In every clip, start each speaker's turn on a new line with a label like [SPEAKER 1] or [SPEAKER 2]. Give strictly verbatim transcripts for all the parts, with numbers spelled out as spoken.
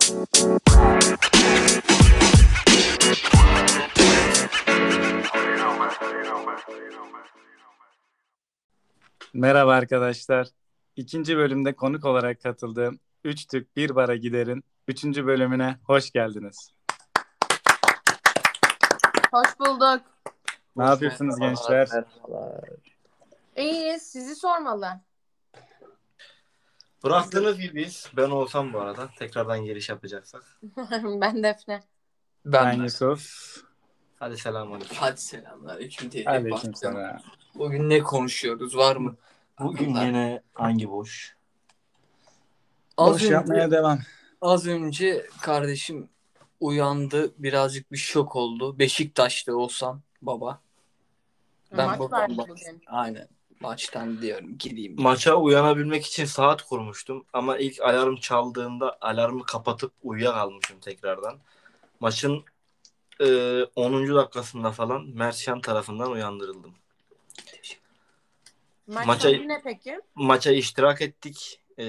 [SPEAKER 1] Merhaba arkadaşlar. İkinci bölümde konuk olarak katıldığım Üç Türk Bir Bara Gider'in üçüncü bölümüne hoş geldiniz.
[SPEAKER 2] Hoş bulduk.
[SPEAKER 1] Ne yapıyorsunuz gençler?
[SPEAKER 3] Merhabalar.
[SPEAKER 2] İyiyiz. Sizi sormalı.
[SPEAKER 3] Bıraktığınız gibiyiz. Ben olsam bu arada. Tekrardan giriş yapacaksak.
[SPEAKER 2] Ben Defne.
[SPEAKER 1] Ben,
[SPEAKER 4] Ben
[SPEAKER 1] Yusuf.
[SPEAKER 3] Hadi selamünaleyküm.
[SPEAKER 4] Hadi selamünaleyküm diye.
[SPEAKER 1] Aleykümselam.
[SPEAKER 4] Bugün ne konuşuyoruz? Var mı?
[SPEAKER 3] Bugün
[SPEAKER 4] Aklında?
[SPEAKER 3] yine hangi boş?
[SPEAKER 4] Az
[SPEAKER 1] Boş
[SPEAKER 4] önce,
[SPEAKER 1] yapmaya devam.
[SPEAKER 4] az önce kardeşim uyandı. Birazcık bir şok oldu. Beşiktaş'ta olsam baba. Ben
[SPEAKER 2] Maç
[SPEAKER 4] buradan
[SPEAKER 2] vardı
[SPEAKER 4] bak-
[SPEAKER 2] bugün.
[SPEAKER 4] Aynen. Maçtan diyorum gideyim.
[SPEAKER 3] Maça uyanabilmek için saat kurmuştum. Ama ilk alarm çaldığında alarmı kapatıp uyuyakalmışım tekrardan. Maçın e, onuncu dakikasında falan Mertcan tarafından uyandırıldım.
[SPEAKER 2] Maç
[SPEAKER 3] Maça-
[SPEAKER 2] sonucu ne peki?
[SPEAKER 3] Maça iştirak ettik. E,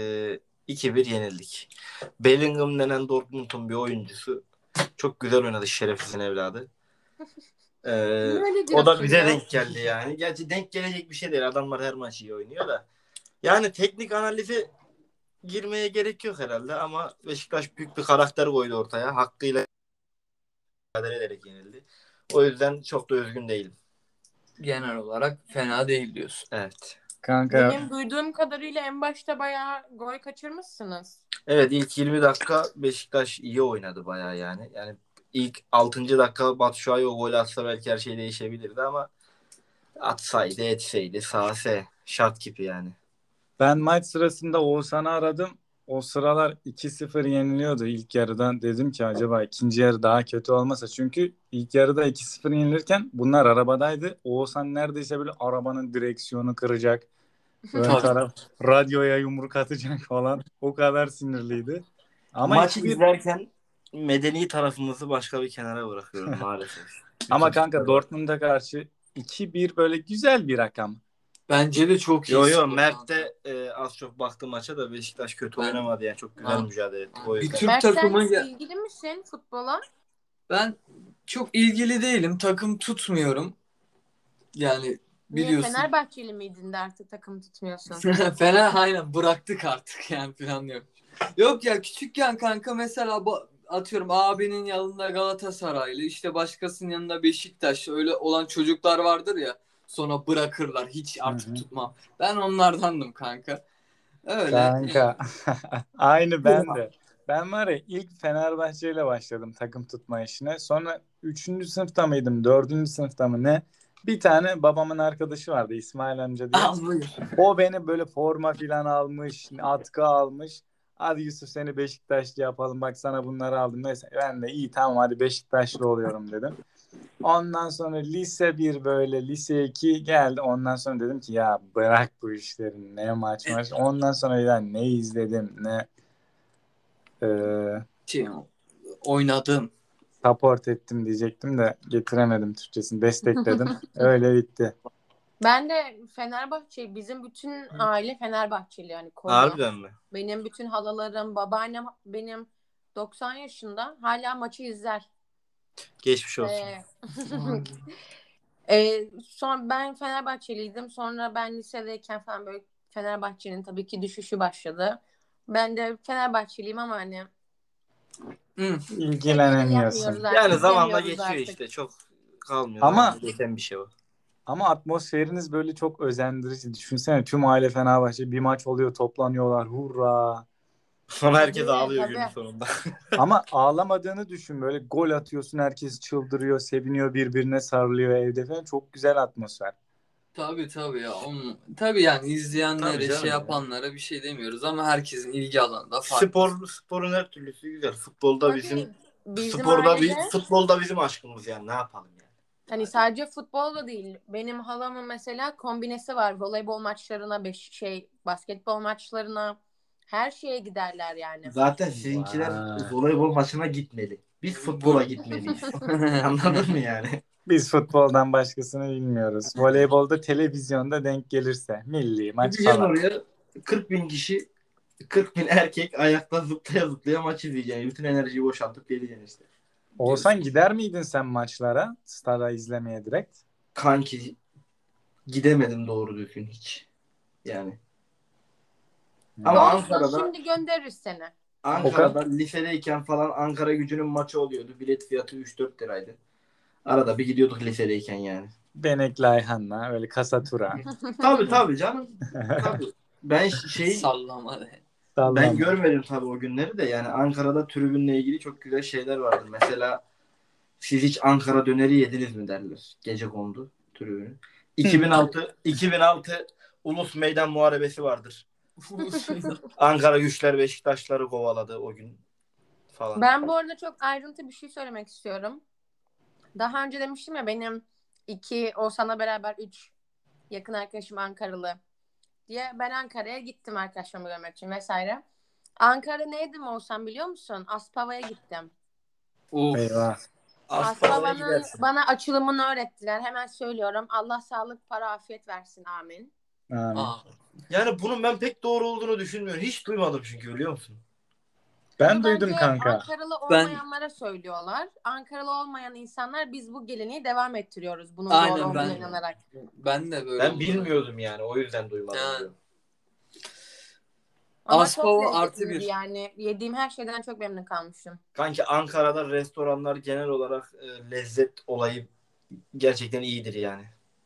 [SPEAKER 3] iki bir yenildik. Bellingham denen Dortmund'un bir oyuncusu çok güzel oynadı, şerefsizin evladı. Ee,
[SPEAKER 2] Öyle
[SPEAKER 3] o
[SPEAKER 2] diyorsun
[SPEAKER 3] da bize
[SPEAKER 2] ya.
[SPEAKER 3] denk geldi yani. Gerçi denk gelecek bir şey değil. Adamlar her maç iyi oynuyor da. Yani teknik analize girmeye gerek yok herhalde ama Beşiktaş büyük bir karakter koydu ortaya. Hakkıyla mücadele ederek yenildi. O yüzden çok da üzgün değilim.
[SPEAKER 4] Genel olarak fena değil diyorsun.
[SPEAKER 3] Evet.
[SPEAKER 1] Kanka
[SPEAKER 2] Benim duyduğum kadarıyla en başta bayağı gol kaçırmışsınız.
[SPEAKER 3] Evet, ilk yirmi dakika Beşiktaş iyi oynadı bayağı yani. Yani ilk altıncı dakika Batshuayi o gol atsa belki her şey değişebilirdi ama atsaydı etseydi sahse şart gibi yani.
[SPEAKER 1] ben maç sırasında Oğuzhan'ı aradım. O sıralar iki sıfır yeniliyordu ilk yarıdan. Dedim ki acaba ikinci yarı daha kötü olmasa. Çünkü ilk yarıda iki sıfır yenilirken bunlar arabadaydı. Oğuzhan neredeyse böyle arabanın direksiyonu kıracak. Ön
[SPEAKER 4] Tabii.
[SPEAKER 1] taraf radyoya yumruk atacak falan. O kadar sinirliydi. Ama
[SPEAKER 3] Maç
[SPEAKER 1] iki bir
[SPEAKER 3] izlerken medeni tarafımızı başka bir kenara bırakıyorum maalesef.
[SPEAKER 1] ama
[SPEAKER 3] Bütün
[SPEAKER 1] kanka
[SPEAKER 3] futbol-
[SPEAKER 1] Dortmund'a karşı iki bir böyle güzel bir rakam.
[SPEAKER 4] Bence de çok iyi.
[SPEAKER 3] Yo yo
[SPEAKER 4] skor
[SPEAKER 3] Mert
[SPEAKER 4] kanka.
[SPEAKER 3] de e, az çok baktı maça da Beşiktaş kötü
[SPEAKER 4] Ben-
[SPEAKER 3] oynamadı yani çok güzel
[SPEAKER 4] Ha.
[SPEAKER 3] mücadele etti. O
[SPEAKER 4] Bir
[SPEAKER 3] yüzden.
[SPEAKER 4] Türk
[SPEAKER 2] Mert sen
[SPEAKER 4] takımı ya-
[SPEAKER 2] ilgili misin futbola?
[SPEAKER 4] Ben çok ilgili değilim. Takım tutmuyorum. Yani
[SPEAKER 2] Niye
[SPEAKER 4] biliyorsun.
[SPEAKER 2] Fenerbahçeli miydin de artık takım tutmuyorsun?
[SPEAKER 4] Fena aynen bıraktık artık yani planlıyorum. Yok ya küçükken kanka mesela ba- atıyorum abinin yanında Galatasaraylı işte başkasının yanında Beşiktaş öyle olan çocuklar vardır ya sonra bırakırlar hiç artık
[SPEAKER 1] Hı hı.
[SPEAKER 4] tutmam. Ben onlardandım kanka. Öyle.
[SPEAKER 1] Kanka aynı ben de. Ben var ya ilk Fenerbahçe ile başladım takım tutma işine. Sonra üçüncü sınıfta mıydım, dördüncü sınıfta mı ne? Bir tane babamın arkadaşı vardı İsmail amca diye.
[SPEAKER 4] Al buyur.
[SPEAKER 1] O beni böyle forma filan almış, atkı almış. Hadi Yusuf seni Beşiktaşlı yapalım. Bak sana bunları aldım. Neyse ben de iyi tamam hadi Beşiktaşlı oluyorum dedim. Ondan sonra lise bir böyle lise iki geldi. Ondan sonra dedim ki ya bırak bu işleri. Ne maç maç. Ondan sonra ya ne izledim ne e,
[SPEAKER 4] Şey, oynadım.
[SPEAKER 1] support ettim diyecektim de getiremedim Türkçesini. Destekledim. Öyle bitti.
[SPEAKER 2] Ben de Fenerbahçe, bizim bütün aile Fenerbahçeli yani Konya.
[SPEAKER 3] Harbiden mi?
[SPEAKER 2] Benim bütün halalarım, babaannem benim doksan yaşında hala maçı izler.
[SPEAKER 3] Geçmiş olsun.
[SPEAKER 2] Ee, e, son ben Fenerbahçeliydim. Sonra ben lisedeyken falan böyle Fenerbahçe'nin tabii ki düşüşü başladı. Ben de Fenerbahçeliyim ama hani
[SPEAKER 4] Hı.
[SPEAKER 2] pek şey
[SPEAKER 1] İlgilenemiyorsun.
[SPEAKER 2] yapmıyoruz artık.
[SPEAKER 3] Yani zamanla
[SPEAKER 2] izlemiyoruz
[SPEAKER 3] geçiyor
[SPEAKER 2] artık.
[SPEAKER 3] işte çok kalmıyor.
[SPEAKER 1] Ama-
[SPEAKER 3] Zamanla geçen bir şey o.
[SPEAKER 1] Ama atmosferiniz böyle çok özendirici. Düşünsene tüm aile Fenerbahçe bir maç oluyor toplanıyorlar. Hurra.
[SPEAKER 3] Sonra herkes
[SPEAKER 2] Tabii,
[SPEAKER 3] ağlıyor
[SPEAKER 2] tabii.
[SPEAKER 3] günün sonunda.
[SPEAKER 1] Ama ağlamadığını düşün böyle gol atıyorsun herkes çıldırıyor seviniyor birbirine sarılıyor evde falan çok güzel atmosfer.
[SPEAKER 4] Tabii tabii ya. Onun, tabii yani izleyenlere
[SPEAKER 3] Tabii canım
[SPEAKER 4] şey
[SPEAKER 3] ya.
[SPEAKER 4] yapanlara bir şey demiyoruz ama herkesin ilgi alanında farklı.
[SPEAKER 3] Spor sporun her türlüsü güzel. Futbolda
[SPEAKER 2] Tabii,
[SPEAKER 3] bizim
[SPEAKER 2] bizim
[SPEAKER 3] sporda
[SPEAKER 2] ailede
[SPEAKER 3] bir futbolda bizim aşkımız yani ne yapalım yani.
[SPEAKER 2] hani sadece futbol da değil. Benim halamın mesela kombinesi var. Voleybol maçlarına, beş şey, basketbol maçlarına her şeye giderler yani.
[SPEAKER 3] Zaten sizinkiler
[SPEAKER 1] Vay.
[SPEAKER 3] voleybol maçına gitmeli. Biz futbola gitmeliyiz. Anladın mı yani?
[SPEAKER 1] Biz futboldan başkasını bilmiyoruz. Voleybolda televizyonda denk gelirse milli maç
[SPEAKER 3] Gideceksin
[SPEAKER 1] falan.
[SPEAKER 3] oraya kırk bin kişi kırk bin erkek ayakta zıplaya zıplaya maç izleyeceksin. Bütün enerjiyi boşaltıp geleceksin işte.
[SPEAKER 1] Olsan gider miydin sen maçlara? Stada izlemeye direkt.
[SPEAKER 3] Kanki gidemedim doğru düzgün hiç. Yani. Ama
[SPEAKER 2] Olsun,
[SPEAKER 3] Ankara'da
[SPEAKER 2] şimdi göndeririz seni.
[SPEAKER 3] Ankara'da lisedeyken falan Ankara Gücü'nün maçı oluyordu. Bilet fiyatı üç dört liraydı. Arada bir gidiyorduk lisedeyken yani.
[SPEAKER 1] Benekli Ayhan'la öyle kasa tura.
[SPEAKER 3] Tabii tabii canım. Tabii. Ben şey
[SPEAKER 4] Sallama.
[SPEAKER 1] Sallama.
[SPEAKER 3] ben görmedim tabii o günleri de yani Ankara'da tribünle ilgili çok güzel şeyler vardı. Mesela siz hiç Ankara döneri yediniz mi derler. Gecekondu tribünü. iki bin altı iki bin altı Ulus Meydan Muharebesi vardır. Ankara Güçler Beşiktaşları kovaladı o gün falan.
[SPEAKER 2] Ben bu arada çok ayrıntı bir şey söylemek istiyorum. Daha önce demiştim ya benim iki, Oğuzhan'la beraber üç yakın arkadaşım Ankaralı diye. Ben Ankara'ya gittim arkadaşlarımı görmek için vesaire. Ankara'da neydim Oğuzhan biliyor musun? Aspava'ya gittim.
[SPEAKER 4] Of.
[SPEAKER 1] Eyvah.
[SPEAKER 3] Aspava'ya
[SPEAKER 2] Aspava'nın
[SPEAKER 3] gidersin.
[SPEAKER 2] bana açılımını öğrettiler. Hemen söylüyorum. Allah sağlık, para, afiyet versin. Amin.
[SPEAKER 1] Amin.
[SPEAKER 4] Aa.
[SPEAKER 3] Yani bunun ben pek doğru olduğunu düşünmüyorum. Hiç duymadım çünkü biliyor musun?
[SPEAKER 1] Ben
[SPEAKER 2] Bunu
[SPEAKER 1] duydum
[SPEAKER 2] bence
[SPEAKER 1] kanka.
[SPEAKER 2] Ankaralı
[SPEAKER 4] Ben-
[SPEAKER 2] olmayanlara söylüyorlar. Ankaralı olmayan insanlar biz bu geleneği devam ettiriyoruz. Bunun
[SPEAKER 4] Aynen,
[SPEAKER 2] doğru olduğuna
[SPEAKER 4] ben-
[SPEAKER 2] inanarak.
[SPEAKER 4] Ben de böyle
[SPEAKER 3] Ben
[SPEAKER 4] oldu.
[SPEAKER 3] bilmiyordum yani. O yüzden duymadım.
[SPEAKER 4] Yani.
[SPEAKER 3] diyorum.
[SPEAKER 2] Ama
[SPEAKER 4] Aspava
[SPEAKER 2] çok
[SPEAKER 4] artı
[SPEAKER 2] lezzetliydi
[SPEAKER 4] bir.
[SPEAKER 2] yani. Yediğim her şeyden çok memnun kalmışım.
[SPEAKER 3] Kanki Ankara'da restoranlar genel olarak e, lezzet olayı gerçekten iyidir yani.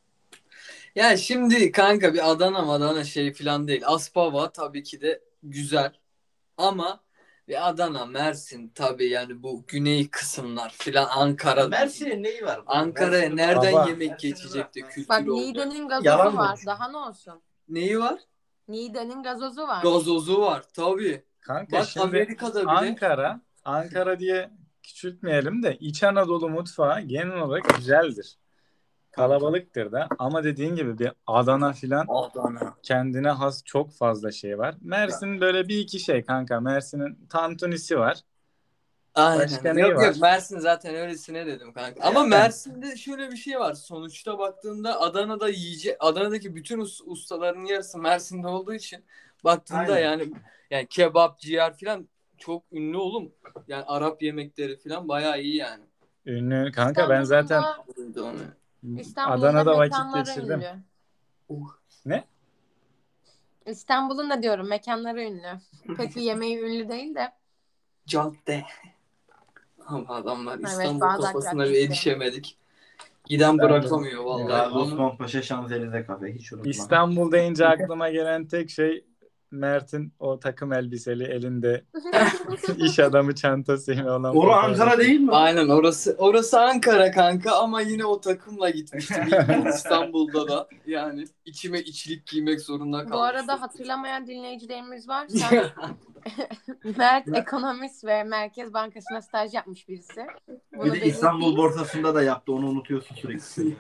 [SPEAKER 4] Ya şimdi kanka bir Adana Madana şey falan değil. Aspava tabii ki de güzel. Ama bir Adana, Mersin tabii yani bu güney kısımlar filan Ankara.
[SPEAKER 3] Mersin'in neyi var?
[SPEAKER 4] Ankara'ya
[SPEAKER 3] Mersin'in-
[SPEAKER 4] nereden
[SPEAKER 1] Baba.
[SPEAKER 4] yemek
[SPEAKER 3] Mersin'in
[SPEAKER 4] geçecek de
[SPEAKER 3] bak-
[SPEAKER 4] kültür
[SPEAKER 2] Bak
[SPEAKER 4] oldu.
[SPEAKER 2] Niğde'nin gazozu
[SPEAKER 3] Yalan
[SPEAKER 2] var.
[SPEAKER 3] konuşuyor.
[SPEAKER 2] Daha ne olsun?
[SPEAKER 4] Neyi var?
[SPEAKER 2] Niğde'nin gazozu var.
[SPEAKER 4] Gazozu var tabii.
[SPEAKER 1] Kanka
[SPEAKER 4] Bak
[SPEAKER 1] şimdi
[SPEAKER 4] Amerika'da bile.
[SPEAKER 1] Ankara, Ankara diye küçültmeyelim de İç Anadolu mutfağı genel olarak güzeldir. Kalabalıktır da ama dediğin gibi bir Adana filan
[SPEAKER 4] Adana.
[SPEAKER 1] kendine has çok fazla şey var. Mersin böyle bir iki şey kanka. Mersin'in tantunisi var.
[SPEAKER 4] Aynen.
[SPEAKER 1] Başka neyi
[SPEAKER 4] Yok
[SPEAKER 1] var?
[SPEAKER 4] yok Mersin zaten öylesine dedim kanka. Ama
[SPEAKER 1] Yani.
[SPEAKER 4] Mersin'de şöyle bir şey var. Sonuçta baktığında Adana'da yiyecek Adana'daki bütün us- ustaların yarısı Mersin'de olduğu için baktığında
[SPEAKER 3] Aynen.
[SPEAKER 4] yani yani kebap, ciğer falan çok ünlü oğlum. Yani Arap yemekleri falan bayağı iyi yani.
[SPEAKER 1] Ünlü kanka ben zaten
[SPEAKER 2] İstanbul'da-
[SPEAKER 4] Onu.
[SPEAKER 2] İstanbul'un
[SPEAKER 1] Adana'da
[SPEAKER 2] da
[SPEAKER 1] vakit
[SPEAKER 2] mekanları
[SPEAKER 1] geçirdim.
[SPEAKER 2] ünlü.
[SPEAKER 4] Uh.
[SPEAKER 1] Ne?
[SPEAKER 2] İstanbul'un da diyorum mekanları ünlü. Pek bir yemeği ünlü değil de.
[SPEAKER 4] Cadde. Ama adamlar
[SPEAKER 2] Evet,
[SPEAKER 4] İstanbul
[SPEAKER 2] Bağdat
[SPEAKER 4] kafasına bir
[SPEAKER 2] Caddesi.
[SPEAKER 4] erişemedik. Giden
[SPEAKER 1] Ben de-
[SPEAKER 4] bırakamıyor vallahi.
[SPEAKER 3] Gazi
[SPEAKER 4] Ama-
[SPEAKER 3] Osman Paşa Şanzelize Kafe hiç unutma.
[SPEAKER 1] İstanbul deyince aklıma gelen tek şey Mert'in o takım elbiseli elinde iş adamı çantasıyla olan
[SPEAKER 3] Oru
[SPEAKER 1] fotoğrafı.
[SPEAKER 3] Ankara değil mi?
[SPEAKER 4] Aynen orası orası Ankara kanka ama yine o takımla gitmiştim İlk İstanbul'da da yani içime içlik giymek zorunda kalmıştım.
[SPEAKER 2] Bu arada hatırlamayan dinleyicilerimiz varsa Mert ekonomist ve Merkez Bankası'na staj yapmış birisi. Bunu
[SPEAKER 3] Bir de İstanbul
[SPEAKER 2] belirteyim.
[SPEAKER 3] borsasında da yaptı. Onu unutuyorsun sürekli.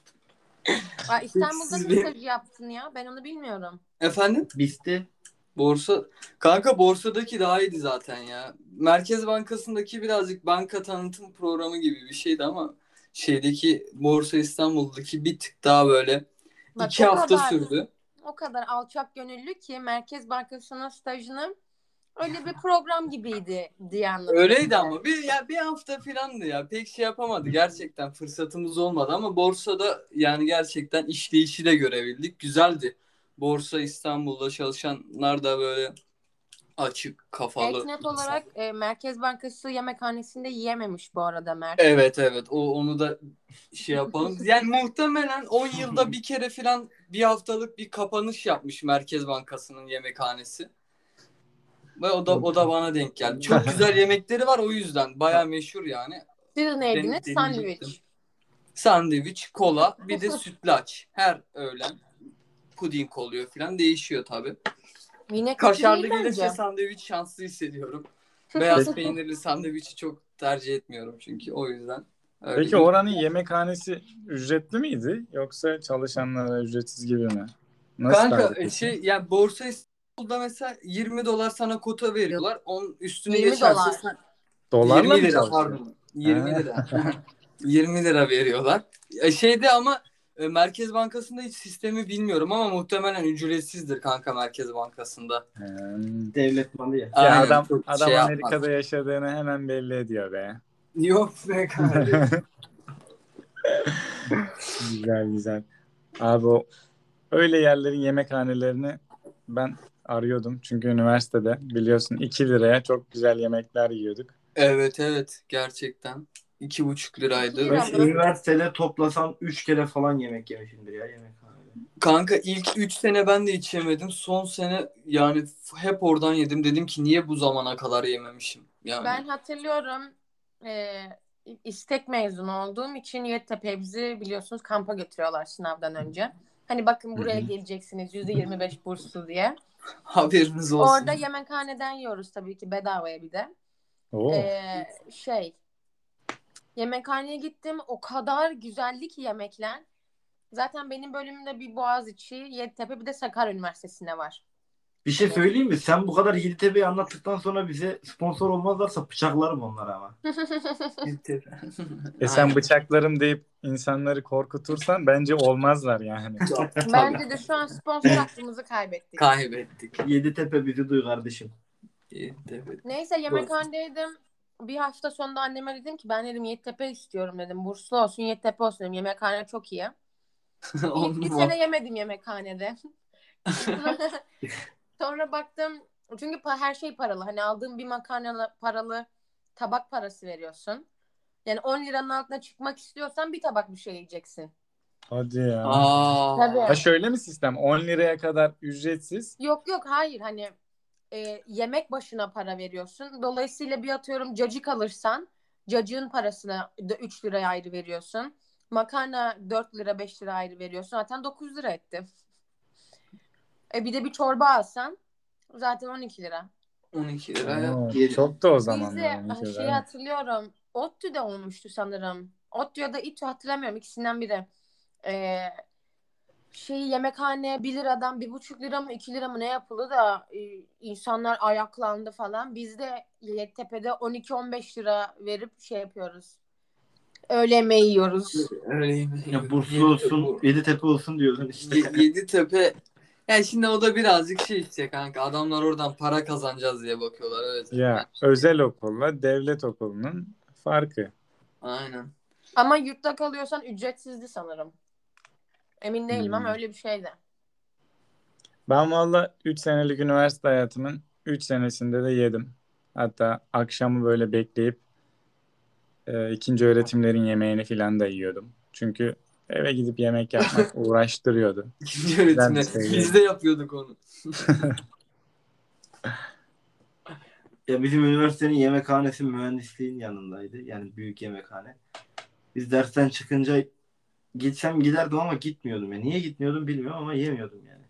[SPEAKER 2] Aa, İstanbul'da
[SPEAKER 4] Siz
[SPEAKER 2] ne
[SPEAKER 4] bir-
[SPEAKER 2] stajı yaptın ya? Ben onu bilmiyorum.
[SPEAKER 4] Efendim?
[SPEAKER 3] Bisti.
[SPEAKER 4] Borsa kanka borsadaki daha iyiydi zaten ya. Merkez Bankası'ndaki birazcık banka tanıtım programı gibi bir şeydi ama şeydeki Borsa İstanbul'daki bir tık daha böyle
[SPEAKER 2] Bak,
[SPEAKER 4] iki
[SPEAKER 2] o
[SPEAKER 4] hafta
[SPEAKER 2] kadar-
[SPEAKER 4] sürdü.
[SPEAKER 2] O kadar alçak gönüllü ki Merkez Bankası'nın stajını öyle bir program gibiydi diye anlatıyor.
[SPEAKER 4] Öyleydi ama bir ya bir hafta filandı ya. Pek şey yapamadı. Gerçekten fırsatımız olmadı ama borsada yani gerçekten işleyişi de görebildik. Güzeldi. Borsa İstanbul'da çalışanlar da böyle açık kafalı.
[SPEAKER 2] Eknet olarak e, Merkez Bankası yemekhanesinde yiyememiş bu arada Mert.
[SPEAKER 4] Evet evet. O onu da şey yapalım. Yani muhtemelen on yılda bir kere filan bir haftalık bir kapanış yapmış Merkez Bankası'nın yemekhanesi. Ve o da o da bana denk geldi. Çok güzel yemekleri var o yüzden. Bayağı meşhur yani.
[SPEAKER 2] Siz ne yediniz?
[SPEAKER 4] Den-
[SPEAKER 2] Sandviç.
[SPEAKER 4] deneyecektim. Sandviç, kola, bir de sütlaç. Her öğlen puding oluyor falan. Değişiyor tabii.
[SPEAKER 2] Yine kötü
[SPEAKER 4] Kaşarlı
[SPEAKER 2] değil
[SPEAKER 4] gelirse
[SPEAKER 2] bence.
[SPEAKER 4] sandviç şanslı hissediyorum. Beyaz peynirli sandviçi çok tercih etmiyorum çünkü. O yüzden. Öyle
[SPEAKER 1] Peki
[SPEAKER 4] iyi.
[SPEAKER 1] oranın yemekhanesi ücretli miydi yoksa çalışanlara ücretsiz gibi mi? Nasıl
[SPEAKER 4] Kanka
[SPEAKER 1] peki?
[SPEAKER 4] şey yani Borsa İstanbul'da mesela yirmi dolar sana kota veriyorlar. Onun üstüne
[SPEAKER 2] yirmi
[SPEAKER 4] geçerse
[SPEAKER 2] dolar.
[SPEAKER 4] sen
[SPEAKER 1] Dolarla mı
[SPEAKER 4] yirmi lira
[SPEAKER 1] çalışıyor?
[SPEAKER 4] pardon. yirmi
[SPEAKER 1] Ha.
[SPEAKER 4] lira. yirmi lira veriyorlar. E, Şeyde ama E, Merkez Bankası'nda hiç sistemi bilmiyorum ama muhtemelen ücretsizdir kanka Merkez Bankası'nda.
[SPEAKER 1] Hmm.
[SPEAKER 3] Devlet malı ya.
[SPEAKER 1] Ya
[SPEAKER 4] Aynen,
[SPEAKER 1] adam
[SPEAKER 4] çok
[SPEAKER 1] adam
[SPEAKER 4] şey
[SPEAKER 1] Amerika'da
[SPEAKER 4] yapmaz.
[SPEAKER 1] yaşadığını hemen belli ediyor be.
[SPEAKER 4] Yok be kardeşim.
[SPEAKER 1] Güzel güzel. Abi o öyle yerlerin yemekhanelerini ben arıyordum. Çünkü üniversitede biliyorsun iki liraya çok güzel yemekler yiyorduk.
[SPEAKER 4] Evet evet gerçekten. iki buçuk
[SPEAKER 2] İki
[SPEAKER 4] liraydı.
[SPEAKER 2] lira
[SPEAKER 3] Ben
[SPEAKER 2] mı?
[SPEAKER 3] üniversitede toplasan üç kere falan yemek yemişimdir ya yemekhanede.
[SPEAKER 4] Kanka ilk üç sene ben de hiç yemedim. Son sene yani hep oradan yedim. Dedim ki niye bu zamana kadar yememişim? Yani.
[SPEAKER 2] Ben hatırlıyorum e, istek mezunu olduğum için Yeditepe'ye bizi biliyorsunuz kampa götürüyorlar sınavdan önce. Hani bakın buraya
[SPEAKER 3] Hı hı.
[SPEAKER 2] geleceksiniz yüzde yirmi beş burslu diye.
[SPEAKER 4] Haberiniz olsun.
[SPEAKER 2] Orada yemekhaneden yiyoruz tabii ki bedavaya bir de.
[SPEAKER 1] Oo.
[SPEAKER 2] Ee, şey yemekhaneye gittim o kadar güzeldi ki yemekler. Zaten benim bölümümde bir Boğaziçi, Yeditepe bir de Sakarya Üniversitesi'nde var.
[SPEAKER 3] Bir şey
[SPEAKER 2] Hani
[SPEAKER 3] söyleyeyim mi? Sen bu kadar Yeditepe'yi anlattıktan sonra bize sponsor olmazlarsa bıçaklarım onları ama.
[SPEAKER 1] E sen
[SPEAKER 4] Aynen.
[SPEAKER 1] bıçaklarım deyip insanları korkutursan bence olmazlar yani.
[SPEAKER 4] Tabii.
[SPEAKER 2] bence de şu an sponsor hakkımızı kaybettik.
[SPEAKER 4] Kaybettik.
[SPEAKER 3] Yeditepe bizi duy kardeşim.
[SPEAKER 4] Evet.
[SPEAKER 2] Neyse yemekhanedeydim. Bir hafta sonunda anneme dedim ki ben dedim Yeditepe istiyorum dedim. Burslu olsun Yeditepe olsun dedim. Yemekhane çok iyi.
[SPEAKER 4] On
[SPEAKER 2] İlk bir
[SPEAKER 4] numara.
[SPEAKER 2] sene yemedim yemekhanede. Sonra baktım çünkü pa- her şey paralı. Hani aldığın bir makarna paralı tabak parası veriyorsun. Yani on liranın altına çıkmak istiyorsan bir tabak bir şey yiyeceksin.
[SPEAKER 1] Hadi ya.
[SPEAKER 4] Aa.
[SPEAKER 2] Tabii.
[SPEAKER 1] Ha şöyle mi sistem? on liraya kadar ücretsiz.
[SPEAKER 2] Yok yok hayır hani e, yemek başına para veriyorsun. Dolayısıyla bir atıyorum cacık alırsan cacığın parasını üç liraya ayrı veriyorsun. Makarna dört lira beş lira ayrı veriyorsun. Zaten dokuz lira etti. E bir de bir çorba alsan zaten on iki lira.
[SPEAKER 4] on iki liraya.
[SPEAKER 1] Oo,
[SPEAKER 3] Yedi.
[SPEAKER 1] çok da o
[SPEAKER 2] Biz
[SPEAKER 1] zamanlar.
[SPEAKER 2] de
[SPEAKER 1] on iki lira,
[SPEAKER 2] şeyi
[SPEAKER 1] evet.
[SPEAKER 2] hatırlıyorum. ODTÜ'de olmuştu sanırım. ODTÜ ya da İTÜ hatırlamıyorum. İkisinden biri. Ee, şeyi yemekhane bir liradan bir buçuk lira mı iki lira mı ne yapıldı da e, insanlar ayaklandı falan. Biz de Yeditepe'de on iki on beş lira verip şey yapıyoruz. Öğle yemeği yiyoruz.
[SPEAKER 4] Öyleyim.
[SPEAKER 3] Ya burslu olsun, Yeditepe olsun diyorsun işte.
[SPEAKER 4] Yeditepe. Yani şimdi o da birazcık şey işte kanka. Adamlar oradan para kazanacağız diye bakıyorlar. Evet.
[SPEAKER 1] Ya özel okulla devlet okulunun farkı.
[SPEAKER 4] Aynen.
[SPEAKER 2] Ama yurtta kalıyorsan ücretsizdi sanırım. Emin değilim ama
[SPEAKER 1] Hmm.
[SPEAKER 2] öyle bir şeydi.
[SPEAKER 1] Ben valla üç senelik üniversite hayatımın üç senesinde de yedim. Hatta akşamı böyle bekleyip e, ikinci öğretimlerin yemeğini falan da yiyordum. Çünkü eve gidip yemek yapmak uğraştırıyordu.
[SPEAKER 4] İkinci
[SPEAKER 1] Güzel bir
[SPEAKER 4] öğretimde.
[SPEAKER 1] seviyeydi.
[SPEAKER 4] Biz de yapıyorduk onu.
[SPEAKER 3] Ya bizim üniversitenin yemekhanesi mühendisliğin yanındaydı. Yani büyük yemekhane. Biz dersten çıkınca gitsem giderdim ama gitmiyordum. Ya. Niye gitmiyordum bilmiyorum ama yemiyordum yani.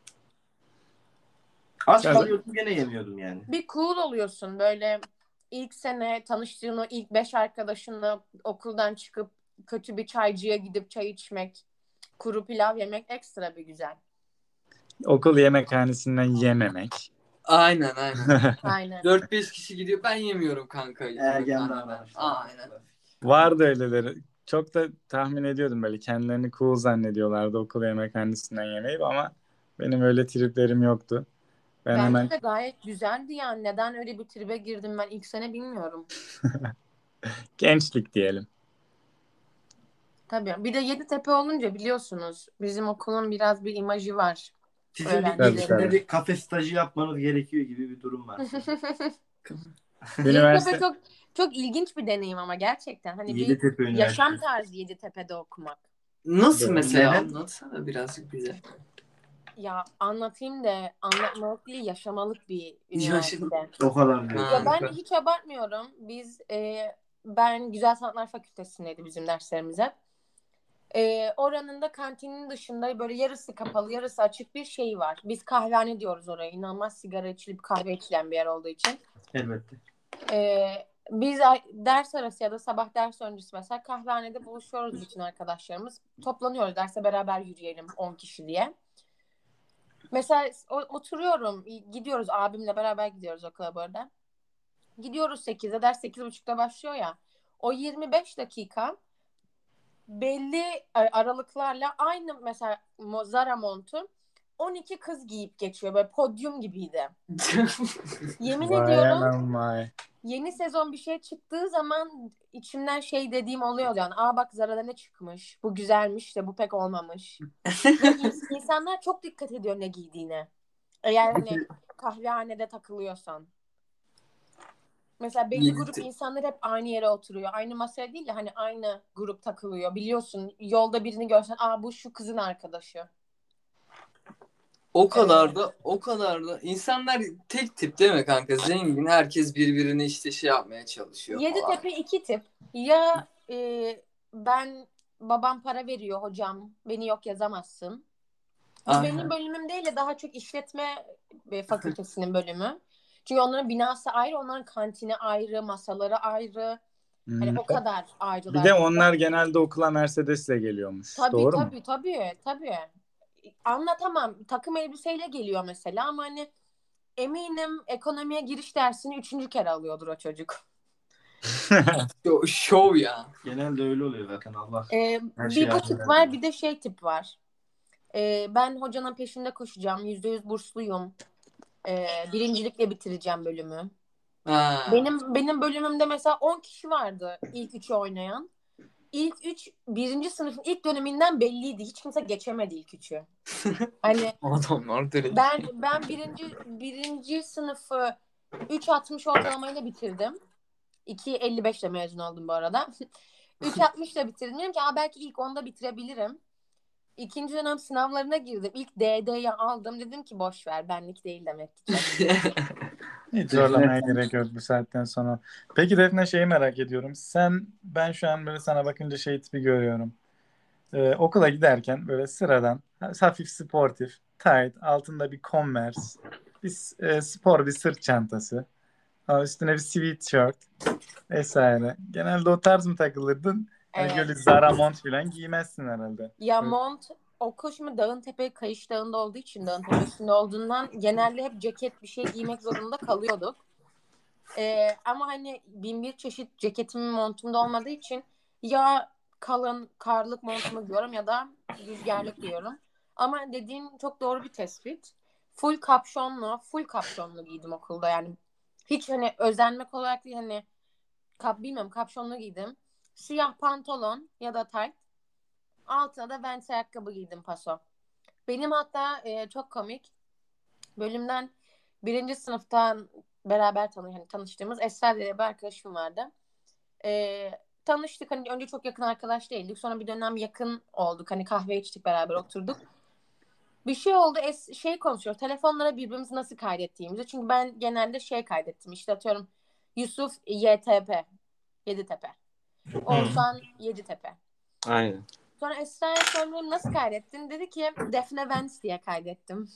[SPEAKER 3] Aç
[SPEAKER 1] Ya,
[SPEAKER 3] kalıyordum gene yemiyordum yani.
[SPEAKER 2] Bir cool oluyorsun böyle ilk sene tanıştığın o ilk beş arkadaşınla okuldan çıkıp kötü bir çaycıya gidip çay içmek, kuru pilav yemek ekstra bir güzel.
[SPEAKER 1] okul yemekhanesinden yememek.
[SPEAKER 4] Aynen aynen.
[SPEAKER 2] Aynen.
[SPEAKER 4] dört beş kişi gidiyor. Ben yemiyorum kanka.
[SPEAKER 3] Ergen
[SPEAKER 4] yemekhaneden.
[SPEAKER 3] davranışlar.
[SPEAKER 4] Aynen.
[SPEAKER 1] Vardı öyleleri. Çok da tahmin ediyordum böyle kendilerini cool zannediyorlardı okul yemekhanesinden yemeği ama benim öyle triplerim yoktu. Ben
[SPEAKER 2] Bence
[SPEAKER 1] hemen
[SPEAKER 2] de gayet güzeldi yani. Neden öyle bir tribe girdim ben ilk sene bilmiyorum.
[SPEAKER 1] gençlik diyelim.
[SPEAKER 2] Tabii. Bir de Yeditepe olunca biliyorsunuz bizim okulun biraz bir imajı var.
[SPEAKER 3] Sizin bir ilk
[SPEAKER 1] Tabii,
[SPEAKER 2] Öğrencilerin.
[SPEAKER 3] sene
[SPEAKER 1] tabii.
[SPEAKER 3] bir kafe stajı yapmanız gerekiyor gibi bir durum var.
[SPEAKER 2] Yeditepe
[SPEAKER 1] Üniversite
[SPEAKER 2] çok çok ilginç bir deneyim ama gerçekten. Hani bir
[SPEAKER 3] Yeditepe
[SPEAKER 2] yaşam
[SPEAKER 3] Üniversitesi.
[SPEAKER 2] tarzı Yeditepe'de okumak.
[SPEAKER 4] Nasıl mesela?
[SPEAKER 3] Neden?
[SPEAKER 4] Anlatsana birazcık bize.
[SPEAKER 2] Ya anlatayım da anlatmalık değil yaşamalık bir üniversite.
[SPEAKER 3] O kadar diyor.
[SPEAKER 2] Ya ben
[SPEAKER 4] Kanka.
[SPEAKER 2] hiç abartmıyorum. Biz e, ben Güzel Sanatlar Fakültesindeydi bizim derslerimiz hep. E, oranın da kantinin dışında böyle yarısı kapalı yarısı açık bir şey var. Biz kahvehane diyoruz oraya. İnanılmaz sigara içilip kahve içilen bir yer olduğu için.
[SPEAKER 3] Elbette.
[SPEAKER 2] E, biz a- ders arası ya da sabah ders öncesi mesela kahvehanede buluşuyoruz bütün arkadaşlarımız. Toplanıyoruz derse beraber yürüyelim on kişi diye. Mesela o- oturuyorum, gidiyoruz abimle beraber gidiyoruz okula bu arada. Gidiyoruz sekizde, ders sekiz buçukta başlıyor ya. O yirmi beş dakika belli aralıklarla aynı mesela Zara montu on iki kız giyip geçiyor. Böyle podyum gibiydi. Yemin
[SPEAKER 1] Vay
[SPEAKER 2] ediyorum
[SPEAKER 1] anam vay.
[SPEAKER 2] yeni sezon bir şey çıktığı zaman içimden şey dediğim oluyor yani. Aa bak Zara'da ne çıkmış. Bu güzelmiş de bu pek olmamış. Ve insanlar çok dikkat ediyor ne giydiğine. Eğer hani kahvehanede takılıyorsan. Mesela belli grup insanlar hep aynı yere oturuyor. Aynı masaya değil de hani aynı grup takılıyor. Biliyorsun yolda birini görsen aa bu şu kızın arkadaşı.
[SPEAKER 4] O kadar da o kadar da insanlar tek tip değil mi kanka? Zengin, herkes birbirini işte şey yapmaya çalışıyor falan.
[SPEAKER 2] Yeditepe iki tip. Ya e, ben babam para veriyor hocam beni yok yazamazsın. Bu
[SPEAKER 4] Aynen.
[SPEAKER 2] benim bölümüm değil de daha çok işletme e, fakültesinin bölümü. Çünkü onların binası ayrı, onların kantini ayrı, masaları ayrı. Hani
[SPEAKER 1] Hmm.
[SPEAKER 2] o kadar
[SPEAKER 1] Bir
[SPEAKER 2] ayrılar.
[SPEAKER 1] de onlar genelde okula Mercedes'le geliyormuş.
[SPEAKER 2] Tabii
[SPEAKER 1] Doğru mu?
[SPEAKER 2] tabii tabii tabii. Anlatamam. Takım elbiseyle geliyor mesela ama hani eminim ekonomiye giriş dersini üçüncü kere alıyordur o çocuk.
[SPEAKER 4] Şov, şov ya.
[SPEAKER 3] Genelde öyle oluyor zaten Allah.
[SPEAKER 2] Ee,
[SPEAKER 3] Her
[SPEAKER 2] bir
[SPEAKER 3] şey
[SPEAKER 2] bu tip
[SPEAKER 3] adil
[SPEAKER 2] var
[SPEAKER 3] ediyor.
[SPEAKER 2] bir de şey tip var. Ee, ben hocanın peşinde koşacağım. Yüzde yüz bursluyum. Ee, birincilikle bitireceğim bölümü.
[SPEAKER 4] Ha.
[SPEAKER 2] Benim benim bölümümde mesela on kişi vardı ilk üçü oynayan. İlk üç birinci sınıfın ilk döneminden belliydi. Hiç kimse geçemedi ilk üçü. Hani
[SPEAKER 4] Adamlar direkt.
[SPEAKER 2] ben ben birinci birinci sınıfı üç altmış ortalamayla bitirdim. iki elli beş ile mezun oldum bu arada. üç altmış ile bitirdim. Dedim ki Aa, belki ilk onda bitirebilirim. İkinci dönem sınavlarına girdim. İlk D D'yi aldım. Dedim ki boş ver benlik değil demek ki çok.
[SPEAKER 1] Hiç zorlamaya gerek yok bu saatten sonra. Peki Defne şeyi merak ediyorum. Sen ben şu an böyle sana bakınca şey tipi görüyorum. Ee, okula giderken böyle sıradan hafif sportif, tight, altında bir Converse, bir e, spor bir sırt çantası, ha, üstüne bir sweatshirt vesaire. Genelde o tarz mı takılırdın? Hani
[SPEAKER 2] Evet.
[SPEAKER 1] böyle Zara mont falan giymezsin herhalde.
[SPEAKER 2] Ya
[SPEAKER 1] Böyle-
[SPEAKER 2] mont okul şimdi dağın tepe Kayış Dağı'nda olduğu için dağın tepesinde olduğundan genelde hep ceket bir şey giymek zorunda kalıyorduk. Ee, ama hani bin bir çeşit ceketim montumda olmadığı için ya kalın karlık montumu giyiyorum ya da rüzgarlık giyiyorum. Ama dediğin çok doğru bir tespit. Full kapşonlu, full kapşonlu giydim okulda yani. Hiç hani özenmek olarak değil hani kap, bilmiyorum kapşonlu giydim. Siyah pantolon ya da tayt. Altına da Vans ayakkabı giydim paso. Benim hatta e, çok komik bölümden birinci sınıftan beraber tanı hani tanıştığımız Esra diye bir arkadaşım vardı. E, tanıştık hani önce çok yakın arkadaş değildik. Sonra bir dönem yakın olduk. Hani kahve içtik beraber oturduk. Bir şey oldu es şey konuşuyor. Telefonlara birbirimizi nasıl kaydettiğimizi. Çünkü ben genelde şey kaydettim. İşte atıyorum Yusuf Y T P Yeditepe. Oğuzhan Yeditepe.
[SPEAKER 3] Aynen.
[SPEAKER 2] Sonra Esra'ya sordum nasıl kaydettin? Dedi ki Defne Vance diye kaydettim.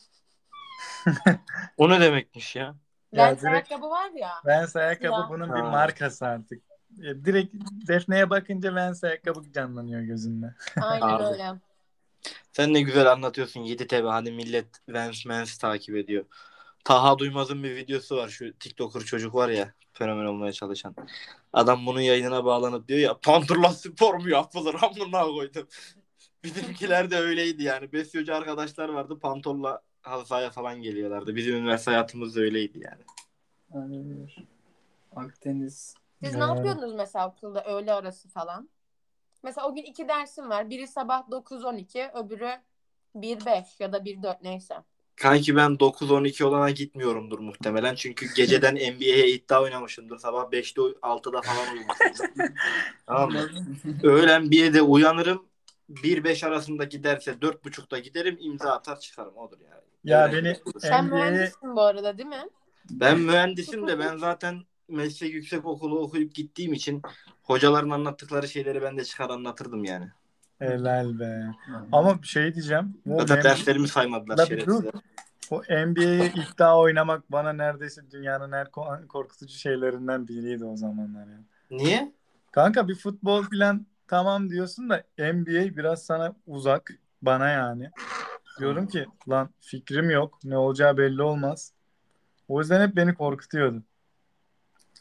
[SPEAKER 3] O ne demekmiş ya?
[SPEAKER 1] Ya
[SPEAKER 2] Vans
[SPEAKER 1] direkt
[SPEAKER 2] ayakkabı var ya.
[SPEAKER 1] Vans ayakkabı
[SPEAKER 2] Siyah.
[SPEAKER 1] bunun bir
[SPEAKER 3] Ha.
[SPEAKER 1] markası artık. E, direkt Defne'ye bakınca Vans ayakkabı canlanıyor gözünde.
[SPEAKER 2] Aynen
[SPEAKER 3] Abi.
[SPEAKER 2] öyle.
[SPEAKER 3] Sen ne güzel anlatıyorsun Yeditepe. Hani millet Vans Mans takip ediyor. Taha Duymaz'ın bir videosu var. Şu TikToker çocuk var ya. Fenomen olmaya çalışan. Adam bunun yayınına bağlanıp diyor ya pantolon spor mu yapılır? Amına koydum. Bizimkiler de öyleydi yani. Besyocu arkadaşlar vardı. Pantolla halı sahaya falan geliyorlardı. Bizim üniversite hayatımız da öyleydi yani.
[SPEAKER 4] Aynen. Akdeniz.
[SPEAKER 2] Siz
[SPEAKER 1] Ee,
[SPEAKER 2] ne yapıyordunuz mesela okulda öğle arası falan? Mesela o gün iki dersim var. Biri sabah dokuz on iki, öbürü bir beş ya da bir dört neyse.
[SPEAKER 3] Kanki ben dokuz on iki olana gitmiyorumdur muhtemelen. Çünkü geceden N B A'ye iddia oynamışımdır. Sabah beşte altıda falan uyumuşumdur. Tamam mı? Öğlen birde uyanırım. bir beş arasındaki derse dört buçukta giderim. İmza atar çıkarım. Odur yani.
[SPEAKER 1] Ya
[SPEAKER 3] Öğrenci
[SPEAKER 1] beni
[SPEAKER 3] okulda.
[SPEAKER 2] Sen
[SPEAKER 1] N B A'ye
[SPEAKER 2] mühendissin bu arada değil mi?
[SPEAKER 3] Ben mühendisim de ben zaten meslek yüksek okulu okuyup gittiğim için hocaların anlattıkları şeyleri ben de çıkar anlatırdım yani.
[SPEAKER 1] helal be. Ama bir şey diyeceğim. O
[SPEAKER 3] Zaten
[SPEAKER 1] N-
[SPEAKER 3] derslerimi saymadılar
[SPEAKER 1] La bir dur.
[SPEAKER 3] şerefsizler.
[SPEAKER 1] O N B A'ye iddia oynamak bana neredeyse dünyanın en ko- korkutucu şeylerinden biriydi o zamanlar ya.
[SPEAKER 3] Niye?
[SPEAKER 1] Kanka bir futbol falan tamam diyorsun da N B A biraz sana uzak bana yani. Diyorum ki lan fikrim yok. Ne olacağı belli olmaz. O yüzden hep beni korkutuyordu.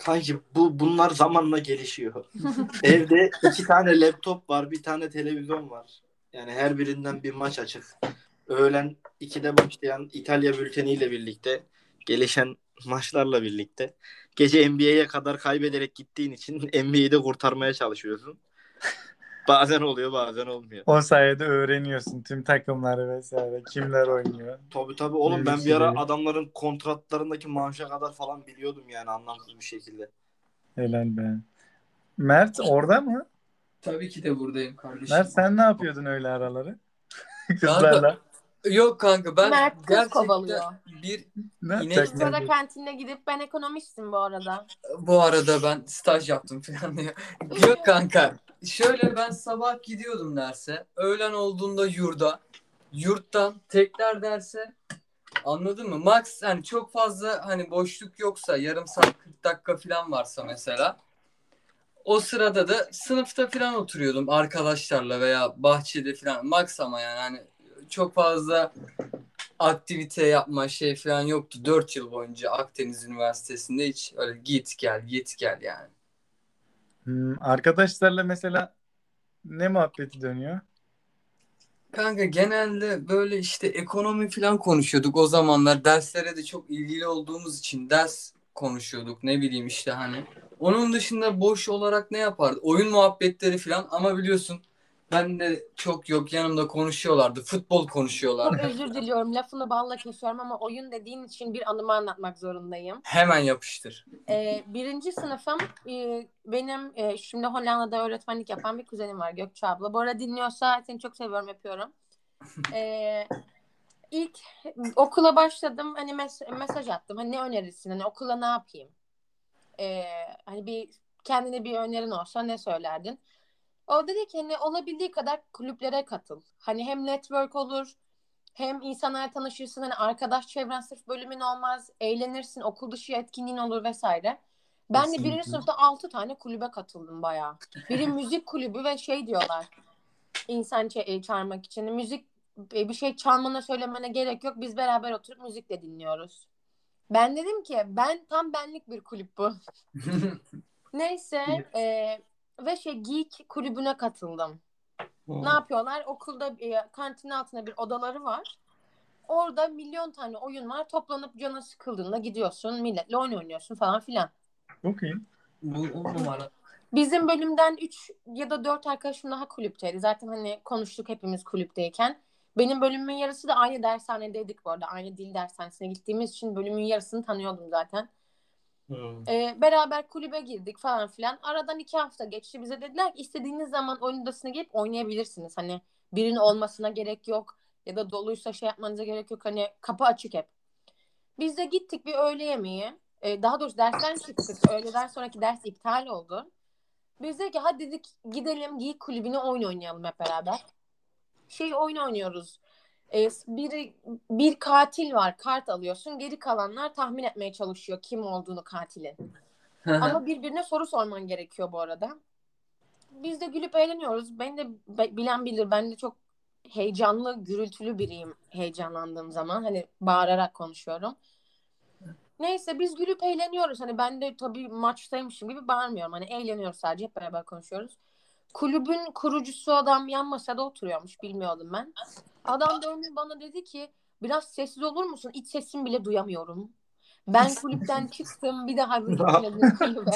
[SPEAKER 3] Kanki bu bunlar zamanla gelişiyor. Evde iki tane laptop var, bir tane televizyon var. Yani her birinden bir maç açık. Öğlen ikide başlayan İtalya bülteniyle birlikte, gelişen maçlarla birlikte gece N B A'ye kadar kaybederek gittiğin için N B A'de kurtarmaya çalışıyorsun. Bazen oluyor, bazen olmuyor.
[SPEAKER 1] O sayede öğreniyorsun tüm takımları vesaire. Kimler oynuyor.
[SPEAKER 3] Tabii tabii oğlum, ben bir
[SPEAKER 1] Bilgisi
[SPEAKER 3] ara
[SPEAKER 1] değil.
[SPEAKER 3] adamların kontratlarındaki maaşa kadar falan biliyordum yani, anlamsız bir şekilde.
[SPEAKER 1] Helal be. Mert orada mı?
[SPEAKER 4] Tabii ki de buradayım kardeşim.
[SPEAKER 1] Mert sen ne yapıyordun öyle araları?
[SPEAKER 4] Kanka,
[SPEAKER 1] Kızlarla.
[SPEAKER 4] yok kanka ben
[SPEAKER 2] Mert kız
[SPEAKER 4] gerçekten
[SPEAKER 2] kovalıyor.
[SPEAKER 4] bir
[SPEAKER 1] Ne
[SPEAKER 4] inek
[SPEAKER 1] yapacaksın?
[SPEAKER 2] Sonra kantine gidip ben ekonomistim bu arada.
[SPEAKER 4] bu arada ben staj yaptım falan diyor. Yok kanka. Şöyle ben sabah gidiyordum derse. Öğlen olduğunda yurda. Yurttan tekrar derse. Anladın mı? Max hani çok fazla hani boşluk yoksa, yarım saat kırk dakika falan varsa mesela. O sırada da sınıfta falan oturuyordum arkadaşlarla veya bahçede falan. Max ama yani hani çok fazla aktivite yapma şey falan yoktu. Dört yıl boyunca Akdeniz Üniversitesi'nde hiç öyle git gel git gel yani.
[SPEAKER 1] Hmm, arkadaşlarla mesela ne muhabbeti dönüyor?
[SPEAKER 4] Kanka genelde böyle işte ekonomi falan konuşuyorduk o zamanlar. Derslere de çok ilgili olduğumuz için ders konuşuyorduk. Ne bileyim işte hani. Onun dışında boş olarak ne yapardı? Oyun muhabbetleri falan ama biliyorsun ben de çok yok, yanımda konuşuyorlardı. Futbol
[SPEAKER 2] Çok
[SPEAKER 4] konuşuyorlardı.
[SPEAKER 2] özür diliyorum. Lafını balla kesiyorum ama oyun dediğin için bir anımı anlatmak zorundayım.
[SPEAKER 4] Hemen yapıştır.
[SPEAKER 2] Ee, birinci sınıfım e, benim e, şimdi Hollanda'da öğretmenlik yapan bir kuzenim var, Gökçe abla. Bu arada dinliyorsa seni çok seviyorum, yapıyorum. Ee, ilk okula başladım. Hani mes- mesaj attım. Hani ne önerirsin? Hani okula ne yapayım? Ee, hani bir kendine bir önerin olsa ne söylerdin? O dedi ki hani olabildiği kadar kulüplere katıl. Hani hem network olur, hem insanlarla tanışırsın. Hani arkadaş çevren sırf bölümün olmaz. Eğlenirsin, okul dışı etkinliğin olur vesaire. Ben de birinci sınıfta altı tane kulübe katıldım bayağı. Biri müzik kulübü ve şey diyorlar, insan ça- çağırmak için. Müzik bir şey çalmana söylemene gerek yok. Biz beraber oturup müzikle dinliyoruz. Ben dedim ki ben tam benlik bir kulüp bu. Neyse e, ve şey geek kulübüne katıldım. Ne yapıyorlar? Okulda e, kantinin altında bir odaları var. Orada milyon tane oyun var. Toplanıp canı sıkıldığında gidiyorsun. Milletle oyun oynuyorsun falan filan.
[SPEAKER 1] Çok iyi.
[SPEAKER 4] Bu on numara.
[SPEAKER 2] Bizim bölümden üç ya da dört arkadaşım daha kulüpteydi. Zaten hani konuştuk hepimiz kulüpteyken. Benim bölümümün yarısı da aynı dershanedeydik bu arada. Aynı dil dershanesine gittiğimiz için bölümün yarısını tanıyordum zaten.
[SPEAKER 3] Hmm.
[SPEAKER 2] Ee, beraber kulübe girdik falan filan. Aradan iki hafta geçti. Bize dediler ki istediğiniz zaman oyun odasına gelip oynayabilirsiniz. Hani birinin olmasına gerek yok. Ya da doluysa şey yapmanıza gerek yok. Hani kapı açık hep. Biz de gittik bir öğle yemeği. Ee, daha doğrusu dersten çıktık. Öğleden sonraki ders iptal oldu. Biz de ki hadi dedik gidelim geyik kulübüne oyun oynayalım hep beraber. Şey oyun oynuyoruz. Ee, biri, bir katil var. Kart alıyorsun. Geri kalanlar tahmin etmeye çalışıyor kim olduğunu katilin. Ama birbirine soru sorman gerekiyor bu arada. Biz de gülüp eğleniyoruz. Ben de bilen bilir. Ben de çok heyecanlı, gürültülü biriyim heyecanlandığım zaman. Hani bağırarak konuşuyorum. Neyse biz gülüp eğleniyoruz. Hani ben de tabii maçtaymışım gibi bağırmıyorum. Hani eğleniyoruz sadece. Hep beraber konuşuyoruz. Kulübün kurucusu adam yan masada oturuyormuş. Bilmiyordum ben. Adam döndü bana dedi ki biraz sessiz olur musun? İç sesimi bile duyamıyorum. Ben kulüpten çıktım. Bir daha gitmedim kulübe.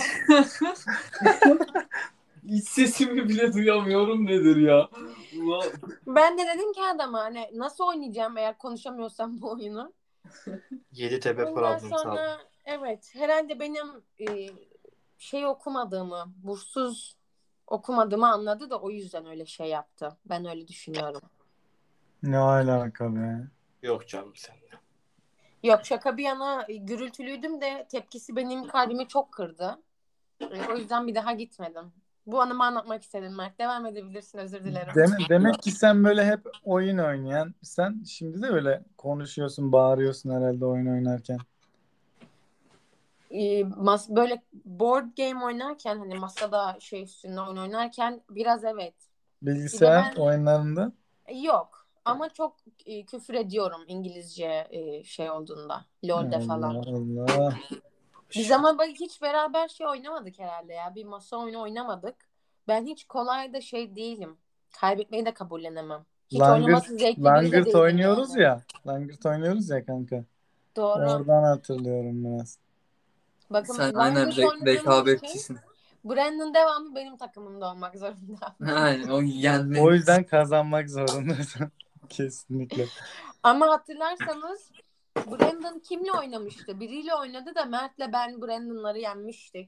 [SPEAKER 4] İç sesimi bile duyamıyorum nedir ya? Ulan.
[SPEAKER 2] Ben de dedim ki adama hani nasıl oynayacağım eğer konuşamıyorsam bu oyunu.
[SPEAKER 3] Yeditepe
[SPEAKER 2] Ondan
[SPEAKER 3] problem sağ ol.
[SPEAKER 2] sonra evet herhalde benim e, şey okumadığımı, burssuz okumadığımı anladı da o yüzden öyle şey yaptı. Ben öyle düşünüyorum.
[SPEAKER 1] Ne alaka be?
[SPEAKER 3] Yok canım sen.
[SPEAKER 2] Yok şaka bir yana e, gürültülüydüm de tepkisi benim kalbimi çok kırdı. E, o yüzden bir daha gitmedim. Bu anımı anlatmak istedim Mert. Devam edebilirsin, özür dilerim.
[SPEAKER 1] Dem- demek ki sen böyle hep oyun oynayan, sen şimdi de öyle konuşuyorsun, bağırıyorsun herhalde oyun oynarken.
[SPEAKER 2] E, mas böyle board game oynarken hani masada şey üstünde oyun oynarken biraz evet. Bir de
[SPEAKER 1] Bilgisayar
[SPEAKER 2] ben
[SPEAKER 1] oyunlarında.
[SPEAKER 2] e, yok ama çok e, küfür ediyorum İngilizce e, şey olduğunda. LoL'de falan.
[SPEAKER 1] Allah Allah.
[SPEAKER 2] Biz ama bak hiç beraber şey oynamadık herhalde ya. Bir masa oyunu oynamadık. Ben hiç kolay da şey değilim. Kaybetmeyi de kabullenemem. Hiç
[SPEAKER 1] Langırt,
[SPEAKER 2] oynaması zevkli biri de
[SPEAKER 1] Langırt
[SPEAKER 2] değilim
[SPEAKER 1] oynuyoruz
[SPEAKER 2] yani.
[SPEAKER 1] ya. Langırt oynuyoruz ya kanka.
[SPEAKER 2] Doğru.
[SPEAKER 1] Oradan hatırlıyorum biraz.
[SPEAKER 2] Bakın
[SPEAKER 4] Sen aynen
[SPEAKER 2] Langırt
[SPEAKER 4] re-
[SPEAKER 2] oynadığımız için
[SPEAKER 4] rekabetçisin.
[SPEAKER 2] Brandon devamlı benim takımımda olmak zorunda.
[SPEAKER 4] Aynen o yenme.
[SPEAKER 1] O yüzden kazanmak zorundasın. Kesinlikle.
[SPEAKER 2] Ama hatırlarsanız Brandon kimle oynamıştı? Biriyle oynadı da Mert'le ben Brandon'ları yenmiştik.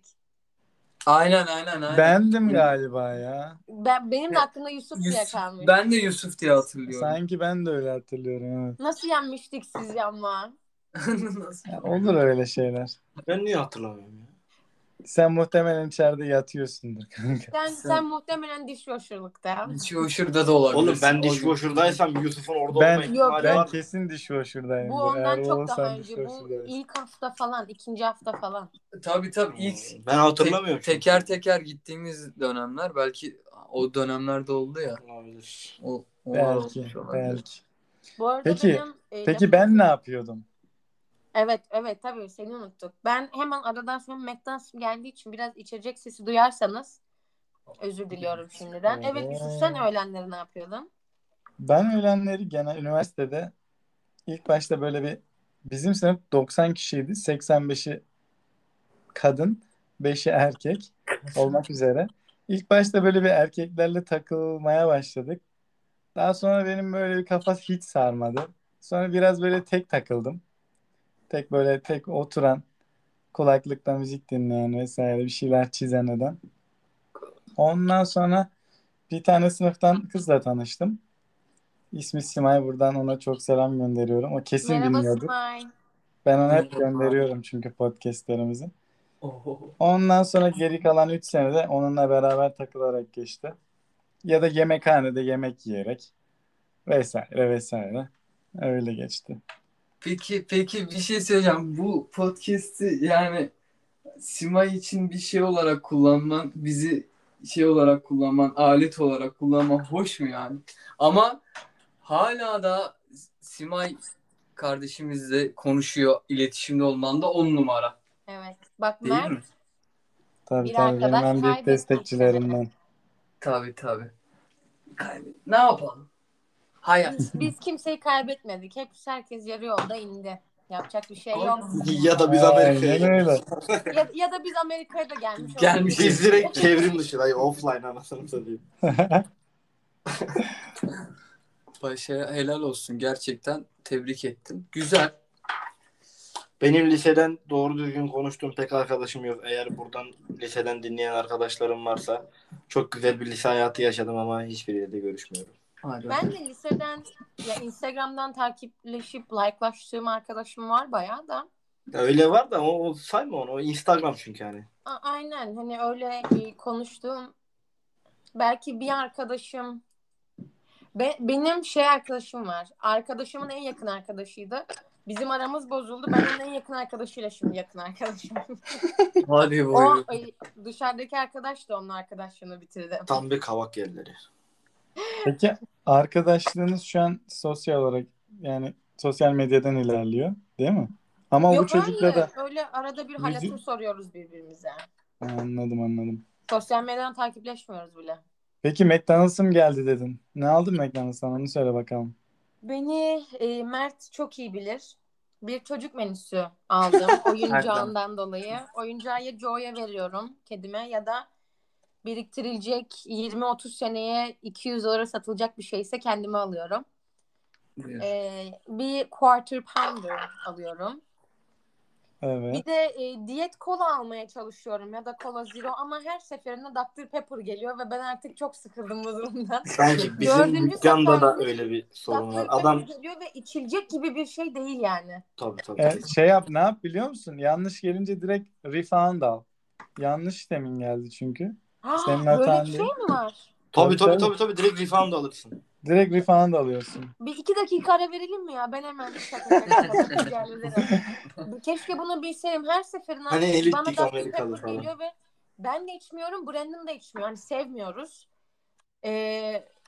[SPEAKER 4] Aynen aynen aynen.
[SPEAKER 1] Bendim galiba ya.
[SPEAKER 2] Ben benim de aklımda Yusuf diye
[SPEAKER 4] Yusuf,
[SPEAKER 2] kalmış.
[SPEAKER 4] ben de Yusuf diye hatırlıyorum.
[SPEAKER 1] Sanki ben de öyle hatırlıyorum. Evet.
[SPEAKER 2] Nasıl yenmiştik sizi ama?
[SPEAKER 4] Nasıl?
[SPEAKER 1] Ya olur öyle şeyler.
[SPEAKER 3] Ben niye hatırlamıyorum ya?
[SPEAKER 1] Sen muhtemelen içeride yatıyorsundur kanka.
[SPEAKER 2] Sen,
[SPEAKER 4] Sen-
[SPEAKER 2] sen muhtemelen dishwasher'lıkta.
[SPEAKER 4] Şu şurada da olabilir.
[SPEAKER 3] Oğlum ben dishwasher'daysam Yusuf'un orada
[SPEAKER 1] Ben
[SPEAKER 3] olma ihtimali
[SPEAKER 1] ben
[SPEAKER 3] var mı?
[SPEAKER 1] kesin dishwasher'dayım.
[SPEAKER 2] Bu ondan
[SPEAKER 1] Eğer
[SPEAKER 2] çok
[SPEAKER 1] olursan
[SPEAKER 2] daha önce. Bu
[SPEAKER 1] dishwasher'dayız.
[SPEAKER 2] ilk hafta falan, ikinci hafta falan.
[SPEAKER 4] Tabii tabii ilk
[SPEAKER 3] Ben hatırlamıyorum.
[SPEAKER 4] te- teker teker gittiğimiz dönemler belki o dönemlerde oldu ya.
[SPEAKER 3] Olabilir.
[SPEAKER 4] O, o
[SPEAKER 1] Belki,
[SPEAKER 4] olmuş olabilir.
[SPEAKER 1] belki.
[SPEAKER 2] Bu arada
[SPEAKER 1] Peki,
[SPEAKER 2] benim e,
[SPEAKER 1] Peki
[SPEAKER 2] lafım-
[SPEAKER 1] ben ne yapıyordum?
[SPEAKER 2] Evet, evet tabii seni unuttuk. Ben hemen aradan sonra McDonald's geldiği için biraz içecek sesi duyarsanız özür diliyorum şimdiden. Evet Yusuf sen öğlenleri ne yapıyordun?
[SPEAKER 1] Ben öğlenleri genel üniversitede ilk başta böyle bir bizim sınıf doksan kişiydi. seksen beşi kadın, beşi erkek olmak üzere. İlk başta böyle bir erkeklerle takılmaya başladık. Daha sonra benim böyle bir kafa hiç sarmadı. Sonra biraz böyle tek takıldım. Tek böyle tek oturan, kulaklıkla müzik dinleyen vesaire bir şeyler çizen eden. Ondan sonra bir tane sınıftan kızla tanıştım. İsmi Simay. Buradan ona çok selam gönderiyorum. O kesin
[SPEAKER 2] Merhaba
[SPEAKER 1] dinliyordu.
[SPEAKER 2] Simay.
[SPEAKER 1] Ben ona hep
[SPEAKER 4] Merhaba.
[SPEAKER 1] gönderiyorum çünkü podcastlerimizi.
[SPEAKER 4] Oho.
[SPEAKER 1] Ondan sonra geri kalan üç senede onunla beraber takılarak geçti. Ya da yemekhanede yemek yiyerek vesaire vesaire. Öyle geçti.
[SPEAKER 4] Peki peki bir şey söyleyeceğim. Bu podcast'i yani Simay için bir şey olarak kullanman, bizi şey olarak kullanman, alet olarak kullanman hoş mu yani? Ama hala da Simay kardeşimizle konuşuyor, iletişimde olman da on numara.
[SPEAKER 2] Evet. Bak
[SPEAKER 4] Değil
[SPEAKER 2] Mert
[SPEAKER 4] mi?
[SPEAKER 1] Tabii
[SPEAKER 2] Bir
[SPEAKER 1] tabii benim
[SPEAKER 2] arkadaş
[SPEAKER 1] en büyük
[SPEAKER 2] kaybettik
[SPEAKER 1] destekçilerimden.
[SPEAKER 4] Tabii tabii. Kaybet. Ne yapalım? Hayat.
[SPEAKER 2] biz, biz kimseyi kaybetmedik. Hep herkes yarı yolda indi. Yapacak bir şey yok.
[SPEAKER 3] Ya da biz Amerika'ya
[SPEAKER 1] Aynen öyle.
[SPEAKER 3] gidiyoruz.
[SPEAKER 2] Ya, ya da biz Amerika'ya da gelmiş
[SPEAKER 4] Gelmiş.
[SPEAKER 2] olabiliriz.
[SPEAKER 3] Biz direkt çevrim dışı. Hayır offline anasını satayım.
[SPEAKER 4] Paşa'ya helal olsun. Gerçekten tebrik ettim. Güzel.
[SPEAKER 3] Benim liseden doğru düzgün konuştuğum pek arkadaşım yok. Eğer buradan liseden dinleyen arkadaşlarım varsa çok güzel bir lise hayatı yaşadım ama hiçbiriyle de görüşmüyorum.
[SPEAKER 4] Hadi.
[SPEAKER 2] Ben de liseden ya Instagram'dan takipleşip like'laştığım arkadaşım var bayağı da.
[SPEAKER 3] Öyle var da o, o sayma onu. O Instagram çünkü hani.
[SPEAKER 2] A- aynen hani öyle e, konuştuğum belki bir arkadaşım Be- benim şey arkadaşım var. Arkadaşımın en yakın arkadaşıydı. Bizim aramız bozuldu. Ben onun en yakın arkadaşıyla şimdi yakın arkadaşım.
[SPEAKER 4] Hadi
[SPEAKER 2] O
[SPEAKER 4] buyurun.
[SPEAKER 2] ay, dışarıdaki arkadaş da onun arkadaşlığını bitirdi.
[SPEAKER 3] Tam bir kavak yerleri.
[SPEAKER 1] Peki arkadaşlığınız şu an sosyal olarak yani sosyal medyadan ilerliyor değil mi? Ama bu
[SPEAKER 2] Yok
[SPEAKER 1] çocukla
[SPEAKER 2] hayır.
[SPEAKER 1] da
[SPEAKER 2] Öyle arada bir
[SPEAKER 1] Müzik-
[SPEAKER 2] halatır soruyoruz birbirimize.
[SPEAKER 1] Ha, anladım anladım.
[SPEAKER 2] Sosyal medyadan takipleşmiyoruz bile.
[SPEAKER 1] Peki McDonald's'ım geldi dedin. Ne aldın McDonald's'tan onu söyle bakalım.
[SPEAKER 2] Beni e, Mert çok iyi bilir. Bir çocuk menüsü aldım oyuncağından dolayı. Oyuncağı ya Joe'ya veriyorum kedime ya da biriktirilecek yirmi otuz seneye iki yüz dolara satılacak bir şeyse kendime alıyorum.
[SPEAKER 4] Buyur.
[SPEAKER 2] Ee, bir quarter pounder alıyorum.
[SPEAKER 1] Evet.
[SPEAKER 2] Bir de e, diyet kola almaya çalışıyorum ya da kola zero ama her seferinde doktor Pepper geliyor ve ben artık çok sıkıldım bu durumdan.
[SPEAKER 3] Bence bizim
[SPEAKER 2] Dördüncü
[SPEAKER 3] dükkanda da
[SPEAKER 2] seferinde
[SPEAKER 3] öyle bir sorun var.
[SPEAKER 2] doktor Pepper
[SPEAKER 3] Adam
[SPEAKER 2] geliyor ve içilecek gibi bir şey değil yani.
[SPEAKER 3] tabii tabii.
[SPEAKER 1] E, şey yap ne yap biliyor musun? Yanlış gelince direkt refund al. Yanlış temin geldi çünkü. Senin
[SPEAKER 2] Böyle
[SPEAKER 1] hatan
[SPEAKER 2] bir şey
[SPEAKER 1] değil.
[SPEAKER 2] mi var?
[SPEAKER 3] Tabii
[SPEAKER 1] Tabii,
[SPEAKER 3] tabii tabii tabii direkt refund alırsın.
[SPEAKER 1] Direkt refund alıyorsun.
[SPEAKER 2] Bir iki dakika ara verelim mi ya? Ben hemen şaka şaka yerlerim. Keşke bunu bilseydim. Her seferinde
[SPEAKER 3] Hani
[SPEAKER 2] artık bana
[SPEAKER 3] elitlik
[SPEAKER 2] doktor
[SPEAKER 3] Amerikalı
[SPEAKER 2] Pepper
[SPEAKER 3] falan.
[SPEAKER 2] geliyor ve ben de içmiyorum. Brandon da içmiyor. Hani sevmiyoruz. Ee,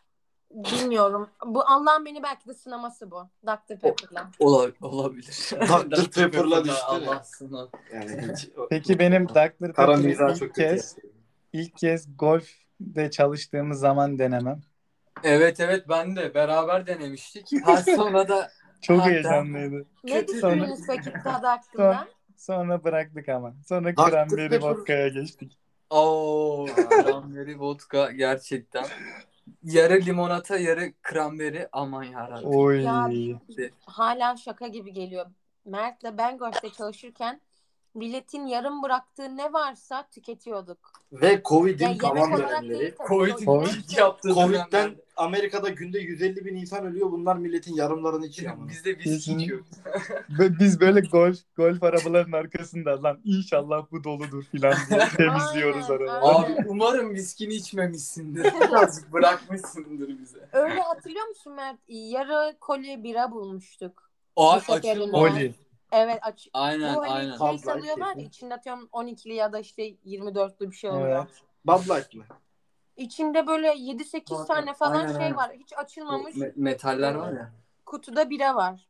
[SPEAKER 2] bilmiyorum. Bu Allah'ın beni belki de sınaması bu. doktor Pepper'la.
[SPEAKER 4] Ola, olabilir.
[SPEAKER 3] doktor Pepper'la düştü.
[SPEAKER 4] Allah sınav.
[SPEAKER 3] Yani hiç,
[SPEAKER 1] Peki benim doktor
[SPEAKER 3] Kara
[SPEAKER 1] Pepper'ı
[SPEAKER 3] mizah
[SPEAKER 1] ilk
[SPEAKER 3] çok kötü.
[SPEAKER 1] kez ilk kez golf'de çalıştığımız zaman denemem.
[SPEAKER 4] Evet evet ben de beraber denemiştik. Ha sonra da
[SPEAKER 1] Çok
[SPEAKER 4] Ha,
[SPEAKER 1] heyecanlıydı.
[SPEAKER 2] Ne
[SPEAKER 4] Kötü
[SPEAKER 2] düşündünüz peki tadı
[SPEAKER 1] Sonra,
[SPEAKER 2] hakkında?
[SPEAKER 1] sonra bıraktık ama. Sonra
[SPEAKER 3] doktor
[SPEAKER 1] cranberry
[SPEAKER 3] Pepper.
[SPEAKER 1] vodka'ya geçtik.
[SPEAKER 4] ooo cranberry vodka gerçekten. Yarı limonata yarı cranberry aman yarabbim.
[SPEAKER 1] Oy.
[SPEAKER 2] Ya hala şaka gibi geliyor. Mert'le ben golf'te çalışırken milletin yarım bıraktığı ne varsa tüketiyorduk.
[SPEAKER 3] Ve
[SPEAKER 2] Ya
[SPEAKER 3] Covid'in
[SPEAKER 2] yemek
[SPEAKER 3] tamam
[SPEAKER 2] olarak
[SPEAKER 3] dönemleri.
[SPEAKER 2] değil tabii.
[SPEAKER 4] Covid'in
[SPEAKER 1] Covid-
[SPEAKER 4] ilk yaptığı
[SPEAKER 3] Covid'den
[SPEAKER 4] dönemlerde
[SPEAKER 3] Amerika'da günde yüz elli bin insan ölüyor. Bunlar milletin yarımlarını içiyor. ama.
[SPEAKER 4] biz de viski
[SPEAKER 1] Kesinlikle.
[SPEAKER 4] içiyoruz.
[SPEAKER 1] Ve biz böyle golf golf arabaların arkasında lan inşallah bu doludur filan diye temizliyoruz
[SPEAKER 2] Aynen,
[SPEAKER 1] arabayı.
[SPEAKER 2] aynen.
[SPEAKER 4] Abi umarım viskini içmemişsindir. Birazcık bırakmışsındır bize.
[SPEAKER 2] Öyle hatırlıyor musun Mert? Yarı koli bira bulmuştuk.
[SPEAKER 4] O
[SPEAKER 2] Bir seferinde.
[SPEAKER 4] açılmaz.
[SPEAKER 1] Oli.
[SPEAKER 2] Evet aç.
[SPEAKER 4] Aynen
[SPEAKER 2] Bu hani
[SPEAKER 4] aynen.
[SPEAKER 2] şey
[SPEAKER 3] Bud Light
[SPEAKER 2] salıyorlar
[SPEAKER 3] kesin.
[SPEAKER 2] içinde atıyorum on ikili ya da işte yirmi dörtlü bir şey oluyor.
[SPEAKER 1] Evet.
[SPEAKER 3] Bud Light mı?
[SPEAKER 2] İçinde böyle yedi sekiz
[SPEAKER 4] Bak,
[SPEAKER 2] tane falan
[SPEAKER 4] aynen,
[SPEAKER 2] şey
[SPEAKER 4] aynen.
[SPEAKER 2] var. Hiç
[SPEAKER 4] Bu
[SPEAKER 2] açılmamış
[SPEAKER 4] me- metaller var ya.
[SPEAKER 2] kutuda bira var.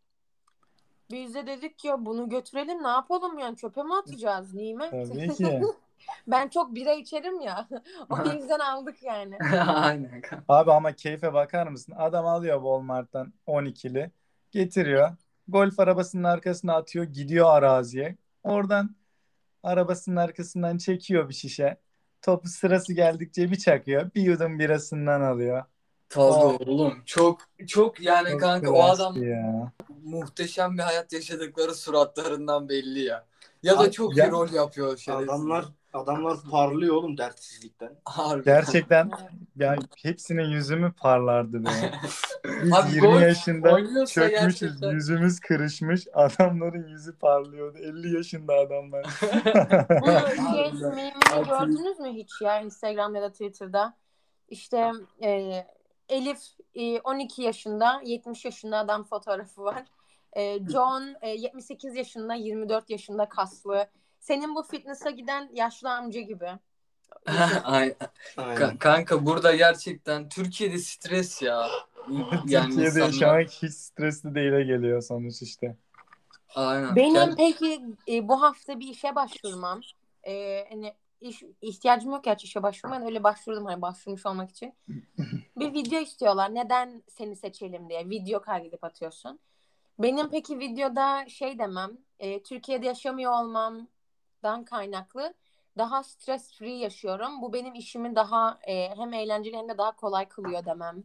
[SPEAKER 2] Biz de dedik ya bunu götürelim ne yapalım yani çöpe mi atacağız nimet?
[SPEAKER 1] Tabii ki.
[SPEAKER 2] Ben çok bira içerim ya. O yüzden aldık yani.
[SPEAKER 4] Aynen.
[SPEAKER 1] Abi ama keyfe bakar mısın? Adam alıyor Walmart'tan on ikili. Getiriyor. Golf arabasının arkasına atıyor. Gidiyor araziye. Oradan arabasının arkasından çekiyor bir şişe. Topu sırası geldikçe bir çakıyor. Bir yudum birasından alıyor.
[SPEAKER 4] Tabii
[SPEAKER 1] Oh.
[SPEAKER 4] oğlum. Çok çok yani
[SPEAKER 1] Çok
[SPEAKER 4] kanka o
[SPEAKER 1] klasik
[SPEAKER 4] adam
[SPEAKER 1] ya.
[SPEAKER 4] muhteşem bir hayat yaşadıkları suratlarından belli ya. Ya da
[SPEAKER 1] Abi,
[SPEAKER 4] çok
[SPEAKER 1] ya-
[SPEAKER 4] iyi rol yapıyor şerefsiz.
[SPEAKER 3] Adamlar adamlar parlıyor oğlum dertsizlikten.
[SPEAKER 4] Harbiden.
[SPEAKER 1] Gerçekten ya hepsinin yüzü mü parlardı be. Biz
[SPEAKER 4] Abi
[SPEAKER 1] yirmi
[SPEAKER 4] golf
[SPEAKER 1] yaşında
[SPEAKER 4] oynuyorsa
[SPEAKER 1] çökmüşüz.
[SPEAKER 4] gerçekten-
[SPEAKER 1] Yüzümüz kırışmış. Adamların yüzü parlıyordu. elli yaşında adamlar.
[SPEAKER 2] Bu şey
[SPEAKER 4] Harbiden.
[SPEAKER 2] mimini
[SPEAKER 4] Abi-
[SPEAKER 2] gördünüz mü hiç ya Instagram ya da Twitter'da? İşte e, Elif e, on iki yaşında, yetmiş yaşında adam fotoğrafı var. E, John e, yetmiş sekiz yaşında, yirmi dört yaşında kaslı. Senin bu fitness'a giden yaşlı amca gibi.
[SPEAKER 4] Aynen.
[SPEAKER 3] Aynen.
[SPEAKER 4] Ka- kanka burada gerçekten Türkiye'de stres ya. Yani
[SPEAKER 1] Türkiye'de
[SPEAKER 4] insanlar-
[SPEAKER 1] yaşamak hiç stresli değile geliyor sonuç işte.
[SPEAKER 4] Aynen.
[SPEAKER 2] Benim
[SPEAKER 4] Gel-
[SPEAKER 2] peki e, bu hafta bir işe başvurmam. E, hani iş, ihtiyacım yok gerçi işe başvurmaya. Öyle başvurdum hani başvurmuş olmak için. Bir video istiyorlar. Neden seni seçelim diye. Video kaydedip atıyorsun. Benim peki videoda şey demem. E, Türkiye'de yaşamıyor olmamdan kaynaklı daha stress free yaşıyorum. Bu benim işimi daha e, hem eğlenceli hem de daha kolay kılıyor demem.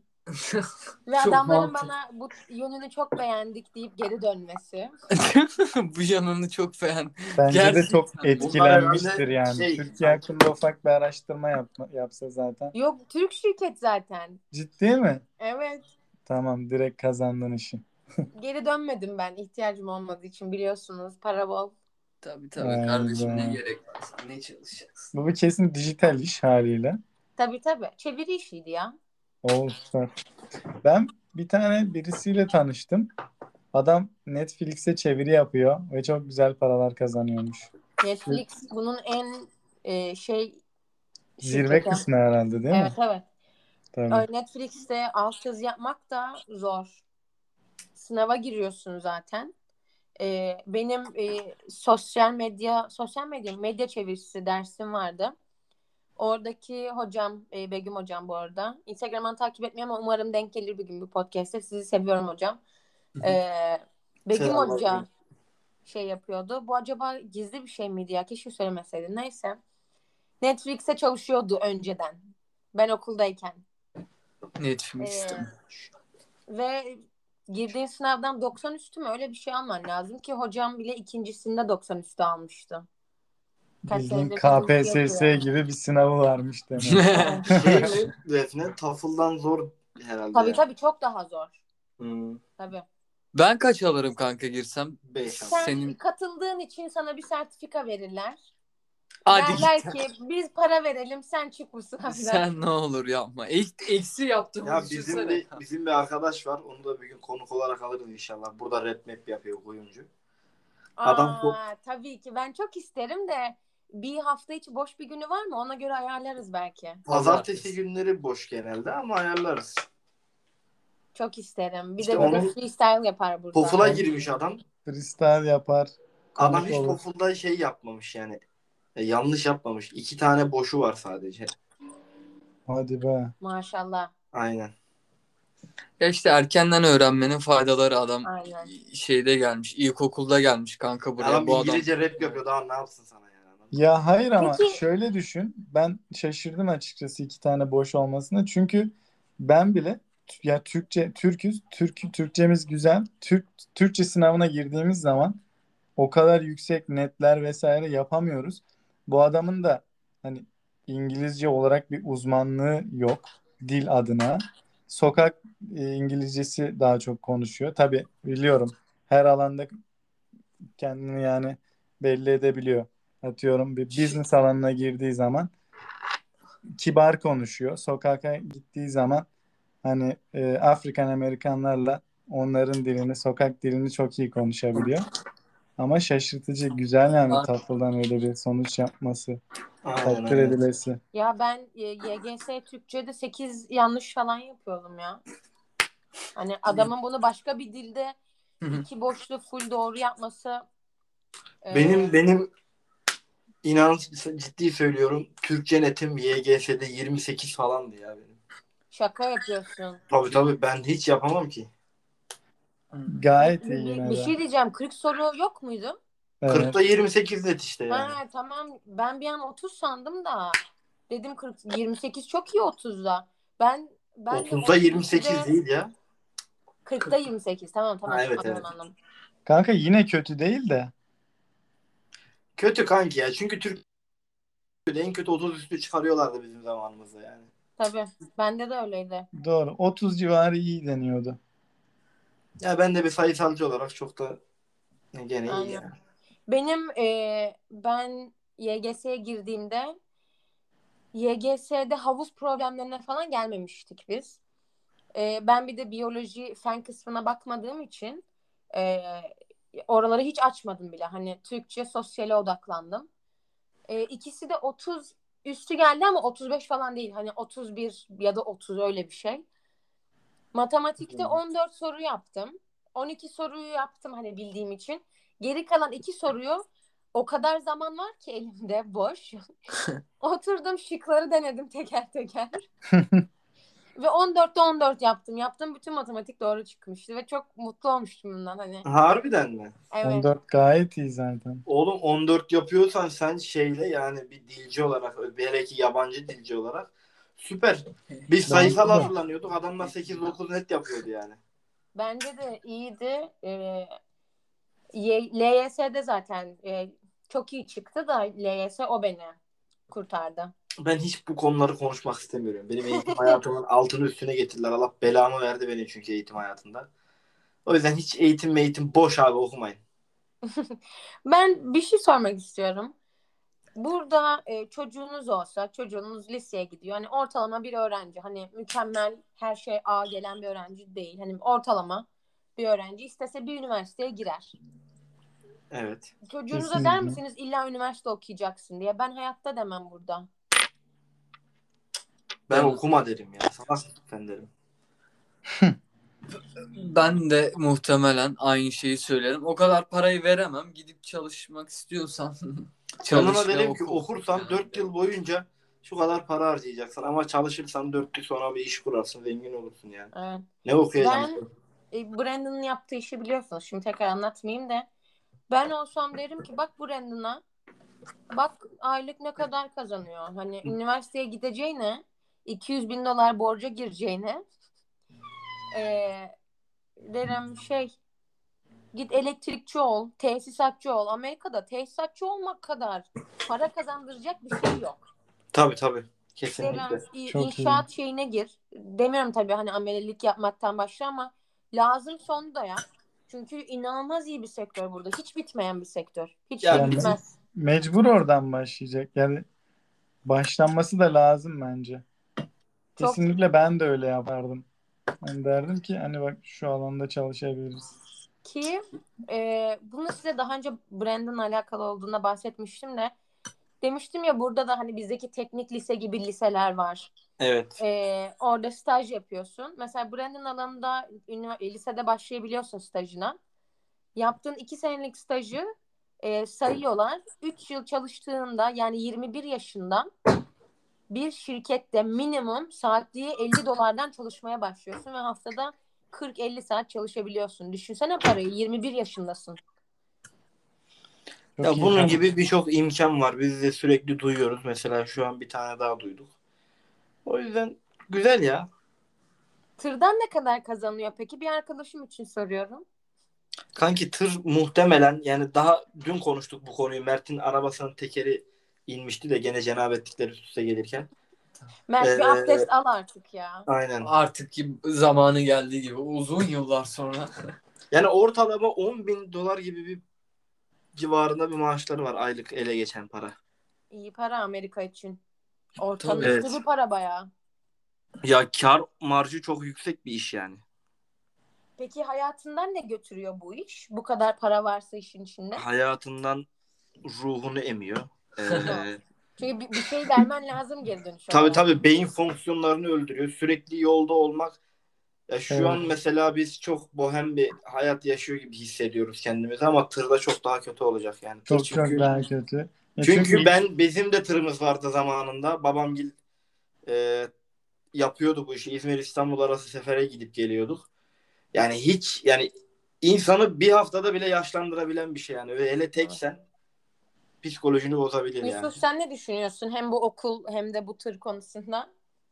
[SPEAKER 2] Ve
[SPEAKER 4] Çok
[SPEAKER 2] adamların
[SPEAKER 4] mantıklı.
[SPEAKER 2] bana bu yönünü çok beğendik deyip geri dönmesi.
[SPEAKER 4] Bu yanını çok beğen.
[SPEAKER 1] Bence de
[SPEAKER 4] Gerçekten.
[SPEAKER 1] çok etkilenmiştir
[SPEAKER 3] herhalde
[SPEAKER 1] yani.
[SPEAKER 3] şey,
[SPEAKER 1] Türkiye hakkında ufak bir araştırma yapma, yapsa zaten.
[SPEAKER 2] Yok Türk şirket zaten.
[SPEAKER 1] Ciddi mi?
[SPEAKER 2] Evet.
[SPEAKER 1] Tamam, direkt kazandın işi.
[SPEAKER 2] Geri dönmedim ben ihtiyacım olmadığı için biliyorsunuz para bol.
[SPEAKER 4] Tabii tabii
[SPEAKER 1] Vay
[SPEAKER 4] kardeşim
[SPEAKER 1] be.
[SPEAKER 4] ne gerek var? Sen ne çalışacaksın?
[SPEAKER 1] Bu bir kesin dijital iş haliyle.
[SPEAKER 2] Tabii tabii. Çeviri işiydi ya.
[SPEAKER 1] Oo, süper. Ben bir tane birisiyle tanıştım. Adam Netflix'e çeviri yapıyor ve çok güzel paralar kazanıyormuş.
[SPEAKER 2] Netflix bunun en e, şey
[SPEAKER 1] Zirve
[SPEAKER 2] şirketi.
[SPEAKER 1] kısmı herhalde değil
[SPEAKER 2] Evet
[SPEAKER 1] mi?
[SPEAKER 2] evet.
[SPEAKER 1] Tabii.
[SPEAKER 2] Ö- Netflix'te altyazı yapmak da zor. Sınava giriyorsun zaten. E, benim e, sosyal medya sosyal medya medya çevirisi dersim vardı. Oradaki hocam e, Begüm hocam bu arada. Instagram'dan takip etmiyorum ama umarım denk gelir bir gün bu podcast'te. Sizi seviyorum hocam. E, Begüm
[SPEAKER 3] Selamlar.
[SPEAKER 2] hoca şey yapıyordu. Bu acaba gizli bir şey miydi ya? Keşke söylemeseydin. Neyse. Netflix'e çalışıyordu önceden. Ben okuldayken.
[SPEAKER 4] Netflix'te.
[SPEAKER 2] Ee, ve girdiğin sınavdan doksan üstü mü öyle bir şey alman lazım ki hocam bile ikincisinde doksan üstü almıştı. Kaç
[SPEAKER 1] Bildiğin
[SPEAKER 2] senedir
[SPEAKER 1] K P S
[SPEAKER 2] yapıyor
[SPEAKER 1] S
[SPEAKER 2] yani.
[SPEAKER 1] gibi bir sınavı varmış demek.
[SPEAKER 3] Şey mi? Defne TOEFL'dan zor herhalde.
[SPEAKER 2] Tabii
[SPEAKER 3] ya.
[SPEAKER 2] tabii çok daha zor.
[SPEAKER 3] Hmm.
[SPEAKER 2] Tabii.
[SPEAKER 4] Ben kaç alırım kanka girsem?
[SPEAKER 3] Beş.
[SPEAKER 2] Sen
[SPEAKER 4] Senin-
[SPEAKER 2] katıldığın için sana bir sertifika verirler.
[SPEAKER 4] Hadi
[SPEAKER 2] Derler
[SPEAKER 4] git.
[SPEAKER 2] ki biz para verelim sen çık bu sınavdan.
[SPEAKER 4] Sen ne olur yapma. Ek- eksi yaptığımı
[SPEAKER 3] Ya bizim
[SPEAKER 4] düşünsene.
[SPEAKER 3] bir, bizim bir arkadaş var. Onu da bir gün konuk olarak alırız inşallah. Burada rap map yapıyor oyuncu. Adam
[SPEAKER 2] Aa, tabii ki ben çok isterim de bir hafta içi boş bir günü var mı? Ona göre ayarlarız belki.
[SPEAKER 3] Pazartesi günleri boş genelde ama ayarlarız.
[SPEAKER 2] Çok isterim. Bir
[SPEAKER 3] İşte
[SPEAKER 2] de böyle
[SPEAKER 3] onun
[SPEAKER 2] freestyle yapar burada.
[SPEAKER 3] TOEFL'a girmiş adam.
[SPEAKER 1] Freestyle yapar.
[SPEAKER 3] Adam
[SPEAKER 1] Komik
[SPEAKER 3] hiç
[SPEAKER 1] olur.
[SPEAKER 3] TOEFL'da şey yapmamış yani. E, yanlış yapmamış. İki tane boşu var sadece.
[SPEAKER 1] Hadi be.
[SPEAKER 2] Maşallah.
[SPEAKER 3] Aynen.
[SPEAKER 4] Ya işte erkenden öğrenmenin faydaları adam
[SPEAKER 2] Aynen.
[SPEAKER 4] şeyde gelmiş, ilkokulda gelmiş kanka buraya.
[SPEAKER 3] Adam
[SPEAKER 4] Bu adam
[SPEAKER 3] İngilizce rap yapıyor. Daha ne yapsın sana yani? Adam.
[SPEAKER 1] Ya hayır ama
[SPEAKER 2] Peki-
[SPEAKER 1] şöyle düşün. Ben şaşırdım açıkçası iki tane boş olmasına. Çünkü ben bile ya Türkçe Türküz. Türk Türkçemiz güzel. Türk Türkçe sınavına girdiğimiz zaman o kadar yüksek netler vesaire yapamıyoruz. Bu adamın da hani İngilizce olarak bir uzmanlığı yok dil adına. Sokak e, İngilizcesi daha çok konuşuyor. Tabii biliyorum her alanda kendini yani belli edebiliyor. Atıyorum bir business alanına girdiği zaman kibar konuşuyor. Sokağa gittiği zaman hani e, Afrikan Amerikanlarla onların dilini, sokak dilini çok iyi konuşabiliyor. Ama şaşırtıcı, güzel yani TOEFL'dan öyle bir sonuç yapması.
[SPEAKER 3] Aynen
[SPEAKER 1] Takdir
[SPEAKER 3] aynen.
[SPEAKER 1] edilesi.
[SPEAKER 2] Ya ben e, Y G S Türkçe'de sekiz yanlış falan yapıyordum ya. Hani adamın bunu başka bir dilde iki boşlu full doğru yapması e,
[SPEAKER 3] Benim benim inan ciddi söylüyorum. Türkçe netim Y G S'de yirmi sekiz falandı ya benim.
[SPEAKER 2] şaka yapıyorsun.
[SPEAKER 3] Tabii tabii ben hiç yapamam ki.
[SPEAKER 1] Gayet
[SPEAKER 2] Bir,
[SPEAKER 1] iyi
[SPEAKER 2] bir,
[SPEAKER 1] yine
[SPEAKER 2] bir
[SPEAKER 1] de.
[SPEAKER 2] şey diyeceğim. kırk soru yok muydu?
[SPEAKER 1] Evet.
[SPEAKER 3] kırkta yirmi sekiz net işte yani.
[SPEAKER 2] Ha tamam. Ben bir an otuz sandım da. Dedim kırk, yirmi sekiz çok iyi otuzda. Ben ben de
[SPEAKER 3] otuzda yirmi sekiz
[SPEAKER 2] otuz ikide
[SPEAKER 3] değil ya.
[SPEAKER 2] kırkta yirmi sekiz. Tamam tamam.
[SPEAKER 3] Ha, evet
[SPEAKER 2] anladım
[SPEAKER 3] evet.
[SPEAKER 2] anladım.
[SPEAKER 1] Kanka yine kötü değil de.
[SPEAKER 3] Kötü kanki ya. Çünkü Türkiye'de en kötü otuz üstü çıkarıyorlardı bizim zamanımızda yani.
[SPEAKER 2] Tabii. Bende de öyleydi.
[SPEAKER 1] Doğru. otuz civarı iyi deniyordu.
[SPEAKER 3] Ya ben de bir sayısalcı olarak çok da gene iyi
[SPEAKER 2] Aynen.
[SPEAKER 3] yani.
[SPEAKER 2] Benim e, ben Y G S'ye girdiğimde Y G S'de havuz problemlerine falan gelmemiştik biz. E, ben bir de biyoloji fen kısmına bakmadığım için e, oraları hiç açmadım bile. Hani Türkçe, sosyale odaklandım. E, ikisi de otuz üstü geldi ama otuz beş falan değil. Hani otuz bir ya da otuz öyle bir şey. Matematikte on dört soru yaptım. on iki soruyu yaptım hani bildiğim için. Geri kalan iki soruyu o kadar zaman var ki elimde boş. Oturdum şıkları denedim teker teker. Ve on dörtte on dört yaptım. Yaptığım bütün matematik doğru çıkmıştı ve çok mutlu olmuştum bundan hani.
[SPEAKER 3] Harbiden mi?
[SPEAKER 2] Evet.
[SPEAKER 1] on dört gayet iyi zaten.
[SPEAKER 3] Oğlum on dört yapıyorsan sen şeyle yani bir dilci olarak hele ki yabancı dilci olarak süper. Biz sayısal
[SPEAKER 1] Bence de.
[SPEAKER 3] hazırlanıyorduk. Adamlar sekiz dokuz net yapıyordu yani.
[SPEAKER 2] Bence de iyiydi. Ee, Y- L Y S'de zaten e, çok iyi çıktı da L Y S o beni kurtardı.
[SPEAKER 3] Ben hiç bu konuları konuşmak istemiyorum. Benim eğitim hayatımın altını üstüne getirdiler. Allah belamı verdi benim çünkü eğitim hayatında. O yüzden hiç eğitim eğitim boş abi okumayın.
[SPEAKER 2] Ben bir şey sormak istiyorum. Burada e, çocuğunuz olsa, çocuğunuz liseye gidiyor. Hani ortalama bir öğrenci. Hani mükemmel her şey A gelen bir öğrenci değil. Hani ortalama bir öğrenci istese bir üniversiteye girer.
[SPEAKER 3] Evet.
[SPEAKER 2] Çocuğunuza
[SPEAKER 1] Kesinlikle.
[SPEAKER 2] der misiniz illa üniversite okuyacaksın diye? Ben hayatta demem burada.
[SPEAKER 3] Ben
[SPEAKER 4] Ben-
[SPEAKER 3] okuma derim ya. Salak sen derim.
[SPEAKER 4] Ben de muhtemelen aynı şeyi söylerim. O kadar parayı veremem. Gidip çalışmak istiyorsan
[SPEAKER 3] Ben
[SPEAKER 4] çalış
[SPEAKER 3] ona
[SPEAKER 4] ve
[SPEAKER 3] derim ki
[SPEAKER 4] oku.
[SPEAKER 3] okursan
[SPEAKER 4] Yani.
[SPEAKER 3] dört yıl boyunca şu kadar para harcayacaksın ama çalışırsan dört yıl sonra bir iş kurarsın, zengin olursun yani.
[SPEAKER 2] Evet.
[SPEAKER 3] Ne okuyacaksın?
[SPEAKER 2] Ben e, Brandon'ın yaptığı işi biliyorsunuz. Şimdi tekrar anlatmayayım da. Ben olsam derim ki bak Brandon'a, bak aylık ne kadar kazanıyor. Hani üniversiteye gideceğine, iki yüz bin dolar borca gireceğine e, derim şey git elektrikçi ol, tesisatçı ol. Amerika'da tesisatçı olmak kadar para kazandıracak bir şey yok.
[SPEAKER 3] Tabii tabii. Kesinlikle.
[SPEAKER 2] Derim i-
[SPEAKER 1] Çok
[SPEAKER 2] inşaat şeyine gir. Demiyorum tabii hani amelelik yapmaktan başla ama lazım sonu da yap. Çünkü inanılmaz iyi bir sektör burada. Hiç bitmeyen bir sektör. Hiç
[SPEAKER 3] Ya
[SPEAKER 2] de
[SPEAKER 1] Yani
[SPEAKER 2] bitmez.
[SPEAKER 1] mecbur oradan başlayacak. Yani başlanması da lazım bence.
[SPEAKER 2] Çok
[SPEAKER 1] Kesinlikle ben de öyle yapardım. Ben derdim ki hani bak şu alanda çalışabiliriz.
[SPEAKER 2] ki e, bunu size daha önce Brandon'la alakalı olduğunda bahsetmiştim de demiştim ya burada da hani bizdeki teknik lise gibi liseler var.
[SPEAKER 3] Evet.
[SPEAKER 2] Ee, orada staj yapıyorsun. Mesela Brandon alanında ünivers- lisede başlayabiliyorsun stajına. Yaptığın iki senelik stajı e, sayıyorlar. Üç yıl çalıştığında yani yirmi bir yaşında bir şirkette minimum saatliği elli dolardan çalışmaya başlıyorsun ve haftada kırk elli saat çalışabiliyorsun. Düşünsene parayı, yirmi bir yaşındasın.
[SPEAKER 1] Çok
[SPEAKER 3] Ya
[SPEAKER 1] iyi
[SPEAKER 3] bunun
[SPEAKER 1] para.
[SPEAKER 3] gibi birçok imkan var. Biz de sürekli duyuyoruz. Mesela şu an bir tane daha duyduk. O yüzden güzel ya.
[SPEAKER 2] Tırdan ne kadar kazanıyor peki? Bir arkadaşım için soruyorum.
[SPEAKER 3] Kanki tır muhtemelen yani daha dün konuştuk bu konuyu. Mert'in arabasının tekeri inmişti de gene cenabetlikleri üst üste gelirken.
[SPEAKER 2] Mert bir
[SPEAKER 3] Ee,
[SPEAKER 2] abdest al artık ya.
[SPEAKER 3] aynen.
[SPEAKER 4] Artık ki zamanı geldiği gibi uzun yıllar sonra.
[SPEAKER 3] Yani ortalama on bin dolar gibi bir civarında bir maaşları var aylık ele geçen para.
[SPEAKER 2] İyi para Amerika için. Ortanın
[SPEAKER 4] Tabii.
[SPEAKER 2] üstü
[SPEAKER 3] Evet.
[SPEAKER 2] bir para bayağı.
[SPEAKER 3] Ya kar marjı çok yüksek bir iş yani.
[SPEAKER 2] Peki hayatından ne götürüyor bu iş? Bu kadar para varsa işin içinde.
[SPEAKER 3] Hayatından ruhunu emiyor. Ee,
[SPEAKER 2] Çünkü bir, bir şey vermen lazım geri dönüş
[SPEAKER 3] tabii
[SPEAKER 2] olarak.
[SPEAKER 3] tabii beyin fonksiyonlarını öldürüyor. Sürekli yolda olmak. Ya şu
[SPEAKER 1] Evet.
[SPEAKER 3] an mesela biz çok bohem bir hayat yaşıyor gibi hissediyoruz kendimizi ama tırda çok daha kötü olacak yani. Tır
[SPEAKER 1] Çok çok
[SPEAKER 3] çünkü
[SPEAKER 1] daha kötü. Ya
[SPEAKER 3] çünkü
[SPEAKER 1] çünkü
[SPEAKER 3] ben bizim de tırımız vardı zamanında. Babam gil e, yapıyordu bu işi. İzmir İstanbul arası sefere gidip geliyorduk. Yani hiç yani insanı bir haftada bile yaşlandırabilen bir şey yani. Ve hele teksen psikolojini bozabilir yani.
[SPEAKER 2] Yusuf sen ne düşünüyorsun? Hem bu okul hem de bu tır konusunda.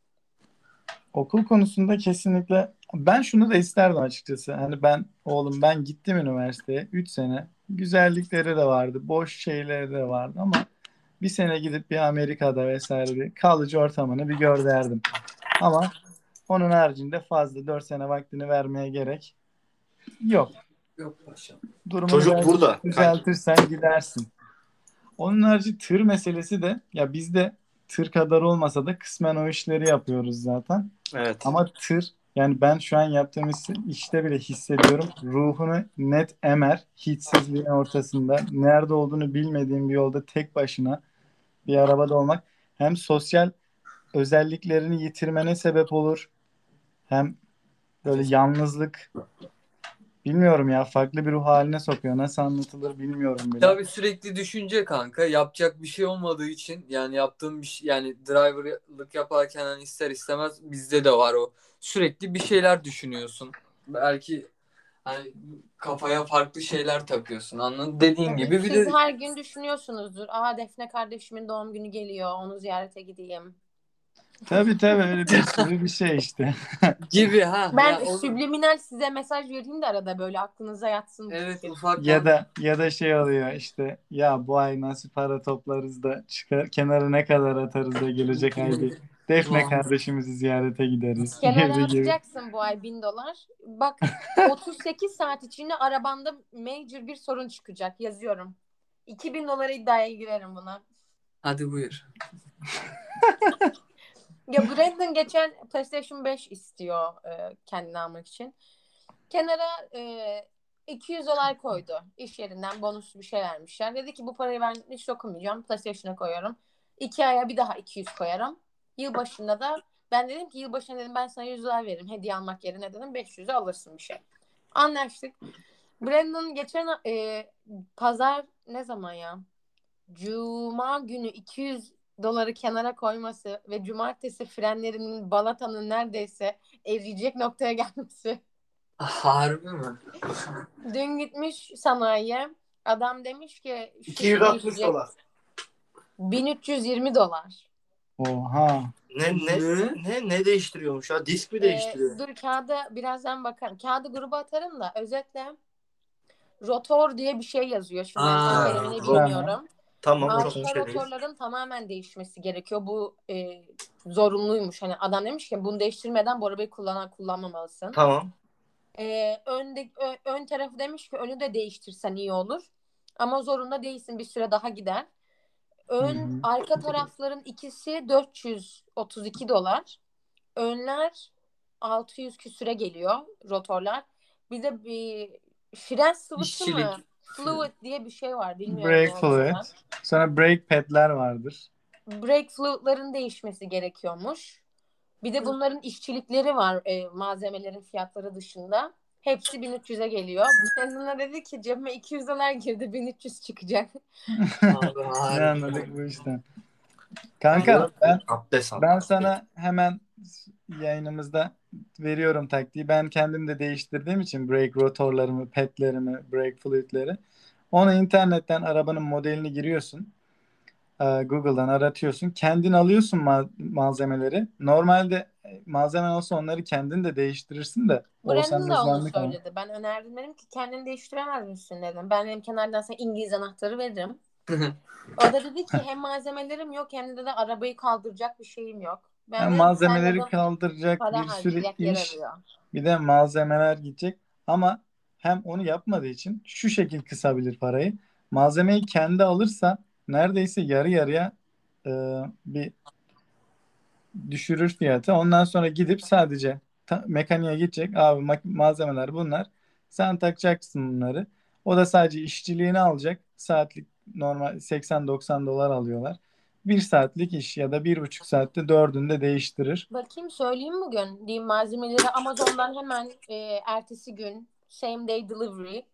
[SPEAKER 1] okul konusunda kesinlikle ben şunu da isterdim açıkçası. Hani ben oğlum ben gittim üniversiteye üç sene. Güzellikleri de vardı, boş şeyleri de vardı ama bir sene gidip bir Amerika'da vesaire bir kalıcı ortamını bir gör derdim. Ama onun haricinde fazla dört sene vaktini vermeye gerek yok.
[SPEAKER 4] Yok paşam.
[SPEAKER 1] Durumunu
[SPEAKER 3] Çocuk
[SPEAKER 1] birazcık
[SPEAKER 3] burada kanki.
[SPEAKER 1] düzeltirsen gidersin. Onun harici tır meselesi de ya bizde tır kadar olmasa da kısmen o işleri yapıyoruz zaten.
[SPEAKER 3] Evet.
[SPEAKER 1] Ama tır yani ben şu an yaptığım işi- işte bile hissediyorum. Ruhunu net emer. Hiçsizliğin ortasında nerede olduğunu bilmediğim bir yolda tek başına bir arabada olmak hem sosyal özelliklerini yitirmene sebep olur. Hem böyle yalnızlık bilmiyorum ya farklı bir ruh haline sokuyor. Nasıl anlatılır bilmiyorum bile.
[SPEAKER 4] Tabii sürekli düşünce kanka. Yapacak bir şey olmadığı için yani yaptığım bir şey yani driverlık yaparken hani ister istemez bizde de var o. Sürekli bir şeyler düşünüyorsun. Belki hani kafaya farklı şeyler takıyorsun. Anladın? Dediğin
[SPEAKER 2] Tabii
[SPEAKER 4] gibi bir
[SPEAKER 2] siz
[SPEAKER 4] de
[SPEAKER 2] her gün düşünüyorsunuzdur. Aa Defne kardeşimin doğum günü geliyor. Onu ziyarete gideyim.
[SPEAKER 1] Tabii tabii öyle bir sürü bir şey işte.
[SPEAKER 4] gibi ha.
[SPEAKER 2] Ben
[SPEAKER 4] Ya o,
[SPEAKER 2] subliminal size mesaj vereyim de arada böyle aklınıza yatsın bu
[SPEAKER 4] evet
[SPEAKER 2] fikir.
[SPEAKER 1] Ya
[SPEAKER 4] ufaktan
[SPEAKER 1] da ya da şey oluyor işte ya bu ay nasıl para toplarız da çıkar kenara ne kadar atarız da gelecek ay bir Defne kardeşimizi ziyarete gideriz
[SPEAKER 2] Kenara
[SPEAKER 1] gibi gibi.
[SPEAKER 2] atacaksın bu ay bin dolar. Bak otuz sekiz saat içinde arabanda major bir sorun çıkacak. Yazıyorum. iki bin dolara iddiaya girerim buna.
[SPEAKER 4] hadi buyur.
[SPEAKER 2] Ya Brandon geçen PlayStation beş istiyor e, kendini almak için. Kenara e, iki yüz dolar koydu. İş yerinden bonus bir şey vermişler. Dedi ki bu parayı ben hiç dokunmayacağım. PlayStation'a koyuyorum. İki aya bir daha iki yüz koyarım. Yılbaşında da ben dedim ki yılbaşında dedim ben sana yüz dolar veririm. Hediye almak yerine dedim beş yüze alırsın bir şey. Anlaştık. Brandon geçen e, pazar ne zaman ya? Cuma günü iki yüz doları kenara koyması ve cumartesi frenlerinin balatanın neredeyse eriyecek noktaya gelmesi.
[SPEAKER 4] Harbi mi?
[SPEAKER 2] Dün gitmiş sanayiye. Adam demiş ki şu
[SPEAKER 3] iki yüz altmış
[SPEAKER 2] değişecek.
[SPEAKER 3] dolar.
[SPEAKER 2] bin üç yüz yirmi dolar.
[SPEAKER 1] Oha.
[SPEAKER 3] Ne ne
[SPEAKER 4] Ne?
[SPEAKER 3] ne ne değiştiriyormuş ya? Disk mi
[SPEAKER 2] Ee,
[SPEAKER 3] değiştiriyor?
[SPEAKER 2] dur kağıda birazdan bakarım. Kağıdı gruba atarım da özetle rotor diye bir şey yazıyor. Şimdi anlam
[SPEAKER 4] Aa,
[SPEAKER 2] kelimini
[SPEAKER 3] ro-
[SPEAKER 1] Tamam.
[SPEAKER 2] bilmiyorum.
[SPEAKER 3] tamam çok
[SPEAKER 1] Rotor.
[SPEAKER 2] Arka
[SPEAKER 3] şey değil.
[SPEAKER 2] rotorların tamamen değişmesi gerekiyor. Bu e, zorunluymuş. Hani adam demiş ki bunu değiştirmeden bu arabayı kullanan kullanmamalısın.
[SPEAKER 3] Tamam.
[SPEAKER 2] Ee, önde, ö- ön tarafı demiş ki önü de değiştirsen iyi olur. Ama zorunda değilsin. Bir süre daha gider.
[SPEAKER 1] Hı
[SPEAKER 2] Ön
[SPEAKER 1] hı.
[SPEAKER 2] arka tarafların ikisi dört yüz otuz iki dolar. Önler altı yüz küsüre geliyor rotorlar. Bir de bir fren sıvısı
[SPEAKER 4] İşçilik.
[SPEAKER 2] mı? fluid diye bir şey var. Bilmiyorum
[SPEAKER 1] Brake
[SPEAKER 2] ne
[SPEAKER 1] fluid.
[SPEAKER 2] olduğunu.
[SPEAKER 1] Sonra brake pad'ler vardır.
[SPEAKER 2] Brake fluid'ların değişmesi gerekiyormuş. Bir de bunların işçilikleri var e, malzemelerin fiyatları dışında. Hepsi bin üç yüze geliyor. Kendine dedi ki cebime iki yüz dolar girdi, bin üç yüz çıkacak.
[SPEAKER 4] Abi,
[SPEAKER 1] Ne
[SPEAKER 4] harbi.
[SPEAKER 1] anladık bu işten. Kanka
[SPEAKER 3] Diyorum ki,
[SPEAKER 1] ben
[SPEAKER 3] abdest al.
[SPEAKER 1] ben sana hemen yayınımızda veriyorum taktiği. Ben kendim de değiştirdiğim için brake rotorlarımı, pedlerimi, brake fluidleri. Onu internetten arabanın modelini giriyorsun. Ee, Google'dan aratıyorsun. Kendin alıyorsun ma- malzemeleri. Normalde e, malzemen olsa onları kendin de değiştirirsin de. O
[SPEAKER 2] Brandon
[SPEAKER 1] sende
[SPEAKER 2] da onu
[SPEAKER 1] uzmanlık ama.
[SPEAKER 2] söyledi. Ben önerdim, dedim ki kendini değiştiremez misin dedim. Ben dedim kenardan sana İngiliz anahtarı veririm. O da dedi ki hem malzemelerim yok hem de, de arabayı kaldıracak bir şeyim yok. Ben
[SPEAKER 1] Yani
[SPEAKER 2] dedim ki sen
[SPEAKER 1] malzemeleri
[SPEAKER 2] dedim
[SPEAKER 1] kaldıracak
[SPEAKER 2] para
[SPEAKER 1] bir sürü
[SPEAKER 2] harcayacak yer
[SPEAKER 1] iş.
[SPEAKER 2] arıyor.
[SPEAKER 1] Bir de malzemeler gidecek. Ama hem onu yapmadığı için şu şekil kısabilir parayı. Malzemeyi kendi alırsa neredeyse yarı yarıya e, bir düşürür fiyatı. Ondan sonra gidip sadece ta- mekaniğe gidecek. Abi ma- malzemeler bunlar. Sen takacaksın bunları. O da sadece işçiliğini alacak. Saatlik normal seksen doksan dolar alıyorlar. Bir saatlik iş ya da bir buçuk saatte dördünü de değiştirir.
[SPEAKER 2] Bakayım söyleyeyim bugün. Diyeyim malzemeleri Amazon'dan hemen e, ertesi gün same day delivery.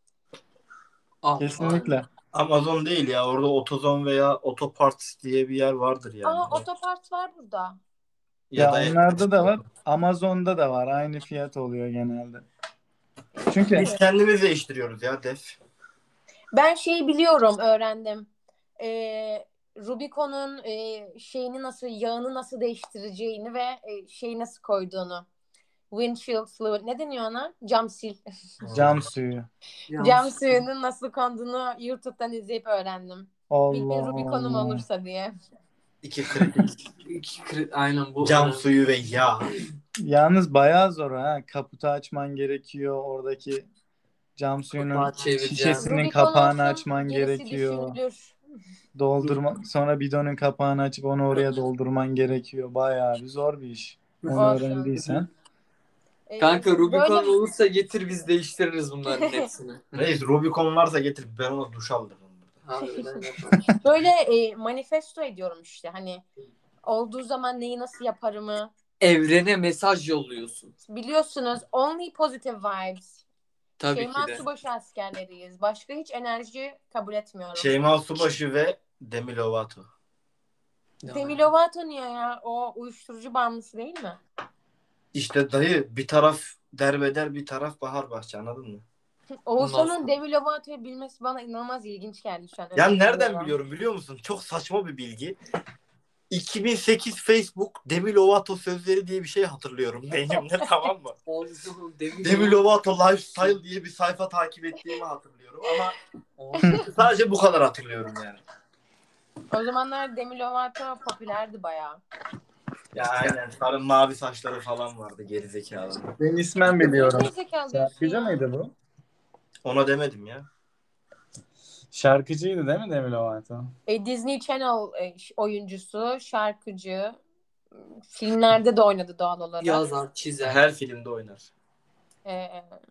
[SPEAKER 4] Ah,
[SPEAKER 1] Kesinlikle.
[SPEAKER 3] Amazon değil ya. Orada AutoZone veya Autoparts diye bir yer vardır yani.
[SPEAKER 2] Aa, Otopart var burada.
[SPEAKER 1] Ya,
[SPEAKER 3] Ya da
[SPEAKER 1] onlarda da var. Amazon'da da var. Aynı fiyat oluyor genelde. Çünkü
[SPEAKER 3] biz kendimiz değiştiriyoruz ya def.
[SPEAKER 2] Ben şeyi biliyorum, öğrendim. Ee, Rubicon'un e, şeyini nasıl, yağını nasıl değiştireceğini ve e, şeyi nasıl koyduğunu. Windshield fluid. Ne deniyor ona? Cam sil.
[SPEAKER 1] cam suyu.
[SPEAKER 2] Cam suyunun nasıl konduğunu YouTube'dan izleyip öğrendim. Bir gün
[SPEAKER 1] Allah
[SPEAKER 2] Rubicon'um
[SPEAKER 1] Allah.
[SPEAKER 2] olursa diye.
[SPEAKER 3] İki kritik.
[SPEAKER 4] İki kre- aynen bu.
[SPEAKER 3] Cam
[SPEAKER 4] önemli.
[SPEAKER 3] suyu ve yağ.
[SPEAKER 1] Yalnız bayağı zor ha. Kaputu açman gerekiyor. Oradaki cam suyunun
[SPEAKER 4] Kapağı çevireceğim.
[SPEAKER 1] şişesinin
[SPEAKER 2] Rubicon
[SPEAKER 1] kapağını
[SPEAKER 2] olsun,
[SPEAKER 1] açman
[SPEAKER 2] gerisi
[SPEAKER 1] gerekiyor.
[SPEAKER 2] düşünülür.
[SPEAKER 1] Doldurma, sonra bidonun kapağını açıp onu oraya doldurman gerekiyor. Bayağı bir zor bir iş. Onu
[SPEAKER 2] Olsun.
[SPEAKER 1] öğrendiysen.
[SPEAKER 2] Ee,
[SPEAKER 4] Kanka Rubicon
[SPEAKER 2] böyle-
[SPEAKER 4] olursa getir, biz değiştiririz bunların hepsini.
[SPEAKER 3] Reis Rubicon varsa getir. Ben ona duş aldırırım.
[SPEAKER 4] Harbiden yapalım.
[SPEAKER 2] Böyle e, manifesto ediyorum işte, hani olduğu zaman neyi nasıl yaparımı.
[SPEAKER 4] Evrene mesaj yolluyorsun.
[SPEAKER 2] Biliyorsunuz only positive vibes.
[SPEAKER 4] Tabii
[SPEAKER 2] Şeyma
[SPEAKER 4] ki de.
[SPEAKER 2] Subaşı askerleriyiz. Başka hiç enerji kabul etmiyorum.
[SPEAKER 3] Şeyma Subaşı ve Demi Lovato.
[SPEAKER 2] Demi Lovato niye ya? O uyuşturucu bağımlısı değil mi?
[SPEAKER 3] İşte dayı bir taraf derbeder bir taraf Bahar Bahçe, anladın mı?
[SPEAKER 2] Oğuzhan'ın
[SPEAKER 4] sonra-
[SPEAKER 2] Demi Lovato'yu bilmesi bana inanılmaz ilginç geldi şu an.
[SPEAKER 3] Ya
[SPEAKER 2] Öyle
[SPEAKER 3] nereden
[SPEAKER 2] düşünüyorum.
[SPEAKER 3] biliyorum biliyor musun? Çok saçma bir bilgi. iki bin sekiz Facebook Demi Lovato sözleri diye bir şey hatırlıyorum beynimde, tamam mı?
[SPEAKER 4] Oğuzhan, Demi,
[SPEAKER 3] Demi Lovato Lifestyle diye bir sayfa takip ettiğimi hatırlıyorum ama sadece bu kadar hatırlıyorum yani.
[SPEAKER 2] O zamanlar Demi Lovato popülerdi bayağı.
[SPEAKER 3] Ya aynen, sarı mavi saçları falan vardı gerizekalı.
[SPEAKER 1] Ben ismen biliyorum.
[SPEAKER 2] Ne zekalı diyorsun
[SPEAKER 1] Şarkıcı
[SPEAKER 2] ya?
[SPEAKER 1] mıydı bu?
[SPEAKER 3] Ona demedim ya.
[SPEAKER 1] Şarkıcıydı değil mi Demi Lovato?
[SPEAKER 2] E, Disney Channel e, oyuncusu, şarkıcı. Filmlerde de oynadı doğal olarak.
[SPEAKER 4] yazar, çizer.
[SPEAKER 3] Her filmde oynar.
[SPEAKER 2] E,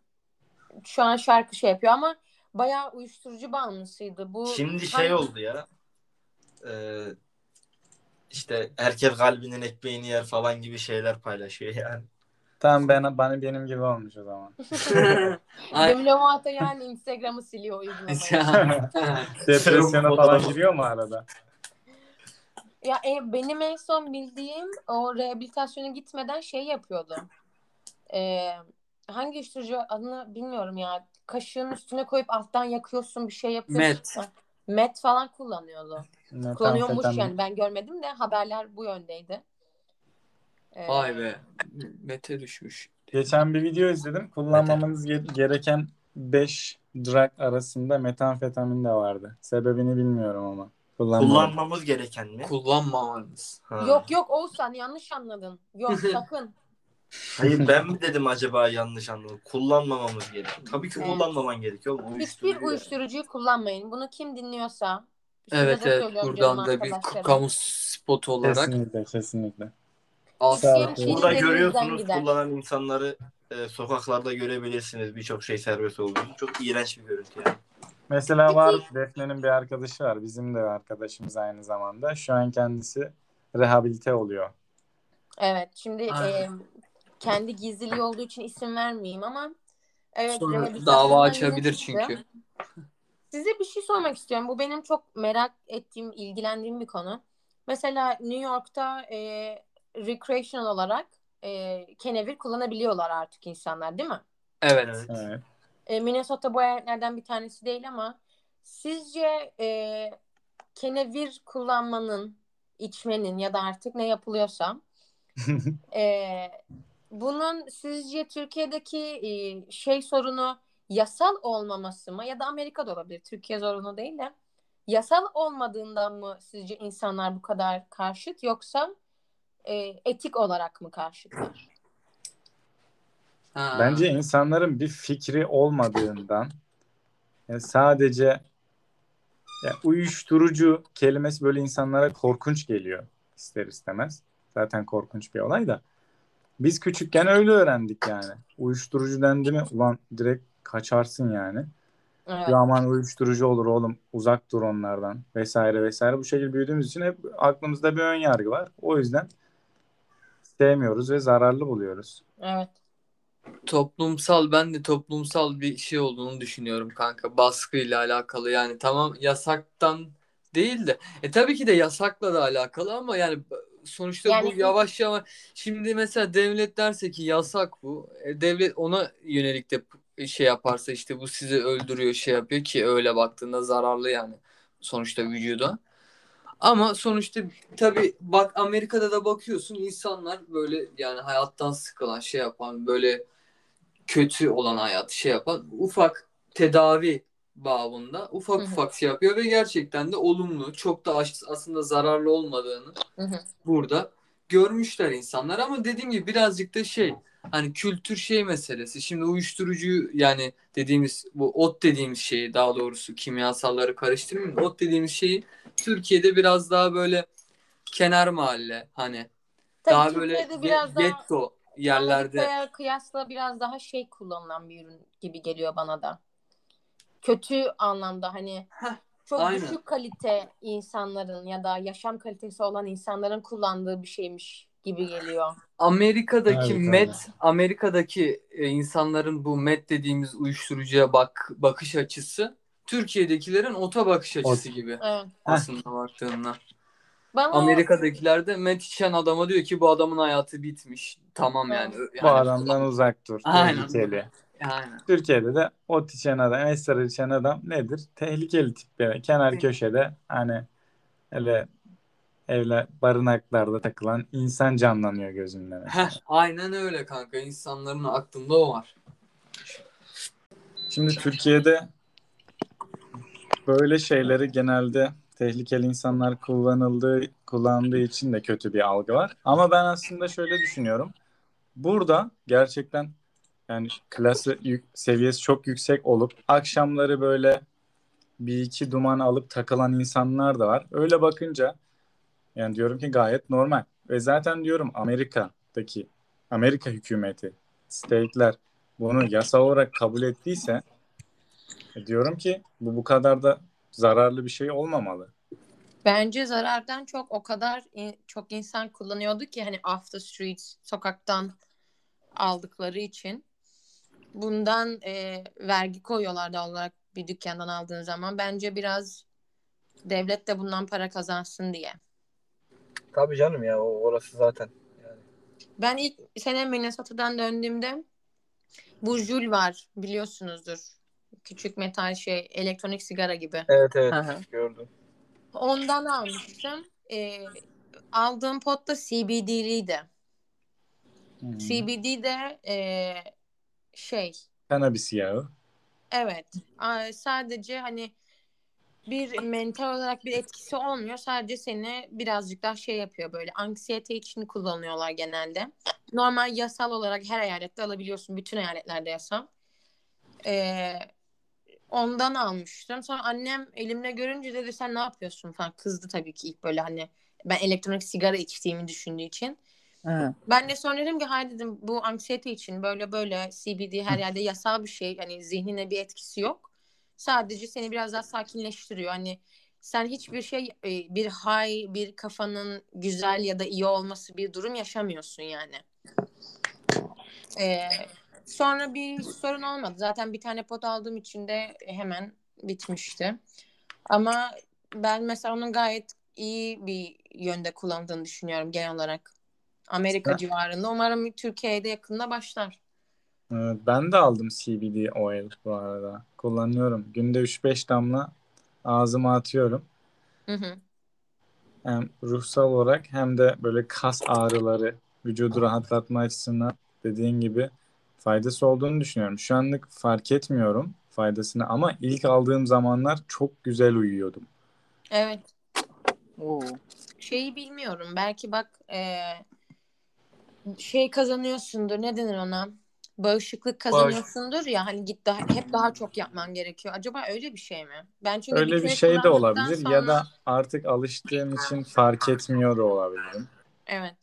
[SPEAKER 2] şu an şarkı şey yapıyor ama bayağı uyuşturucu bağımlısıydı. Bu
[SPEAKER 3] Şimdi şey
[SPEAKER 2] hangi-
[SPEAKER 3] oldu ya. Ee, işte herkes kalbinin ekmeğini yer falan gibi şeyler paylaşıyor yani.
[SPEAKER 1] Tamam, ben bana benim gibi olmuş o zaman.
[SPEAKER 4] Ay-
[SPEAKER 2] Demi Lovato yani Instagram'ı siliyor uygulamayı.
[SPEAKER 1] Depresyona falan giriyor mu arada?
[SPEAKER 2] Ya e, benim en son bildiğim o rehabilitasyona gitmeden şey yapıyordu. E, hangi uyuşturucu adını bilmiyorum ya. Kaşığın üstüne koyup alttan yakıyorsun, bir şey yapıyorsun.
[SPEAKER 4] Met.
[SPEAKER 2] Ha, Met falan kullanıyordu.
[SPEAKER 1] Metamfetamin.
[SPEAKER 2] Kullanıyormuş yani, ben görmedim de haberler bu yöndeydi. E,
[SPEAKER 4] Vay be. Mete düşmüş.
[SPEAKER 1] Geçen bir video izledim. Kullanmamanız ge- gereken beş drug arasında metamfetamin de vardı. Sebebini bilmiyorum ama. Kullanmadım.
[SPEAKER 3] Kullanmamız gereken mi?
[SPEAKER 4] Kullanmamanız.
[SPEAKER 3] Ha.
[SPEAKER 2] Yok yok Oğuzhan, yanlış anladın. Yok sakın.
[SPEAKER 3] Hayır, ben mi dedim acaba, yanlış anladım. Kullanmamamız gerekiyor. Tabii ki
[SPEAKER 2] Evet.
[SPEAKER 3] kullanmaman gerekiyor. oğlum,
[SPEAKER 2] Hiçbir
[SPEAKER 3] uyuşturucu
[SPEAKER 2] uyuşturucuyu kullanmayın. Bunu kim dinliyorsa. size
[SPEAKER 4] Evet
[SPEAKER 2] de
[SPEAKER 4] evet,
[SPEAKER 2] söylüyorum
[SPEAKER 4] buradan
[SPEAKER 2] canım
[SPEAKER 4] da bir
[SPEAKER 2] arkadaşlarım.
[SPEAKER 4] kamu spotu olarak.
[SPEAKER 1] Kesinlikle, kesinlikle.
[SPEAKER 4] Asla.
[SPEAKER 2] İsteyen kişi
[SPEAKER 3] Burada
[SPEAKER 2] elinizden
[SPEAKER 3] görüyorsunuz,
[SPEAKER 2] gider.
[SPEAKER 3] kullanan insanları e, sokaklarda görebilirsiniz. Birçok şey serbest olduğu için. Çok iğrenç bir görüntü yani.
[SPEAKER 1] Mesela var,
[SPEAKER 2] Peki
[SPEAKER 1] Defne'nin bir arkadaşı var. Bizim de arkadaşımız aynı zamanda. Şu an kendisi rehabilite oluyor.
[SPEAKER 2] evet şimdi
[SPEAKER 4] Ah,
[SPEAKER 2] e, kendi gizliliği olduğu için isim vermeyeyim ama evet
[SPEAKER 4] sonra dava
[SPEAKER 2] rehabilitasyondan yeni
[SPEAKER 4] açabilir
[SPEAKER 2] çıktı.
[SPEAKER 4] çünkü.
[SPEAKER 2] Size bir şey sormak istiyorum. Bu benim çok merak ettiğim, ilgilendiğim bir konu. Mesela New York'ta e, recreational olarak e, kenevir kullanabiliyorlar artık insanlar, değil mi?
[SPEAKER 4] Evet.
[SPEAKER 3] Evet.
[SPEAKER 1] Evet.
[SPEAKER 2] E, Minnesota bu eyaletlerden bir tanesi değil ama sizce e, kenevir kullanmanın, içmenin ya da artık ne yapılıyorsa e, bunun sizce Türkiye'deki e, şey sorunu yasal olmaması mı ya da Amerika'da olabilir. Türkiye zorunlu değil de yasal olmadığından mı sizce insanlar bu kadar karşıt yoksa e, etik olarak mı karşıtlar?
[SPEAKER 4] Ha.
[SPEAKER 1] Bence insanların bir fikri olmadığından, yani sadece ya uyuşturucu kelimesi böyle insanlara korkunç geliyor ister istemez. Zaten korkunç bir olay da. Biz küçükken öyle öğrendik yani. Uyuşturucu dendi mi ulan direkt kaçarsın yani.
[SPEAKER 2] Evet.
[SPEAKER 1] Ya aman uyuşturucu olur oğlum, uzak dur onlardan vesaire vesaire. Bu şekilde büyüdüğümüz için hep aklımızda bir ön yargı var. O yüzden sevmiyoruz ve zararlı buluyoruz.
[SPEAKER 2] Evet.
[SPEAKER 4] Toplumsal ben de toplumsal bir şey olduğunu düşünüyorum kanka. Baskıyla alakalı yani tamam yasaktan değil de e tabii ki de yasakla da alakalı ama yani sonuçta bu
[SPEAKER 2] Yani
[SPEAKER 4] yavaş yavaş şimdi mesela devlet derse ki yasak bu. E, devlet ona yönelik de şey yaparsa işte bu sizi öldürüyor şey yapıyor ki öyle baktığında zararlı yani sonuçta vücuda. Ama sonuçta tabii bak Amerika'da da bakıyorsun insanlar böyle yani hayattan sıkılan şey yapan böyle kötü olan hayatı şey yapan ufak tedavi babında
[SPEAKER 2] hı
[SPEAKER 4] ufak
[SPEAKER 2] hı,
[SPEAKER 4] ufak şey yapıyor ve gerçekten de olumlu çok da aslında zararlı olmadığını
[SPEAKER 2] hı hı.
[SPEAKER 4] burada görmüşler insanlar ama dediğim gibi birazcık da şey hani kültür şey meselesi şimdi uyuşturucu yani dediğimiz bu ot dediğimiz şeyi daha doğrusu kimyasalları karıştırmayayım ot dediğimiz şeyi Türkiye'de biraz daha böyle kenar mahalle hani
[SPEAKER 2] Tabii
[SPEAKER 4] daha böyle
[SPEAKER 2] Türkiye'de
[SPEAKER 4] ge-
[SPEAKER 2] biraz daha
[SPEAKER 4] getto yerlerde.
[SPEAKER 2] Amerika'ya kıyasla biraz daha şey kullanılan bir ürün gibi geliyor bana da. Kötü anlamda hani
[SPEAKER 4] Heh,
[SPEAKER 2] çok
[SPEAKER 4] aynen.
[SPEAKER 2] düşük kalite insanların ya da yaşam kalitesi olan insanların kullandığı bir şeymiş gibi geliyor.
[SPEAKER 4] Amerika'daki
[SPEAKER 1] Evet abi.
[SPEAKER 4] met, Amerika'daki e, insanların bu met dediğimiz uyuşturucuya bak bakış açısı Türkiye'dekilerin ota bakış
[SPEAKER 1] O,
[SPEAKER 4] açısı gibi
[SPEAKER 2] Evet.
[SPEAKER 1] heh,
[SPEAKER 4] aslında baktığında.
[SPEAKER 2] Bana
[SPEAKER 4] Amerika'dakiler de met içen adama diyor ki bu adamın hayatı bitmiş. Tamam yani
[SPEAKER 2] evet.
[SPEAKER 4] ö-
[SPEAKER 1] bu
[SPEAKER 4] yani
[SPEAKER 1] adamdan uzak dur.
[SPEAKER 4] aynen
[SPEAKER 1] Tehlikeli.
[SPEAKER 4] aynen.
[SPEAKER 1] Türkiye'de de ot içen adam, esrar içen adam nedir? Tehlikeli tip böyle. Kenar köşede hani öyle evler, barınaklarda takılan insan canlanıyor gözümde
[SPEAKER 4] Heh,
[SPEAKER 1] mesela.
[SPEAKER 4] aynen öyle kanka. İnsanların aklında o var.
[SPEAKER 1] Şimdi Türkiye'de böyle şeyleri genelde tehlikeli insanlar kullanıldığı kullandığı için de kötü bir algı var. Ama ben aslında şöyle düşünüyorum. Burada gerçekten yani klası yük- seviyesi çok yüksek olup akşamları böyle bir iki duman alıp takılan insanlar da var. Öyle bakınca yani diyorum ki gayet normal. Ve zaten diyorum Amerika'daki Amerika hükümeti, state'ler bunu yasal olarak kabul ettiyse e, diyorum ki bu bu kadar da zararlı bir şey olmamalı.
[SPEAKER 2] Bence zarardan çok o kadar in- çok insan kullanıyordu ki hani off the streets sokaktan aldıkları için bundan e, vergi koyuyorlar da olarak bir dükkandan aldığın zaman bence biraz devlet de bundan para kazansın diye.
[SPEAKER 3] Tabii canım ya o orası zaten. Yani.
[SPEAKER 2] Ben ilk sene Minnesota'dan döndüğümde bu Juul var biliyorsunuzdur. Küçük metal şey elektronik sigara gibi.
[SPEAKER 3] Evet evet
[SPEAKER 4] Hı hı.
[SPEAKER 3] gördüm.
[SPEAKER 2] Ondan almıştım. E, aldığım pot da C B D'liydi.
[SPEAKER 1] Hı hı.
[SPEAKER 2] C B D de e, şey
[SPEAKER 1] Kanabis yağı.
[SPEAKER 2] evet a- sadece hani bir mental olarak bir etkisi olmuyor. Sadece seni birazcık daha şey yapıyor böyle. Anksiyete için kullanıyorlar genelde. Normal yasal olarak her eyalette alabiliyorsun. Bütün eyaletlerde yasal. Ee, ondan almıştım. Sonra annem elimde görünce dedi sen ne yapıyorsun falan. Kızdı tabii ki ilk böyle hani ben elektronik sigara içtiğimi düşündüğü için.
[SPEAKER 4] Hı.
[SPEAKER 2] Ben de sonra dedim ki hayır dedim bu anksiyete için böyle böyle C B D her yerde yasal bir şey. Hani zihnine bir etkisi yok. Sadece seni biraz daha sakinleştiriyor. Hani sen hiçbir şey e, bir high, bir kafanın güzel ya da iyi olması bir durum yaşamıyorsun yani. Ee, sonra bir sorun olmadı. Zaten bir tane pot aldığım için de hemen bitmişti. Ama ben mesela onun gayet iyi bir yönde kullandığını düşünüyorum genel olarak. Amerika
[SPEAKER 1] Ben,
[SPEAKER 2] civarında. Umarım Türkiye'de yakında başlar.
[SPEAKER 1] evet, ben de aldım C B D oil bu arada. Kullanıyorum. Günde üç beş damla ağzıma atıyorum.
[SPEAKER 2] Hı hı.
[SPEAKER 1] Hem ruhsal olarak hem de böyle kas ağrıları, vücudu rahatlatma açısından dediğin gibi faydası olduğunu düşünüyorum. Şu anlık fark etmiyorum faydasını ama ilk aldığım zamanlar çok güzel uyuyordum.
[SPEAKER 2] Evet.
[SPEAKER 4] Oo.
[SPEAKER 2] Şeyi bilmiyorum. Belki bak eee, şey kazanıyorsundur. Ne denir ona? Bağışıklık kazanıyorsundur ya hani git daha, hep daha çok yapman gerekiyor. Acaba öyle bir şey mi? Ben çünkü bir
[SPEAKER 1] Öyle bir
[SPEAKER 2] kere
[SPEAKER 1] şey de
[SPEAKER 2] kullandıktan
[SPEAKER 1] olabilir ya
[SPEAKER 2] sonra
[SPEAKER 1] da artık alıştığım için fark etmiyor da olabilirim.
[SPEAKER 2] evet.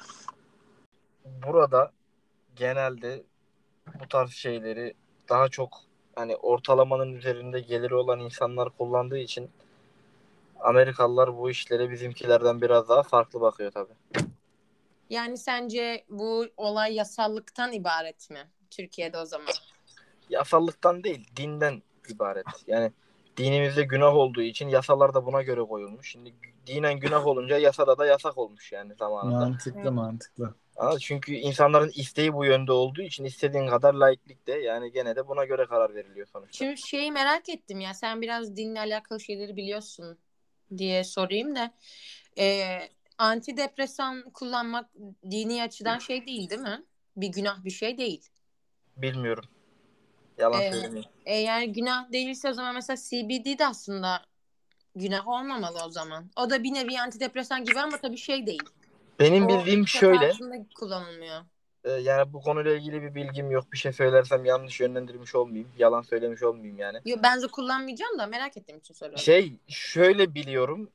[SPEAKER 3] Burada genelde bu tarz şeyleri daha çok hani ortalamanın üzerinde geliri olan insanlar kullandığı için Amerikalılar bu işlere bizimkilerden biraz daha farklı bakıyor tabii.
[SPEAKER 2] Yani sence bu olay yasallıktan ibaret mi? Türkiye'de o zaman.
[SPEAKER 3] Yasallıktan değil, dinden ibaret. Yani dinimizde günah olduğu için yasalar da buna göre koyulmuş. Şimdi dinen günah olunca yasada da yasak olmuş yani zamanında.
[SPEAKER 1] Mantıklı
[SPEAKER 2] Evet.
[SPEAKER 1] mantıklı.
[SPEAKER 3] Ama çünkü insanların isteği bu yönde olduğu için istediğin kadar laiklik de yani gene de buna göre karar veriliyor sonuçta.
[SPEAKER 2] Şimdi şeyi merak ettim ya sen biraz dinle alakalı şeyleri biliyorsun diye sorayım da Ee, antidepresan kullanmak dini açıdan şey değil değil mi? Bir günah bir şey değil.
[SPEAKER 3] Bilmiyorum. Yalan
[SPEAKER 2] Ee,
[SPEAKER 3] söylemeyeyim.
[SPEAKER 2] eğer günah değilse o zaman mesela C B D de aslında günah olmamalı o zaman. O da bir nevi antidepresan gibi ama tabii şey değil.
[SPEAKER 3] Benim
[SPEAKER 2] O
[SPEAKER 3] bildiğim
[SPEAKER 2] çatı
[SPEAKER 3] şöyle.
[SPEAKER 2] altında kullanılmıyor.
[SPEAKER 3] e, Yani bu konuyla ilgili bir bilgim yok. Bir şey söylersem yanlış yönlendirmiş olmayayım. Yalan söylemiş olmayayım yani.
[SPEAKER 2] Yo, ben de kullanmayacağım da merak ettiğim için soruyorum.
[SPEAKER 3] Şey şöyle biliyorum.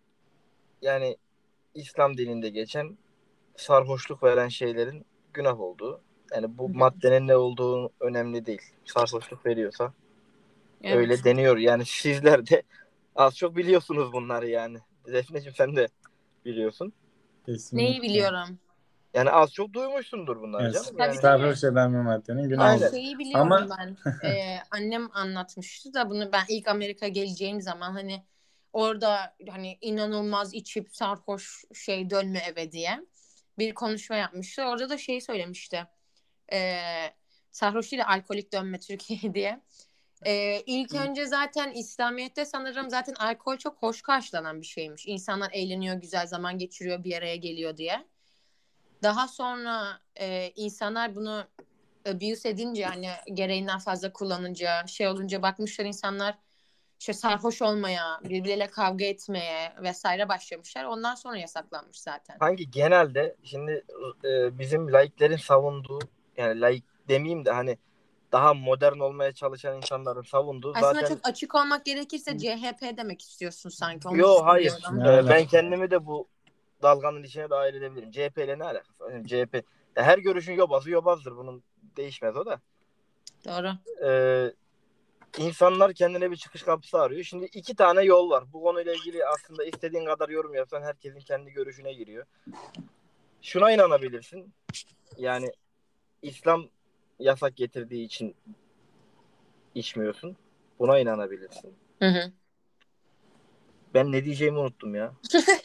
[SPEAKER 3] Yani İslam dininde geçen sarhoşluk veren şeylerin günah olduğu. Yani bu maddenin ne olduğu önemli değil. Sarhoşluk veriyorsa
[SPEAKER 2] Evet.
[SPEAKER 3] öyle deniyor. Yani sizler de az çok biliyorsunuz bunları yani. Defneciğim sen de biliyorsun.
[SPEAKER 2] Neyi
[SPEAKER 1] Kesinlikle.
[SPEAKER 2] biliyorum?
[SPEAKER 3] Yani az çok duymuşsundur bunları
[SPEAKER 1] Evet.
[SPEAKER 3] canım
[SPEAKER 2] Tabii
[SPEAKER 3] yani.
[SPEAKER 2] tabii.
[SPEAKER 1] Sarhoş eden bir maddenin günah
[SPEAKER 2] Ya
[SPEAKER 3] Aynen.
[SPEAKER 1] olur.
[SPEAKER 2] şeyi biliyorum
[SPEAKER 1] Ama
[SPEAKER 2] ben. Ee, annem anlatmıştı da bunu ben ilk Amerika geleceğim zaman hani orada hani inanılmaz içip sarhoş şey dönme eve diye bir konuşma yapmıştı. Orada da şey söylemişti. Ee, sarhoş değil de alkolik dönme Türkiye diye. Ee, ilk önce zaten İslamiyet'te sanırım zaten alkol çok hoş karşılanan bir şeymiş. İnsanlar eğleniyor, güzel zaman geçiriyor, bir araya geliyor diye. Daha sonra e, insanlar bunu abuse edince hani gereğinden fazla kullanınca şey olunca bakmışlar insanlar işte sarhoş olmaya, birbirleriyle kavga etmeye vesaire başlamışlar. Ondan sonra yasaklanmış zaten.
[SPEAKER 3] Hangi genelde şimdi e, bizim laiklerin savunduğu yani laik demeyeyim de hani daha modern olmaya çalışan insanların savunduğu
[SPEAKER 2] Aslında
[SPEAKER 3] zaten
[SPEAKER 2] çok açık olmak gerekirse C H P demek istiyorsun sanki. Onu
[SPEAKER 3] yo hayır.
[SPEAKER 2] düşünüyorum.
[SPEAKER 1] ne
[SPEAKER 3] E, ben
[SPEAKER 1] alaka?
[SPEAKER 3] kendimi de bu dalganın içine dahil edebilirim. C H P ile ne alakası var? Yani C H P ya her görüşün yobazı yobazdır. Bunun değişmez o da.
[SPEAKER 2] Doğru.
[SPEAKER 3] E, insanlar kendine bir çıkış kapısı arıyor. Şimdi iki tane yol var. Bu konuyla ilgili aslında istediğin kadar yorum yapsan herkesin kendi görüşüne giriyor. Şuna inanabilirsin. Yani İslam yasak getirdiği için içmiyorsun. Buna inanabilirsin.
[SPEAKER 2] Hı hı.
[SPEAKER 3] Ben ne diyeceğimi unuttum ya.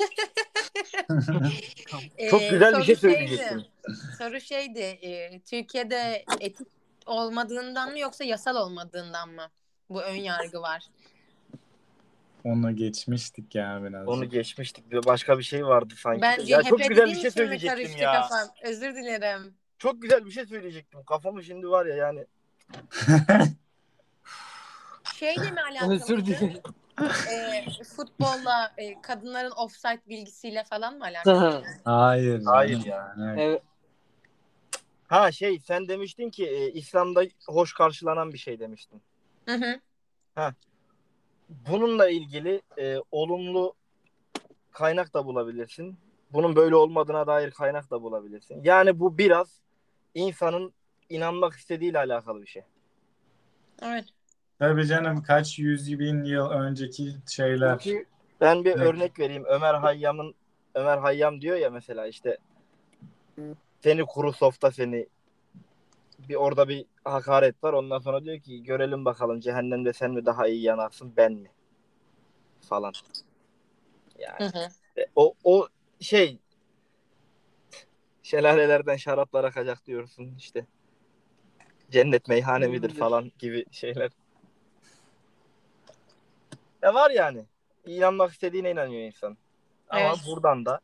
[SPEAKER 3] Çok
[SPEAKER 2] Ee,
[SPEAKER 3] güzel bir
[SPEAKER 2] soru
[SPEAKER 3] şey
[SPEAKER 2] şeydi.
[SPEAKER 3] söyleyecektim.
[SPEAKER 2] Soru şeydi. e, Türkiye'de etik olmadığından mı yoksa yasal olmadığından mı bu ön yargı var?
[SPEAKER 1] Onu geçmiştik ya
[SPEAKER 3] Onu
[SPEAKER 1] birazcık.
[SPEAKER 3] geçmiştik. Bir başka bir şey vardı sanki de.
[SPEAKER 2] Ben
[SPEAKER 3] Ya çok
[SPEAKER 2] C H P
[SPEAKER 3] güzel bir
[SPEAKER 2] dediğim
[SPEAKER 3] şey
[SPEAKER 2] için mi
[SPEAKER 3] söyleyecektim
[SPEAKER 2] karıştı
[SPEAKER 3] ya.
[SPEAKER 2] kafam? Özür dilerim.
[SPEAKER 3] Çok güzel bir şey söyleyecektim. Kafamı şimdi var ya yani.
[SPEAKER 2] Şeyle mi
[SPEAKER 4] Özür
[SPEAKER 2] alakalıydı?
[SPEAKER 4] dilerim.
[SPEAKER 2] Ee, futbolla e, kadınların offside bilgisiyle falan mı alakalıydı?
[SPEAKER 1] Hayır
[SPEAKER 3] Hayır
[SPEAKER 1] canım.
[SPEAKER 3] ya.
[SPEAKER 1] Yani
[SPEAKER 4] Evet.
[SPEAKER 3] Ha şey sen demiştin ki e, İslam'da hoş karşılanan bir şey demiştin.
[SPEAKER 2] Hı hı.
[SPEAKER 3] Ha. Bununla ilgili e, olumlu kaynak da bulabilirsin. Bunun böyle olmadığına dair kaynak da bulabilirsin. Yani bu biraz insanın inanmak istediğiyle alakalı bir şey.
[SPEAKER 2] Evet.
[SPEAKER 1] Tabii canım, kaç yüz bin yıl önceki şeyler.
[SPEAKER 3] Çünkü ben bir
[SPEAKER 1] Evet.
[SPEAKER 3] örnek vereyim. Ömer Hayyam'ın Ömer Hayyam diyor ya mesela işte seni kuru softa seni, bir orada bir hakaret var. Ondan sonra diyor ki görelim bakalım cehennemde sen mi daha iyi yanarsın ben mi falan. Yani
[SPEAKER 2] Hı hı.
[SPEAKER 3] e, o o şey şelalelerden şaraplar akacak diyorsun işte. Cennet meyhane midir falan gibi şeyler. Ya var yani. İnanmak istediğine inanıyor insan. Ama
[SPEAKER 2] Evet.
[SPEAKER 3] buradan da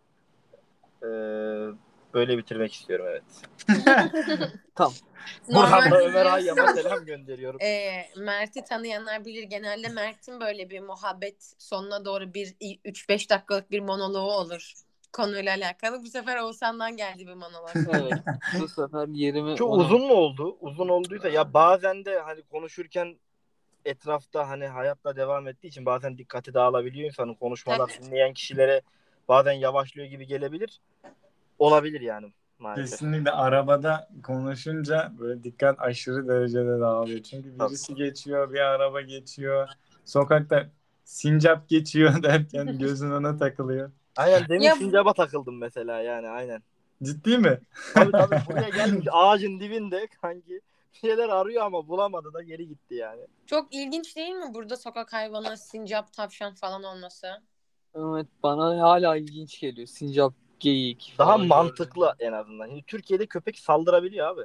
[SPEAKER 3] e, böyle bitirmek istiyorum, evet.
[SPEAKER 4] Tamam.
[SPEAKER 3] Buradan da
[SPEAKER 2] Normalde
[SPEAKER 3] Ömer Hayyam'a
[SPEAKER 2] biliyorsun
[SPEAKER 3] selam gönderiyorum.
[SPEAKER 2] e, Mert'i tanıyanlar bilir. Genelde Mert'in böyle bir muhabbet sonuna doğru bir üç beş dakikalık bir monoloğu olur. Konuyla alakalı. Bu sefer Oğuzhan'dan geldi bir monolog.
[SPEAKER 4] Evet. Bu sefer yerimi
[SPEAKER 3] Çok
[SPEAKER 4] ona...
[SPEAKER 3] uzun mu oldu? Uzun olduysa ya bazen de hani konuşurken etrafta hani hayatla devam ettiği için bazen dikkati dağılabiliyor insanın. Konuşmalar
[SPEAKER 2] Tabii.
[SPEAKER 3] dinleyen kişilere bazen yavaşlıyor gibi gelebilir. Olabilir yani maalesef.
[SPEAKER 1] Kesinlikle arabada konuşunca böyle dikkat aşırı derecede dağılıyor. Çünkü
[SPEAKER 3] Tabii.
[SPEAKER 1] birisi geçiyor, bir araba geçiyor. Sokakta sincap geçiyor derken gözün ona takılıyor.
[SPEAKER 3] Aynen demin
[SPEAKER 2] Ya
[SPEAKER 3] sincaba takıldım mesela yani aynen.
[SPEAKER 1] Ciddi mi?
[SPEAKER 3] Tabii tabii buraya gelmiş ağacın dibinde kanki bir şeyler arıyor ama bulamadı da geri gitti yani.
[SPEAKER 2] çok ilginç değil mi burada sokak hayvanı, sincap, tavşan falan olması?
[SPEAKER 4] Evet, bana hala ilginç geliyor. Sincap, geyik
[SPEAKER 3] Daha
[SPEAKER 4] falan
[SPEAKER 3] mantıklı
[SPEAKER 4] gördüm.
[SPEAKER 3] en azından. Şimdi Türkiye'de köpek saldırabiliyor abi.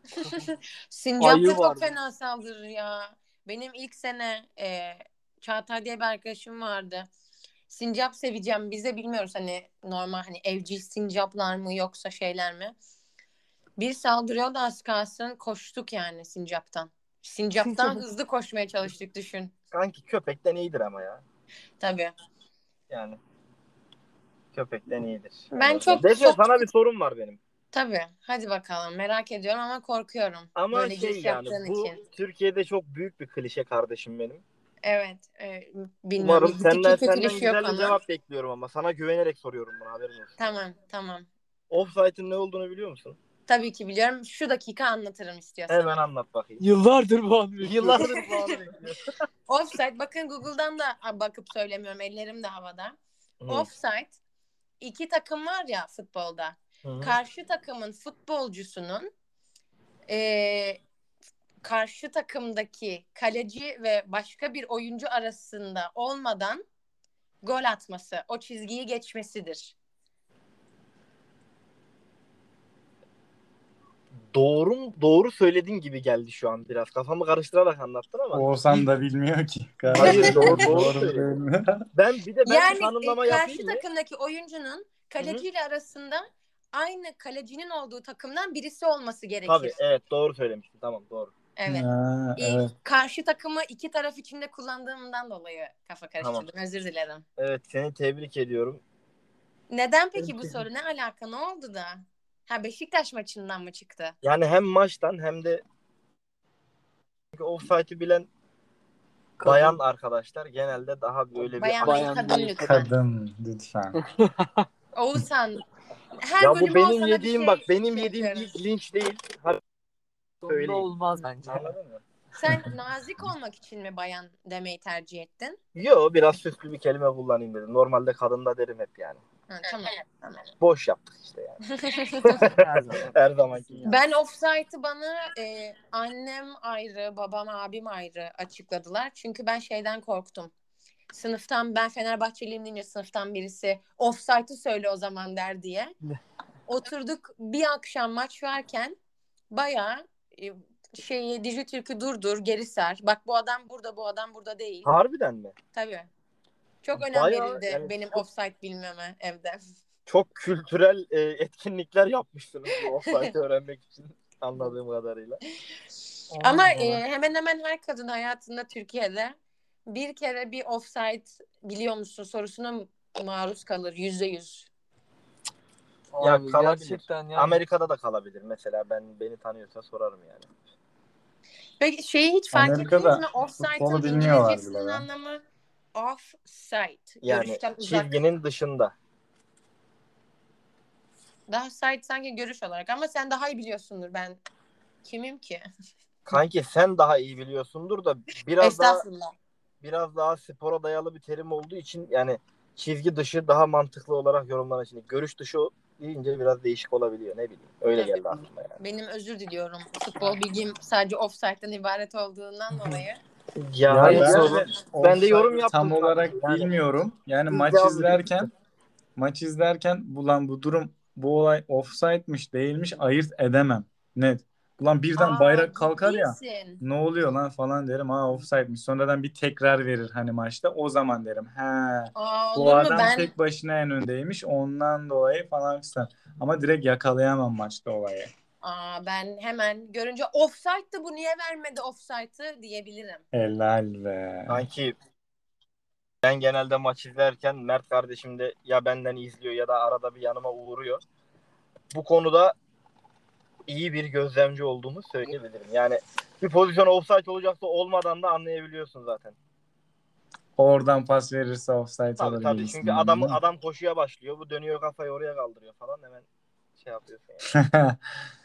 [SPEAKER 2] Sincap
[SPEAKER 4] Ayı
[SPEAKER 2] da çok
[SPEAKER 4] var.
[SPEAKER 2] fena saldırır ya. Benim ilk sene e, Çağatay diye bir arkadaşım vardı. Sincap seveceğim. Biz de bilmiyoruz hani normal hani evcil sincaplar mı yoksa şeyler mi? Bir saldırıyordu az kalsın koştuk yani sincaptan. Sincaptan hızlı koşmaya çalıştık düşün.
[SPEAKER 3] Kanki köpekten iyidir ama ya.
[SPEAKER 2] Tabii.
[SPEAKER 3] Yani köpekten iyidir. En
[SPEAKER 2] Ben
[SPEAKER 3] azından.
[SPEAKER 2] çok
[SPEAKER 3] Defne
[SPEAKER 2] sok
[SPEAKER 3] sana bir sorum var benim.
[SPEAKER 2] tabii. Hadi bakalım merak ediyorum ama korkuyorum.
[SPEAKER 3] Ama
[SPEAKER 2] Böyle
[SPEAKER 3] şey
[SPEAKER 2] giriş
[SPEAKER 3] yani
[SPEAKER 2] yaptığın
[SPEAKER 3] bu
[SPEAKER 2] için.
[SPEAKER 3] Türkiye'de çok büyük bir klişe kardeşim benim.
[SPEAKER 2] Evet. E, bilmiyorum.
[SPEAKER 3] Umarım
[SPEAKER 2] Bir
[SPEAKER 3] senden
[SPEAKER 2] butik bir
[SPEAKER 3] senden
[SPEAKER 2] klişe yok
[SPEAKER 3] güzel bir
[SPEAKER 2] ama.
[SPEAKER 3] cevap bekliyorum ama sana güvenerek soruyorum bunu, haberin olsun.
[SPEAKER 2] Tamam tamam.
[SPEAKER 3] Offside'ın ne olduğunu biliyor musun?
[SPEAKER 2] Tabii ki biliyorum. Şu dakika anlatırım istiyorsan.
[SPEAKER 3] Hemen anlat bakayım.
[SPEAKER 4] Yıllardır bu anı bekliyorum.
[SPEAKER 3] Yıllardır bu anı bekliyorum.
[SPEAKER 2] Offside bakın Google'dan da bakıp söylemiyorum. Ellerim de havada.
[SPEAKER 3] Hı.
[SPEAKER 2] Offside iki takım var ya futbolda.
[SPEAKER 3] Hı.
[SPEAKER 2] Karşı takımın futbolcusunun e, karşı takımdaki kaleci ve başka bir oyuncu arasında olmadan gol atması, o çizgiyi geçmesidir.
[SPEAKER 3] Doğru doğru söylediğin gibi geldi şu an biraz. Kafamı karıştırarak anlattın ama.
[SPEAKER 1] Oğuzhan da bilmiyor ki.
[SPEAKER 3] Hayır, doğru doğru
[SPEAKER 1] Doğru mu değil
[SPEAKER 3] söyledin.
[SPEAKER 1] mi?
[SPEAKER 3] Ben bir de ben bir
[SPEAKER 2] Yani e,
[SPEAKER 3] tanımlama
[SPEAKER 2] karşı
[SPEAKER 3] yapayım mı?
[SPEAKER 2] takımdaki oyuncunun
[SPEAKER 3] Hı hı.
[SPEAKER 2] kaleciyle arasında aynı kalecinin olduğu takımdan birisi olması gerekir.
[SPEAKER 3] Tabii evet doğru söylemiştin. Tamam doğru.
[SPEAKER 2] Evet.
[SPEAKER 1] Ha,
[SPEAKER 2] E,
[SPEAKER 1] evet.
[SPEAKER 2] karşı takımı iki taraf içinde kullandığımdan dolayı kafa karıştırdım.
[SPEAKER 3] Tamam.
[SPEAKER 2] Özür dilerim.
[SPEAKER 3] Evet seni tebrik ediyorum.
[SPEAKER 2] Neden peki bu soru? Ne alaka? Ne oldu da? Ha Beşiktaş maçından mı çıktı?
[SPEAKER 3] Yani hem maçtan hem de çünkü offside'ı bilen
[SPEAKER 4] Kadın.
[SPEAKER 3] bayan arkadaşlar genelde daha böyle
[SPEAKER 2] Bayan
[SPEAKER 3] bir
[SPEAKER 2] değil
[SPEAKER 4] Bayan
[SPEAKER 2] kadın
[SPEAKER 4] değil,
[SPEAKER 2] lütfen.
[SPEAKER 1] Kadın lütfen.
[SPEAKER 2] Oğuzhan her
[SPEAKER 3] ya bu
[SPEAKER 2] bölüm
[SPEAKER 3] benim
[SPEAKER 2] Oğuzhan'a bir
[SPEAKER 3] yediğim
[SPEAKER 2] şey
[SPEAKER 3] bak benim
[SPEAKER 2] şey
[SPEAKER 3] yediğim
[SPEAKER 2] yapıyorum.
[SPEAKER 3] ilk linç değil. Hadi
[SPEAKER 4] Sonunda
[SPEAKER 3] söyleyeyim.
[SPEAKER 4] olmaz bence.
[SPEAKER 3] Anladın mı?
[SPEAKER 2] Sen nazik olmak için mi bayan demeyi tercih ettin?
[SPEAKER 3] Yo biraz süslü bir kelime kullanayım dedim. Normalde kadında derim hep yani.
[SPEAKER 2] Ha, tamam. tamam.
[SPEAKER 3] Boş yaptık işte yani.
[SPEAKER 4] Her zaman.
[SPEAKER 3] Her zamanki gibi.
[SPEAKER 2] Ben offside'ı bana e, annem ayrı, babam, abim ayrı açıkladılar. Çünkü ben şeyden korktum. Sınıftan ben Fenerbahçeliyim deyince sınıftan birisi offside'ı söyle o zaman der diye. Oturduk bir akşam maç varken bayağı e, şeyi Dijitürk'ü durdur, geri ser. Bak bu adam burada, bu adam burada değil.
[SPEAKER 3] Harbiden mi?
[SPEAKER 2] Tabii. Çok önem
[SPEAKER 3] Bayağı
[SPEAKER 2] verildi
[SPEAKER 3] yani
[SPEAKER 2] benim
[SPEAKER 3] çok,
[SPEAKER 2] offside bilmeme evde.
[SPEAKER 3] çok kültürel e, etkinlikler yapmışsınız bu offside'ı öğrenmek için anladığım kadarıyla.
[SPEAKER 2] Ama e, hemen hemen her kadın hayatında Türkiye'de bir kere bir offside biliyor musun sorusuna maruz kalır. Yüzde yüz.
[SPEAKER 3] Ya
[SPEAKER 4] Abi,
[SPEAKER 3] kalabilir.
[SPEAKER 4] gerçekten yani.
[SPEAKER 3] Amerika'da da kalabilir mesela. Ben beni tanıyorsa sorarım yani.
[SPEAKER 2] Peki şeyi hiç fark ettiniz
[SPEAKER 1] Amerika'da
[SPEAKER 2] mi?
[SPEAKER 1] futbolu
[SPEAKER 2] Offside'ın
[SPEAKER 1] bilmiyorlar bile
[SPEAKER 2] İngilizcesinin
[SPEAKER 1] be.
[SPEAKER 2] anlamı offside.
[SPEAKER 3] Yani
[SPEAKER 2] Görüşten uzak.
[SPEAKER 3] çizginin dışında.
[SPEAKER 2] Daha side sanki görüş olarak ama sen daha iyi biliyorsundur ben. Kimim ki?
[SPEAKER 3] Kanki sen daha iyi biliyorsundur da biraz daha
[SPEAKER 2] Estağfurullah.
[SPEAKER 3] biraz daha spora dayalı bir terim olduğu için yani çizgi dışı daha mantıklı olarak yorumlanan için görüş dışı deyince biraz değişik olabiliyor, ne bileyim. Öyle
[SPEAKER 2] Tabii.
[SPEAKER 3] geldi aklıma yani.
[SPEAKER 2] Benim özür diliyorum. Futbol bilgim sadece offside'den ibaret olduğundan dolayı.
[SPEAKER 3] Ya,
[SPEAKER 1] Ya
[SPEAKER 3] hayır
[SPEAKER 1] ben
[SPEAKER 3] ya.
[SPEAKER 1] de
[SPEAKER 3] Ben de yorum
[SPEAKER 1] offside'ı
[SPEAKER 3] yaptım
[SPEAKER 1] tam
[SPEAKER 3] kanki.
[SPEAKER 1] olarak
[SPEAKER 3] Yani
[SPEAKER 1] bilmiyorum. Yani
[SPEAKER 3] biz
[SPEAKER 1] maç
[SPEAKER 3] devam
[SPEAKER 1] izlerken maç izlerken bulan bu durum, bu olay offside'miş değilmiş ayırt edemem. Net. Ulan birden
[SPEAKER 2] Aa,
[SPEAKER 1] bayrak
[SPEAKER 2] ciddi
[SPEAKER 1] kalkar ya,
[SPEAKER 2] misin?
[SPEAKER 1] ne oluyor lan falan derim. Ha offside'miş. Sonradan bir tekrar verir hani maçta. O zaman derim. He,
[SPEAKER 2] Aa,
[SPEAKER 1] bu
[SPEAKER 2] olur mu?
[SPEAKER 1] adam
[SPEAKER 2] Ben
[SPEAKER 1] tek başına en öndeymiş. Ondan dolayı falan filan. Ama direkt yakalayamam maçta olayı.
[SPEAKER 2] aa, ben hemen görünce offside'dı, bu niye vermedi offside'ı diyebilirim.
[SPEAKER 1] Helal be.
[SPEAKER 3] kanki ben genelde maç izlerken Mert kardeşim de ya benden izliyor ya da arada bir yanıma uğruyor. Bu konuda iyi bir gözlemci olduğumu söyleyebilirim. Yani bir pozisyon offside olacaksa olmadan da anlayabiliyorsun zaten.
[SPEAKER 1] Oradan pas verirse offside
[SPEAKER 3] Tabii
[SPEAKER 1] olur
[SPEAKER 3] tabii. Çünkü
[SPEAKER 1] gibisinden.
[SPEAKER 3] adam
[SPEAKER 1] değil mi?
[SPEAKER 3] adam koşuya başlıyor. Bu dönüyor kafayı oraya kaldırıyor falan, hemen şey yapıyorsun yani.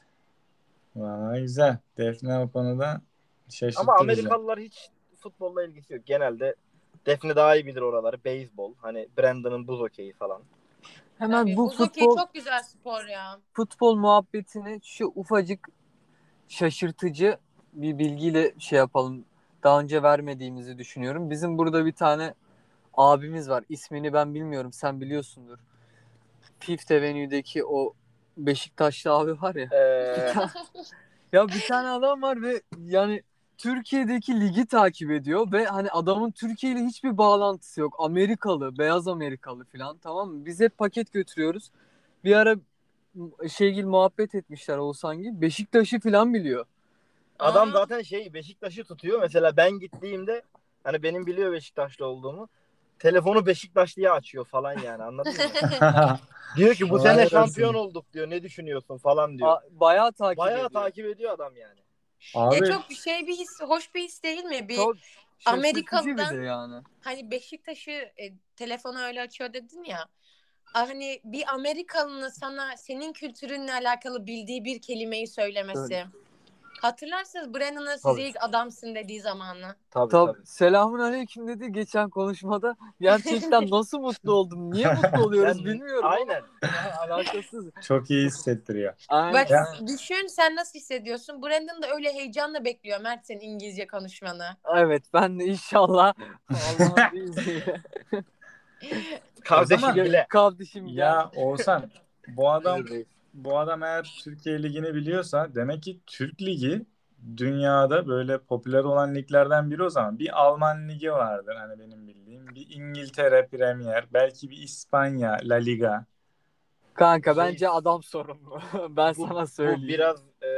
[SPEAKER 1] Valla güzel. Defne o konuda
[SPEAKER 3] Ama
[SPEAKER 1] şaşırttı bizi.
[SPEAKER 3] Amerikalılar hiç futbolla ilgisi yok. Genelde Defne daha iyi bilir oraları. Beyzbol. Hani Brandon'ın buz hokeyi falan.
[SPEAKER 4] Hemen
[SPEAKER 2] Tabii
[SPEAKER 4] bu
[SPEAKER 2] buz hokeyi
[SPEAKER 4] futbol
[SPEAKER 2] çok güzel spor ya.
[SPEAKER 4] futbol muhabbetini şu ufacık şaşırtıcı bir bilgiyle şey yapalım. Daha önce vermediğimizi düşünüyorum. Bizim burada bir tane abimiz var. İsmini ben bilmiyorum. Sen biliyorsundur. Fifth Avenue'deki o Beşiktaşlı abi var ya.
[SPEAKER 3] Ee,
[SPEAKER 4] Ya bir tane adam var ve yani Türkiye'deki ligi takip ediyor ve hani adamın Türkiye ile hiçbir bağlantısı yok. Amerikalı, beyaz Amerikalı falan, tamam mı? Biz hep paket götürüyoruz. Bir ara şeygil muhabbet etmişler Oğuzhan gibi. Beşiktaş'ı falan biliyor.
[SPEAKER 3] adam
[SPEAKER 2] Aa,
[SPEAKER 3] zaten şey Beşiktaş'ı tutuyor. Mesela ben gittiğimde hani benim biliyor Beşiktaşlı olduğumu. Telefonu Beşiktaşlı'ya açıyor falan, yani anladın mı? Diyor ki bu
[SPEAKER 1] Vay
[SPEAKER 3] sene şampiyon
[SPEAKER 1] arasını.
[SPEAKER 3] olduk diyor. Ne düşünüyorsun falan diyor.
[SPEAKER 4] A- bayağı takip
[SPEAKER 3] Bayağı
[SPEAKER 4] ediyor.
[SPEAKER 3] takip ediyor adam yani.
[SPEAKER 2] ya
[SPEAKER 1] Abi
[SPEAKER 2] çok bir şey, bir his, hoş bir his değil mi? Bir
[SPEAKER 4] Çok şaşırtıcı bir de
[SPEAKER 2] Amerikalı'dan
[SPEAKER 4] yani.
[SPEAKER 2] hani Beşiktaş'ı e, telefonu öyle açıyor dedin ya. Hani bir Amerikalı'nın sana senin kültürünle alakalı bildiği bir kelimeyi söylemesi.
[SPEAKER 4] Öyle.
[SPEAKER 2] Hatırlarsınız Brennan'ın size
[SPEAKER 3] Tabii.
[SPEAKER 2] ilk adamsın dediği zamanı.
[SPEAKER 3] Tabii
[SPEAKER 4] Tabii.
[SPEAKER 3] tabii.
[SPEAKER 4] Selamun aleyküm dedi geçen konuşmada. Gerçekten nasıl mutlu oldum? Niye mutlu oluyoruz
[SPEAKER 3] Yani,
[SPEAKER 4] bilmiyorum
[SPEAKER 3] aynen.
[SPEAKER 4] ama yani alakasız.
[SPEAKER 1] çok iyi hissettiriyor.
[SPEAKER 4] Aynen.
[SPEAKER 2] Bak
[SPEAKER 1] Ya,
[SPEAKER 2] düşün, sen nasıl hissediyorsun? Brandon da öyle heyecanla bekliyor Mert senin İngilizce konuşmanı.
[SPEAKER 4] Evet, ben de inşallah Allah'ın izniyle.
[SPEAKER 1] o
[SPEAKER 3] Kardeşim
[SPEAKER 1] zaman
[SPEAKER 3] bile.
[SPEAKER 4] Kardeşim gel.
[SPEAKER 1] ya Oğuzhan, bu adam
[SPEAKER 3] Buyur reis.
[SPEAKER 1] bu adam eğer Türkiye Ligi'ni biliyorsa demek ki Türk Ligi dünyada böyle popüler olan liglerden biri o zaman. Bir Alman Ligi vardır hani benim bildiğim. Bir İngiltere Premier, belki bir İspanya La Liga.
[SPEAKER 4] Kanka
[SPEAKER 3] Şey,
[SPEAKER 4] bence adam sorumlu. Ben
[SPEAKER 3] bu
[SPEAKER 4] sana
[SPEAKER 3] bu
[SPEAKER 4] söyleyeyim.
[SPEAKER 3] biraz e,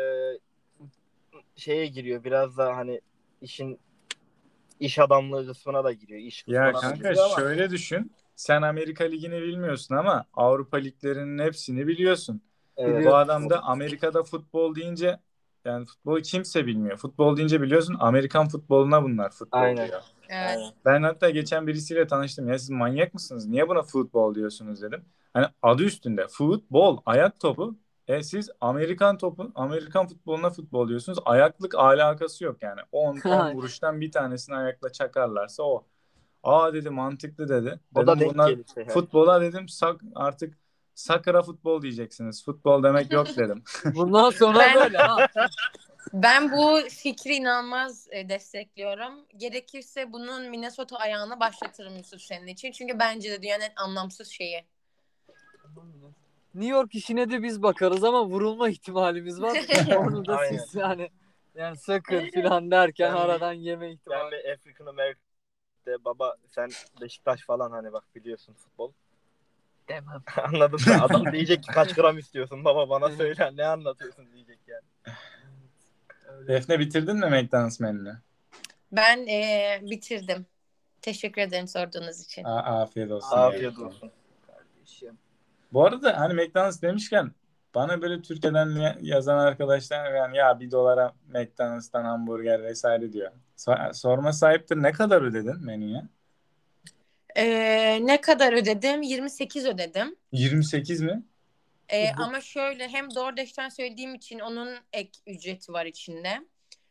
[SPEAKER 3] şeye giriyor. Biraz da hani işin iş adamlığı kısmına da giriyor. İş
[SPEAKER 1] Ya
[SPEAKER 3] kısmına da
[SPEAKER 1] kanka
[SPEAKER 3] giriyor ama
[SPEAKER 1] şöyle düşün. Sen Amerika Ligi'ni bilmiyorsun ama Avrupa liglerinin hepsini biliyorsun.
[SPEAKER 3] evet.
[SPEAKER 1] Bu
[SPEAKER 4] Biliyorum.
[SPEAKER 1] adam da Amerika'da futbol deyince, yani futbolu kimse bilmiyor. Futbol deyince biliyorsun Amerikan futboluna bunlar futbol
[SPEAKER 3] Aynen.
[SPEAKER 1] diyor.
[SPEAKER 2] Evet.
[SPEAKER 3] Aynen.
[SPEAKER 1] Ben hatta geçen birisiyle tanıştım. Ya siz manyak mısınız? Niye buna futbol diyorsunuz dedim. Hani adı üstünde futbol, ayak topu. E siz Amerikan topu, Amerikan futboluna futbol diyorsunuz. Ayaklık alakası yok yani. on on vuruştan bir tanesini ayakla çakarlarsa o. Aa dedi, mantıklı dedi.
[SPEAKER 3] O da
[SPEAKER 1] Dedim
[SPEAKER 3] denk
[SPEAKER 1] bunlar
[SPEAKER 3] gelirse yani.
[SPEAKER 1] futbola dedim sak, artık sakıra futbol diyeceksiniz. Futbol demek yok dedim.
[SPEAKER 4] Bundan sonra
[SPEAKER 2] Ben
[SPEAKER 4] böyle ha.
[SPEAKER 2] ben bu fikri inanılmaz e, destekliyorum. Gerekirse bunun Minnesota ayağına başlatırım Yusuf senin için. Çünkü bence de dünyanın en anlamsız şeyi.
[SPEAKER 4] New York işine de biz bakarız ama vurulma ihtimalimiz var. Onu da
[SPEAKER 3] Aynen.
[SPEAKER 4] siz yani yani sakın filan derken
[SPEAKER 3] Ben bir-
[SPEAKER 4] aradan yeme
[SPEAKER 3] Ben
[SPEAKER 4] ihtimali.
[SPEAKER 3] bir African American'de baba sen Beşiktaş falan hani bak biliyorsun futbol.
[SPEAKER 4] Demem.
[SPEAKER 3] Anladın mı? Adam diyecek ki kaç gram istiyorsun baba bana söyle ne anlatıyorsun diyecek yani.
[SPEAKER 1] Defne, bitirdin mi McDonald's menünü?
[SPEAKER 2] Ben e, bitirdim. Teşekkür ederim sorduğunuz için.
[SPEAKER 1] Aa, afiyet olsun.
[SPEAKER 3] Afiyet
[SPEAKER 1] ya.
[SPEAKER 3] olsun. Kardeşim.
[SPEAKER 1] Bu arada hani McDonald's demişken bana böyle Türkiye'den ya- yazan arkadaşlar yani ya bir dolara McDonald's'tan hamburger vesaire diyor. So- sorma sahiptir, ne kadar ödedin menüye?
[SPEAKER 2] E, ne kadar ödedim? yirmi sekiz ödedim.
[SPEAKER 1] yirmi sekiz mi?
[SPEAKER 2] E, ama şöyle, hem DoorDash'ten söylediğim için onun ek ücreti var içinde.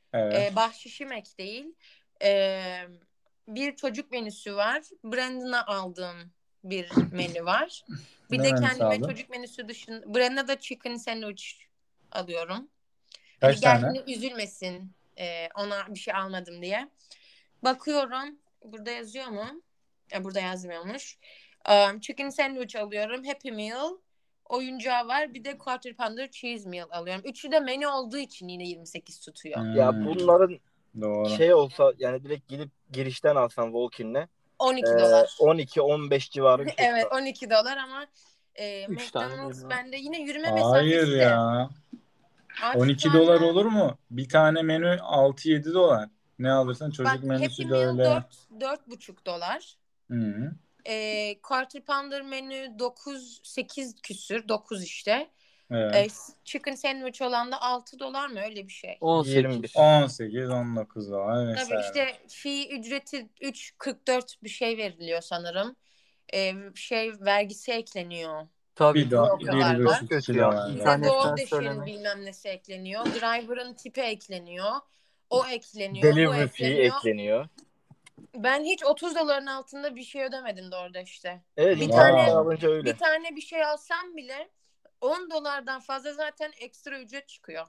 [SPEAKER 1] Evet.
[SPEAKER 2] Ee, bahşişi Mac değil. Ee, bir çocuk menüsü var. Brandon'a aldığım bir menü var. Bir
[SPEAKER 1] Ne
[SPEAKER 2] de
[SPEAKER 1] menüsü
[SPEAKER 2] kendime
[SPEAKER 1] aldın?
[SPEAKER 2] çocuk menüsü dışında Brandon'a da chicken sandwich alıyorum. Hani
[SPEAKER 1] Kaç tane?
[SPEAKER 2] geldiğinde üzülmesin e, ona bir şey almadım diye. Bakıyorum. Burada yazıyor mu? E, burada yazmıyormuş. Um, chicken sandwich alıyorum. Happy Meal. Oyuncağı var. Bir de quarter pounder cheese meal alıyorum. Üçü de menü olduğu için yine yirmi sekiz tutuyor.
[SPEAKER 3] Ya
[SPEAKER 1] Hmm,
[SPEAKER 3] bunların
[SPEAKER 1] doğru.
[SPEAKER 3] şey olsa yani direkt gidip girişten alsan Walk-in'le
[SPEAKER 2] on iki
[SPEAKER 3] e,
[SPEAKER 2] dolar.
[SPEAKER 3] on iki on beş civarı bir şey
[SPEAKER 2] Evet
[SPEAKER 3] tutar.
[SPEAKER 2] on iki dolar ama e,
[SPEAKER 4] Üç tane
[SPEAKER 2] McDonald's
[SPEAKER 4] menü.
[SPEAKER 2] bende yine yürüme
[SPEAKER 1] Hayır
[SPEAKER 2] mesafesi de.
[SPEAKER 1] ya.
[SPEAKER 2] Abi
[SPEAKER 1] on
[SPEAKER 2] şu
[SPEAKER 1] iki dolar
[SPEAKER 2] anda
[SPEAKER 1] olur mu? Bir tane menü altı yedi dolar. Ne alırsan
[SPEAKER 2] bak
[SPEAKER 1] çocuk
[SPEAKER 2] Happy
[SPEAKER 1] menüsü de
[SPEAKER 2] Meal
[SPEAKER 1] öyle.
[SPEAKER 2] dört dört buçuk dolar.
[SPEAKER 1] Hı.
[SPEAKER 2] E, quarter pounder menü dokuz sekiz küsür. dokuz işte.
[SPEAKER 1] Evet.
[SPEAKER 2] E, chicken sandwich olan da altı dolar mı öyle bir şey.
[SPEAKER 4] on
[SPEAKER 3] yirmi
[SPEAKER 4] sekiz.
[SPEAKER 3] bir.
[SPEAKER 1] on sekiz on dokuz dolar
[SPEAKER 2] Tabii
[SPEAKER 1] vesaire.
[SPEAKER 2] işte fee ücreti üç kırk dört bir şey veriliyor sanırım. Ee, şey vergisi ekleniyor.
[SPEAKER 4] Tabii
[SPEAKER 1] Bir,
[SPEAKER 2] Bir
[SPEAKER 1] do
[SPEAKER 2] o
[SPEAKER 4] tabii.
[SPEAKER 2] kadar
[SPEAKER 1] bir
[SPEAKER 2] da.
[SPEAKER 3] Çok
[SPEAKER 1] buçuk iki
[SPEAKER 3] kötü ya.
[SPEAKER 1] dolar.
[SPEAKER 2] İşte
[SPEAKER 4] İnternetten
[SPEAKER 2] DoorDash'in
[SPEAKER 4] söyleme.
[SPEAKER 2] bilmem nesi ekleniyor. Driver'ın tipi ekleniyor. O ekleniyor. Bu
[SPEAKER 3] Delivery fee
[SPEAKER 2] ekleniyor.
[SPEAKER 3] ekleniyor.
[SPEAKER 2] Ben hiç otuz doların altında bir şey ödemedim DoorDash'te.
[SPEAKER 3] Evet,
[SPEAKER 2] Bir
[SPEAKER 3] internetten
[SPEAKER 2] tane
[SPEAKER 1] Wow.
[SPEAKER 3] alınca öyle.
[SPEAKER 2] bir tane bir şey alsam bile on dolardan fazla zaten ekstra ücret çıkıyor.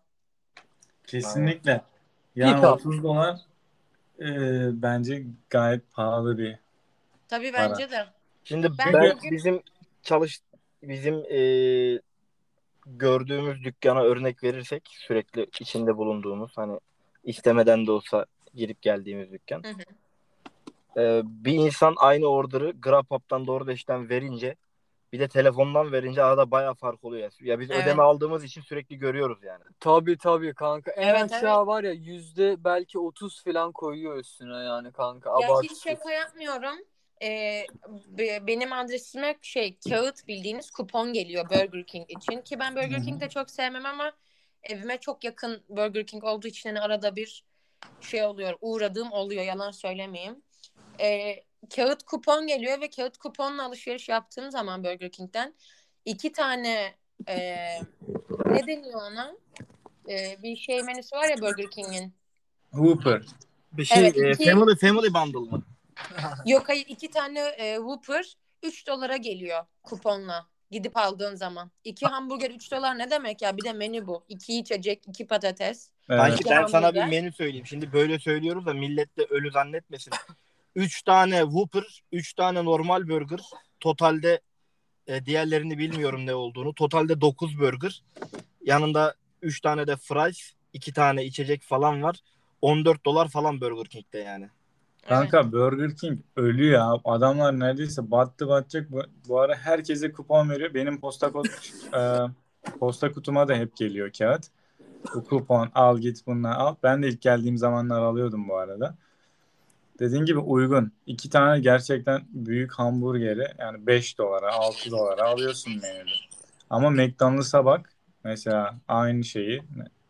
[SPEAKER 1] Kesinlikle. Yani
[SPEAKER 4] Pika.
[SPEAKER 1] otuz dolar e, bence gayet pahalı bir
[SPEAKER 2] Tabii
[SPEAKER 1] para.
[SPEAKER 2] bence de.
[SPEAKER 3] Şimdi
[SPEAKER 2] Ben
[SPEAKER 3] ben
[SPEAKER 2] bugün
[SPEAKER 3] bizim çalış bizim e, gördüğümüz dükkana örnek verirsek sürekli içinde bulunduğumuz hani istemeden de olsa girip geldiğimiz dükkan.
[SPEAKER 2] Hı hı.
[SPEAKER 3] E, bir insan aynı order'ı Grubhub'dan DoorDash'ten verince bir de telefondan verince arada bayağı fark oluyor. Ya biz
[SPEAKER 2] Evet.
[SPEAKER 3] ödeme aldığımız için sürekli görüyoruz yani.
[SPEAKER 4] Tabii tabii kanka. En
[SPEAKER 2] Evet,
[SPEAKER 4] aşağı
[SPEAKER 2] evet.
[SPEAKER 4] var ya yüzde belki otuz falan koyuyor üstüne yani kanka.
[SPEAKER 2] Ya hiç
[SPEAKER 4] Abartısız.
[SPEAKER 2] şaka yapmıyorum. Ee, be- benim adresime şey kağıt bildiğiniz kupon geliyor Burger King için. Ki ben Burger King de çok sevmem ama evime çok yakın Burger King olduğu için hani arada bir şey oluyor. Uğradığım oluyor. Yalan söylemeyeyim. Ee, kağıt kupon geliyor ve kağıt kuponla alışveriş yaptığım zaman Burger King'den iki tane e, ne deniyor ona? Ee, bir şey menüsü var ya Burger King'in.
[SPEAKER 1] Whopper.
[SPEAKER 3] Bir şey
[SPEAKER 2] Evet,
[SPEAKER 3] e,
[SPEAKER 2] iki
[SPEAKER 3] family family bundle mı?
[SPEAKER 2] Yok hayır iki tane e, Whopper üç dolara geliyor kuponla gidip aldığın zaman. İki hamburger üç dolar ne demek ya? Bir de menü bu. İki içecek, iki patates,
[SPEAKER 1] Evet.
[SPEAKER 3] Kanki
[SPEAKER 2] iki
[SPEAKER 3] ben sana bir
[SPEAKER 2] hamburger.
[SPEAKER 3] menü söyleyeyim. Şimdi böyle söylüyoruz da millet de ölü zannetmesin. üç tane Whopper, üç tane normal burger. Totalde e, diğerlerini bilmiyorum ne olduğunu. Totalde dokuz burger. Yanında üç tane de fries, iki tane içecek falan var. on dört dolar falan Burger King'de yani.
[SPEAKER 2] Evet.
[SPEAKER 1] Kanka Burger King ölü ya. Adamlar neredeyse battı batacak. Bu, bu ara herkese kupon veriyor. Benim posta kut- e, posta kutuma da hep geliyor kağıt. Bu kupon al git bunları al. Ben de ilk geldiğim zamanlar alıyordum bu arada. Dediğin gibi uygun. İki tane gerçekten büyük hamburgeri yani beş dolara altı dolara alıyorsun menüde. Ama McDonald's'a bak. Mesela aynı şeyi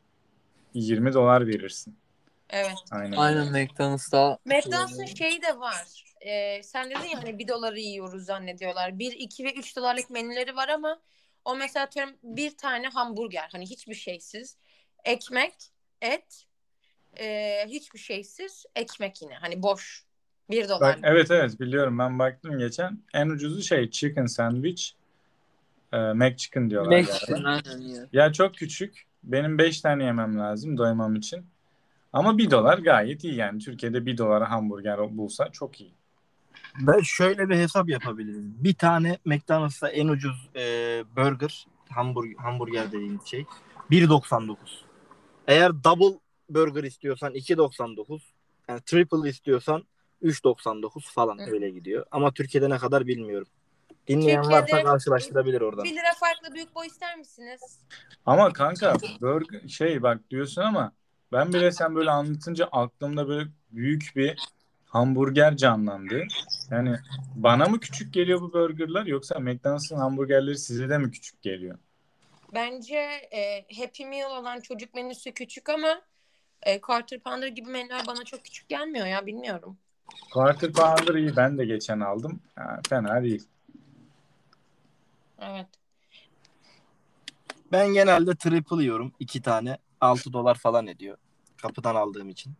[SPEAKER 1] yirmi dolar verirsin.
[SPEAKER 2] Evet.
[SPEAKER 1] Aynen.
[SPEAKER 4] Aynen McDonald's'ta.
[SPEAKER 2] McDonald's'ın şeyi de var. Ee, sen dedin ya hani bir doları yiyoruz zannediyorlar. Bir, iki ve üç dolarlık menüleri var ama o mesela atıyorum bir tane hamburger. Hani hiçbir şeysiz. Ekmek, et, e, hiçbir şeysiz. Ekmek yine. Hani boş. Bir
[SPEAKER 1] Bak,
[SPEAKER 2] dolarlık.
[SPEAKER 1] evet evet biliyorum ben baktım geçen. En ucuzu şey chicken sandwich. E, McChicken diyorlar
[SPEAKER 4] Mexican
[SPEAKER 1] galiba.
[SPEAKER 4] aynen ya.
[SPEAKER 1] Ya çok küçük. Benim beş tane yemem lazım doymam için. Ama bir dolar gayet iyi yani. Türkiye'de bir dolara hamburger bulsa çok iyi.
[SPEAKER 3] Ben şöyle bir hesap yapabiliriz. Bir tane McDonald's'ta en ucuz e, burger, hamburger, hamburger dediğimiz şey bir doksan dokuz. Eğer double burger istiyorsan iki doksan dokuz. Yani triple istiyorsan üç doksan dokuz falan
[SPEAKER 2] Hı.
[SPEAKER 3] öyle gidiyor. Ama Türkiye'de ne kadar bilmiyorum. Dinleyen
[SPEAKER 2] Türkiye'de
[SPEAKER 3] varsa karşılaştırabilir oradan.
[SPEAKER 2] bir lira farklı büyük boy ister misiniz?
[SPEAKER 1] Ama kanka burger şey bak diyorsun ama ben bile sen böyle anlatınca aklımda böyle büyük bir hamburger canlandı. Yani bana mı küçük geliyor bu burgerlar yoksa McDonald's'ın hamburgerleri size de mi küçük geliyor?
[SPEAKER 2] Bence e, Happy Meal olan çocuk menüsü küçük ama e, Quarter Pounder gibi menüler bana çok küçük gelmiyor ya bilmiyorum.
[SPEAKER 1] Quarter Pounder iyi ben de geçen aldım. Ha, fena değil.
[SPEAKER 2] Evet.
[SPEAKER 3] Ben genelde triple yiyorum. iki tane. altı dolar falan ediyor. kapıdan aldığım için.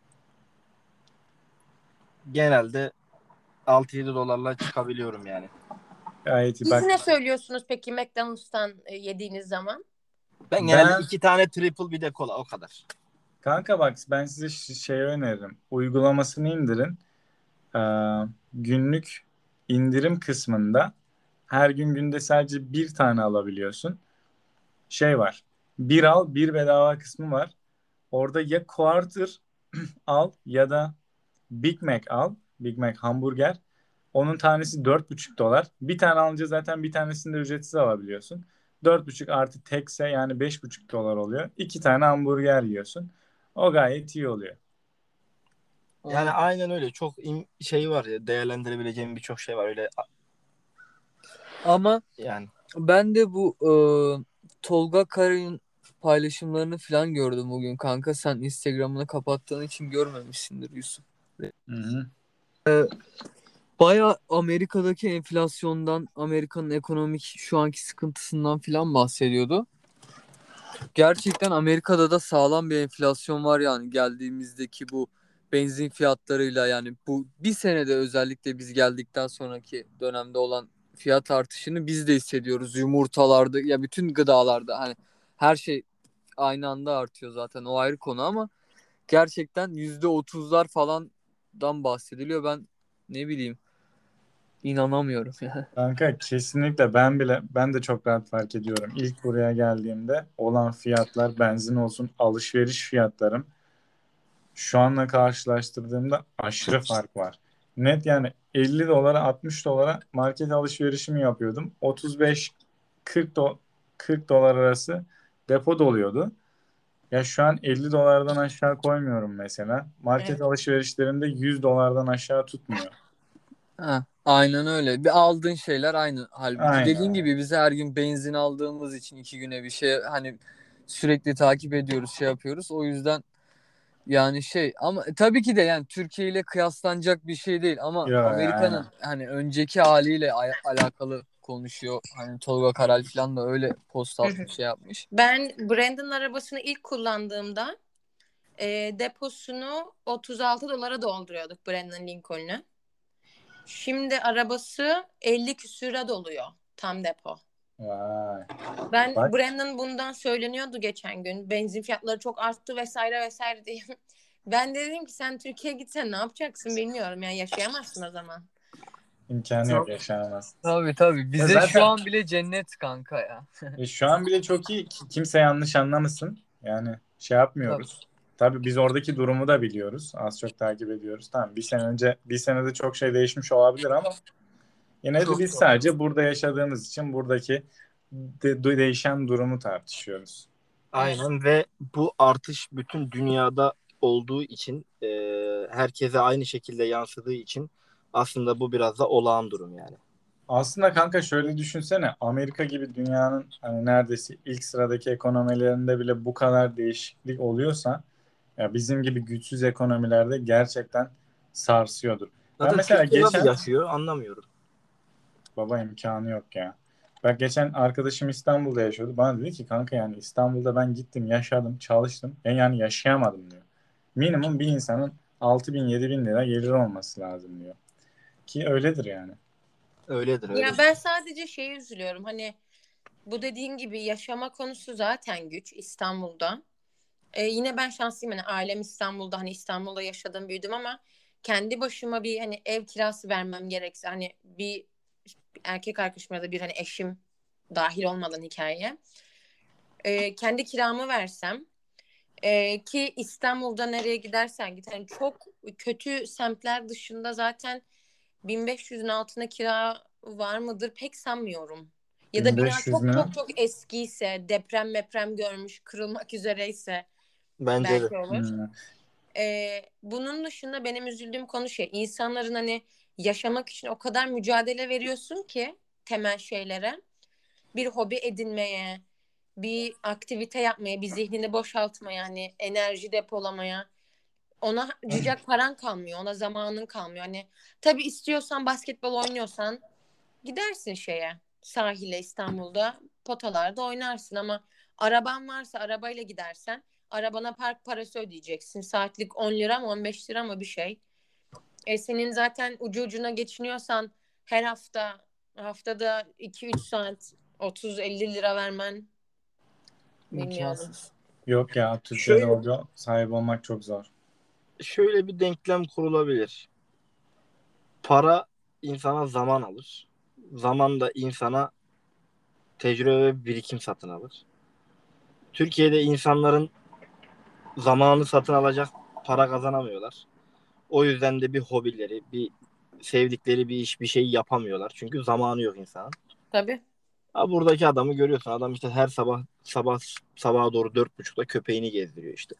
[SPEAKER 3] Genelde altı yedi dolarla çıkabiliyorum yani.
[SPEAKER 1] Gayet iyi.
[SPEAKER 2] Siz
[SPEAKER 1] Bak
[SPEAKER 2] ne söylüyorsunuz peki McDonald's'tan e, yediğiniz zaman?
[SPEAKER 3] Ben genelde
[SPEAKER 1] ben
[SPEAKER 3] iki tane triple bir de kola o kadar.
[SPEAKER 1] kanka bak ben size ş- şey öneririm. Uygulamasını indirin. Ee, günlük indirim kısmında her gün günde sadece bir tane alabiliyorsun. Şey var. Bir al bir bedava kısmı var. Orada ya quarter al ya da Big Mac al. Big Mac hamburger. Onun tanesi dört buçuk dolar. Bir tane alınca zaten bir tanesini de ücretsiz alabiliyorsun. Dört buçuk artı tekse yani beş buçuk dolar oluyor. İki tane hamburger yiyorsun. O gayet iyi oluyor.
[SPEAKER 3] Yani aynen öyle. Çok im- şey var ya, değerlendirebileceğim birçok şey var öyle
[SPEAKER 4] Ama
[SPEAKER 3] yani.
[SPEAKER 4] ben de bu e, Tolga Karay'ın paylaşımlarını falan gördüm bugün kanka. Sen Instagram'ını kapattığın için görmemişsindir Yusuf.
[SPEAKER 1] Hı hı.
[SPEAKER 4] Baya Amerika'daki enflasyondan, Amerika'nın ekonomik şu anki sıkıntısından falan bahsediyordu. Gerçekten Amerika'da da sağlam bir enflasyon var yani geldiğimizdeki bu benzin fiyatlarıyla, yani bu bir senede özellikle biz geldikten sonraki dönemde olan fiyat artışını biz de hissediyoruz. Yumurtalarda ya bütün gıdalarda, hani her şey aynı anda artıyor zaten, o ayrı konu, ama gerçekten yüzde otuzlar falandan bahsediliyor. Ben ne bileyim, inanamıyorum yani.
[SPEAKER 1] Kanka kesinlikle ben bile ben de çok rahat fark ediyorum. İlk buraya geldiğimde olan fiyatlar benzin olsun alışveriş fiyatlarım şu anla karşılaştırdığımda aşırı fark var. Net yani elli dolara altmış dolara market alışverişimi yapıyordum. otuz beş kırk do kırk dolar arası depo doluyordu. Ya şu an elli dolardan aşağı koymuyorum mesela. Market
[SPEAKER 2] Evet.
[SPEAKER 1] alışverişlerimde yüz dolardan aşağı tutmuyor.
[SPEAKER 4] Ha, aynen öyle. Bir aldığın şeyler aynı. Halbuki dediğin
[SPEAKER 1] Aynen.
[SPEAKER 4] gibi biz her gün benzin aldığımız için iki güne bir şey, hani sürekli takip ediyoruz, şey yapıyoruz. O yüzden yani şey, ama tabii ki de yani Türkiye ile kıyaslanacak bir şey değil, ama
[SPEAKER 1] Yok
[SPEAKER 4] Amerika'nın
[SPEAKER 1] aynen.
[SPEAKER 4] hani önceki haliyle a- alakalı konuşuyor. Hani Tolga Karal falan da öyle post
[SPEAKER 2] Hı
[SPEAKER 4] atmış,
[SPEAKER 2] hı.
[SPEAKER 4] şey yapmış.
[SPEAKER 2] Ben Brandon arabasını ilk kullandığımda e, deposunu otuz altı dolara dolduruyorduk Brandon Lincoln'u. Şimdi arabası elli küsüre doluyor tam depo.
[SPEAKER 1] Vay.
[SPEAKER 2] Ben
[SPEAKER 1] Bak
[SPEAKER 2] Brandon bundan söyleniyordu geçen gün. Benzin fiyatları çok arttı vesaire vesaire diye. Ben de dedim ki sen Türkiye'ye gitsen ne yapacaksın bilmiyorum. Yani yaşayamazsın o zaman.
[SPEAKER 1] imkanı yok yaşanamaz.
[SPEAKER 4] Tabii tabii.
[SPEAKER 1] Ya
[SPEAKER 4] Bize şu
[SPEAKER 1] zaten
[SPEAKER 4] an bile cennet kanka ya.
[SPEAKER 1] e, şu an bile çok iyi. Ki- Kimse yanlış anlamasın. Yani şey
[SPEAKER 4] Tabii.
[SPEAKER 1] yapmıyoruz. Tabii biz oradaki durumu da biliyoruz. Az çok takip ediyoruz. Tamam bir sene önce bir senede çok şey değişmiş olabilir ama yine de
[SPEAKER 4] Çok
[SPEAKER 1] biz
[SPEAKER 4] çok.
[SPEAKER 1] sadece burada yaşadığımız için buradaki de- de- değişen durumu tartışıyoruz.
[SPEAKER 2] Evet.
[SPEAKER 3] Aynen ve bu artış bütün dünyada olduğu için e, herkese aynı şekilde yansıdığı için aslında bu biraz da olağan durum yani.
[SPEAKER 1] Aslında kanka şöyle düşünsene Amerika gibi dünyanın hani neredeyse ilk sıradaki ekonomilerinde bile bu kadar değişiklik oluyorsa ya bizim gibi güçsüz ekonomilerde gerçekten sarsıyordur. Ben
[SPEAKER 3] Zaten
[SPEAKER 1] mesela
[SPEAKER 3] Türkiye nasıl
[SPEAKER 1] geçen
[SPEAKER 3] yaşıyor anlamıyorum.
[SPEAKER 1] baba imkanı yok ya. Bak geçen arkadaşım İstanbul'da yaşıyordu. Bana dedi ki kanka yani İstanbul'da ben gittim, yaşadım, çalıştım. Ben yani yaşayamadım diyor. Minimum bir insanın altı bin yedi bin lira gelir olması lazım diyor. Ki öyledir yani.
[SPEAKER 3] Öyledir
[SPEAKER 2] Ya
[SPEAKER 3] öyledir.
[SPEAKER 2] ben sadece şeye üzülüyorum. Hani bu dediğin gibi yaşama konusu zaten güç İstanbul'da. Ee, yine ben şanslıyım. Hani ailem İstanbul'da. Hani İstanbul'da yaşadım, büyüdüm ama kendi başıma bir hani ev kirası vermem gerekse hani bir erkek arkadaşım ya da bir hani eşim dahil olmadan hikayeye e, kendi kiramı versem e, ki İstanbul'da nereye gidersen git hani çok kötü semtler dışında zaten bin beş yüzün altına kira var mıdır pek sanmıyorum. Ya da bina
[SPEAKER 1] bin beş yüz
[SPEAKER 2] çok
[SPEAKER 1] mü?
[SPEAKER 2] çok çok eskiyse, deprem meprem görmüş, kırılmak üzereyse
[SPEAKER 3] Bence de.
[SPEAKER 2] belki olur.
[SPEAKER 1] Hmm.
[SPEAKER 2] Ee, bunun dışında benim üzüldüğüm konu şey, insanların hani yaşamak için o kadar mücadele veriyorsun ki temel şeylere, bir hobi edinmeye, bir aktivite yapmaya, bir zihnini boşaltmaya, hani enerji depolamaya. Ona harcayacak paran kalmıyor, ona zamanın kalmıyor. Hani tabii istiyorsan basketbol oynuyorsan gidersin şeye, sahile İstanbul'da potalarda oynarsın ama araban varsa arabayla gidersen arabana park parası ödeyeceksin. Saatlik on lira mı on beş lira mı bir şey. E senin zaten ucu ucuna geçiniyorsan her hafta haftada iki üç saat otuz elli lira vermen bilmiyorum.
[SPEAKER 4] İmkansız.
[SPEAKER 1] Yok ya, Türkiye'de
[SPEAKER 3] Şöyle
[SPEAKER 1] hoca sahibi olmak çok zor.
[SPEAKER 3] şöyle bir denklem kurulabilir. Para insana zaman alır. Zaman da insana tecrübe ve birikim satın alır. Türkiye'de insanların zamanı satın alacak para kazanamıyorlar. O yüzden de bir hobileri, bir sevdikleri bir iş, bir şey yapamıyorlar. Çünkü zamanı yok insanın.
[SPEAKER 2] Tabii.
[SPEAKER 3] Ha, buradaki adamı görüyorsun. Adam işte her sabah sabah sabaha doğru dört buçukta köpeğini gezdiriyor işte.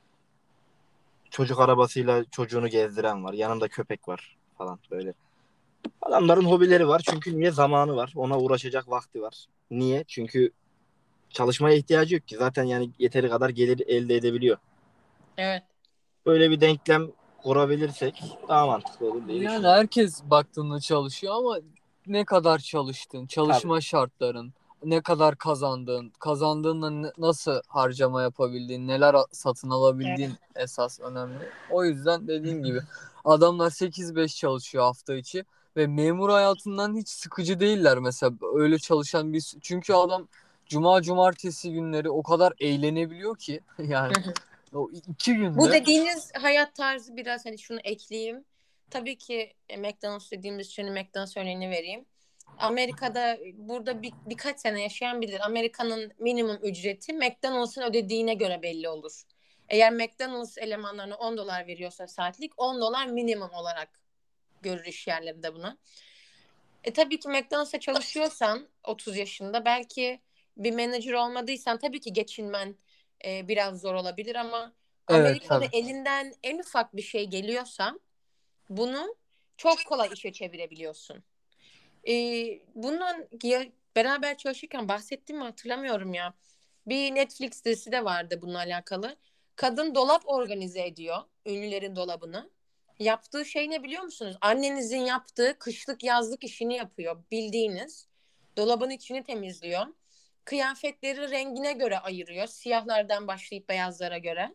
[SPEAKER 3] Çocuk arabasıyla çocuğunu gezdiren var. Yanında köpek var falan böyle. Adamların hobileri var. Çünkü niye? Zamanı var. Ona uğraşacak vakti var. Niye? Çünkü çalışmaya ihtiyacı yok ki. Zaten yani yeteri kadar gelir elde edebiliyor.
[SPEAKER 2] Evet.
[SPEAKER 3] Böyle bir denklem kurabilirsek daha mantıklı olur diye
[SPEAKER 4] Yani
[SPEAKER 3] düşünüyorum.
[SPEAKER 4] herkes baktığında çalışıyor ama ne kadar çalıştın, çalışma şartların, ne kadar kazandığın, kazandığınla ne- nasıl harcama yapabildiğin, neler a- satın alabildiğin esas önemli. O yüzden dediğim gibi adamlar sekiz beş çalışıyor hafta içi ve memur hayatından hiç sıkıcı değiller mesela öyle çalışan bir çünkü adam cuma cumartesi günleri o kadar eğlenebiliyor ki yani o iki günde.
[SPEAKER 2] Bu dediğiniz hayat tarzı biraz hani şunu ekleyeyim. Tabii ki e, McDonald's dediğimiz için McDonald's örneğini vereyim. Amerika'da burada bir, birkaç sene yaşayan bilir. Amerika'nın minimum ücreti McDonald's'ın ödediğine göre belli olur. Eğer McDonald's elemanlarına on dolar veriyorsa saatlik on dolar minimum olarak görür iş yerlerinde bunu. E tabii ki McDonald's'a çalışıyorsan otuz yaşında belki bir manager olmadıysan tabii ki geçinmen e, biraz zor olabilir ama
[SPEAKER 4] Evet
[SPEAKER 2] Amerika'da
[SPEAKER 4] tabii.
[SPEAKER 2] elinden en ufak bir şey geliyorsa bunu çok kolay işe çevirebiliyorsun. E, bundan ya, beraber çalışırken bahsettim mi hatırlamıyorum ya. Bir Netflix dizisi de vardı bununla alakalı. Kadın dolap organize ediyor. Ünlülerin dolabını. Yaptığı şey ne biliyor musunuz? Annenizin yaptığı kışlık yazlık işini yapıyor. Bildiğiniz. Dolabın içini temizliyor. Kıyafetleri rengine göre ayırıyor. Siyahlardan başlayıp beyazlara göre.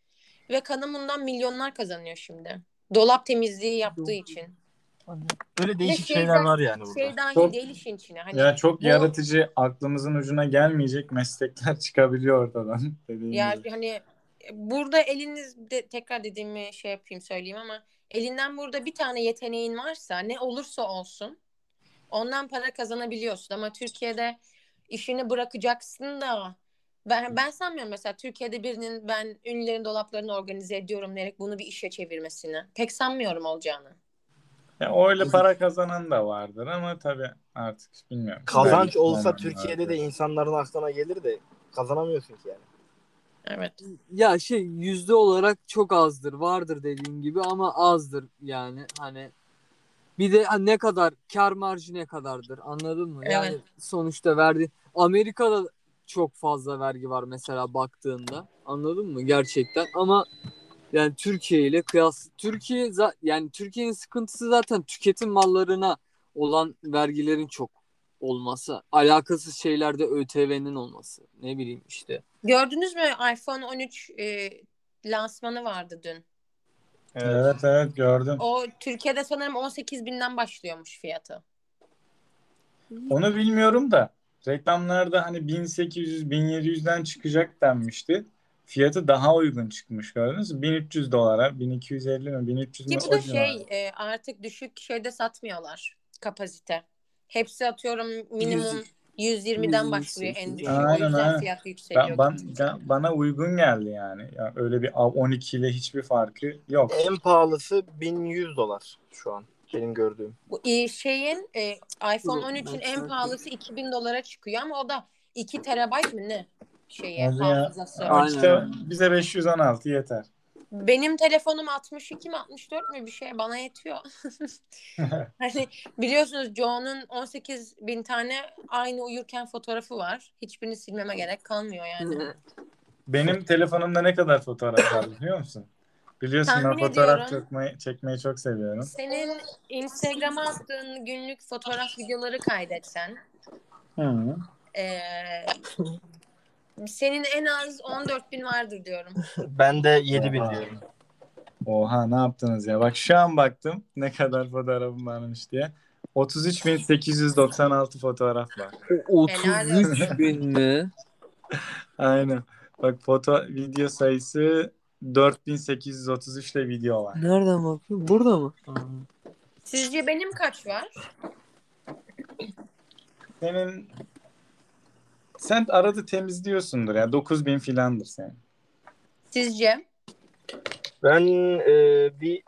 [SPEAKER 2] Ve kadın bundan milyonlar kazanıyor şimdi. Dolap temizliği yaptığı için.
[SPEAKER 3] Böyle
[SPEAKER 2] Ve
[SPEAKER 3] değişik
[SPEAKER 2] şey,
[SPEAKER 3] şeyler var yani burada.
[SPEAKER 2] şey dahil
[SPEAKER 1] Çok
[SPEAKER 2] değil işin içine. Hani
[SPEAKER 1] ya çok
[SPEAKER 2] bu
[SPEAKER 1] yaratıcı, aklımızın ucuna gelmeyecek meslekler çıkabiliyor ortadan dediğin
[SPEAKER 2] ya
[SPEAKER 1] gibi.
[SPEAKER 2] hani burada elinizde tekrar dediğimi şey yapayım söyleyeyim ama elinden burada bir tane yeteneğin varsa ne olursa olsun ondan para kazanabiliyorsun ama Türkiye'de işini bırakacaksın da ben, ben sanmıyorum mesela Türkiye'de birinin ben ünlülerin dolaplarını organize ediyorum diyerek bunu bir işe çevirmesini. Pek sanmıyorum olacağını.
[SPEAKER 1] Ya öyle para kazanan da vardır ama tabii artık bilmiyorum.
[SPEAKER 3] Kazanç
[SPEAKER 1] Belki
[SPEAKER 3] olsa
[SPEAKER 1] olmayan
[SPEAKER 3] Türkiye'de de
[SPEAKER 1] vardır.
[SPEAKER 3] insanların aklına gelir de kazanamıyorsun ki yani.
[SPEAKER 2] Evet.
[SPEAKER 4] Ya şey yüzde olarak çok azdır. Vardır dediğin gibi ama azdır yani. Hani bir de hani ne kadar kar marjı ne kadardır anladın mı?
[SPEAKER 2] Evet.
[SPEAKER 4] Yani sonuçta verdi. Amerika'da çok fazla vergi var mesela baktığında. Anladın mı? Gerçekten ama yani Türkiye ile kıyas Türkiye za- yani Türkiye'nin sıkıntısı zaten tüketim mallarına olan vergilerin çok olması. Alakasız şeylerde ÖTV'nin olması. Ne bileyim işte.
[SPEAKER 2] Gördünüz mü iPhone on üç e, lansmanı vardı dün.
[SPEAKER 3] Evet.
[SPEAKER 1] Evet evet gördüm.
[SPEAKER 2] O Türkiye'de sanırım on sekiz binden başlıyormuş fiyatı.
[SPEAKER 1] Onu bilmiyorum da reklamlarda hani bin sekiz yüz bin yedi yüzden çıkacak denmişti. Fiyatı daha uygun çıkmış, gördünüz mü? bin üç yüz dolara, bin iki yüz elli mi, bin üç yüz mü,
[SPEAKER 2] Ki bu
[SPEAKER 1] o
[SPEAKER 2] da
[SPEAKER 1] civarda.
[SPEAKER 2] şey e, artık düşük şeyde satmıyorlar kapasite. Hepsi atıyorum
[SPEAKER 4] yüz
[SPEAKER 2] minimum yüz yirmiden başlıyor en düşüğü. O
[SPEAKER 1] Aynen
[SPEAKER 2] yüzden
[SPEAKER 1] aynen.
[SPEAKER 2] fiyat yükseliyor
[SPEAKER 1] Ben, ben,
[SPEAKER 2] gittikçe.
[SPEAKER 1] ben- bana uygun geldi yani. Ya öyle bir on iki ile hiçbir farkı yok.
[SPEAKER 3] En pahalısı bin yüz dolar şu an benim gördüğüm.
[SPEAKER 2] Bu e, şeyin e, iPhone on üçün en pahalısı iki bin dolara çıkıyor ama o da iki terabayt mı ne şeyi
[SPEAKER 1] Hadi ya.
[SPEAKER 2] hafızası.
[SPEAKER 1] Ama
[SPEAKER 4] Aynen
[SPEAKER 1] işte
[SPEAKER 4] öyle.
[SPEAKER 1] bize beş yüz on altı yeter.
[SPEAKER 2] Benim telefonum altmış iki mi altmış dört mü bir şey bana yetiyor. Hani biliyorsunuz Joe'nun on sekiz bin tane aynı uyurken fotoğrafı var. Hiçbirini silmeme gerek kalmıyor yani.
[SPEAKER 1] Benim telefonumda ne kadar fotoğraf var biliyor musun? Biliyorsun ben
[SPEAKER 2] Tahmin
[SPEAKER 1] fotoğraf
[SPEAKER 2] ediyorum
[SPEAKER 1] çekmeyi, çekmeyi çok seviyorum.
[SPEAKER 2] senin Instagram'a attığın günlük fotoğraf videoları kaydetsen
[SPEAKER 1] Hı.
[SPEAKER 2] ee, Senin en az on dört bin vardır diyorum.
[SPEAKER 3] Ben de yedi bin diyorum.
[SPEAKER 1] Oha, ne yaptınız ya? Bak şu an baktım ne kadar fotoğrafım varmış diye. otuz üç bin sekiz yüz doksan altı fotoğraf var.
[SPEAKER 2] Helal
[SPEAKER 4] otuz üç bin mi?
[SPEAKER 1] Aynen. Bak foto video sayısı dört bin sekiz yüz otuz üç de video var.
[SPEAKER 4] Nereden bakıyorsun? Burada mı?
[SPEAKER 2] Sizce benim kaç var?
[SPEAKER 1] Senin sen arada temizliyorsundur ya. dokuz bin filandır senin.
[SPEAKER 2] Sizce?
[SPEAKER 3] Ben e, bir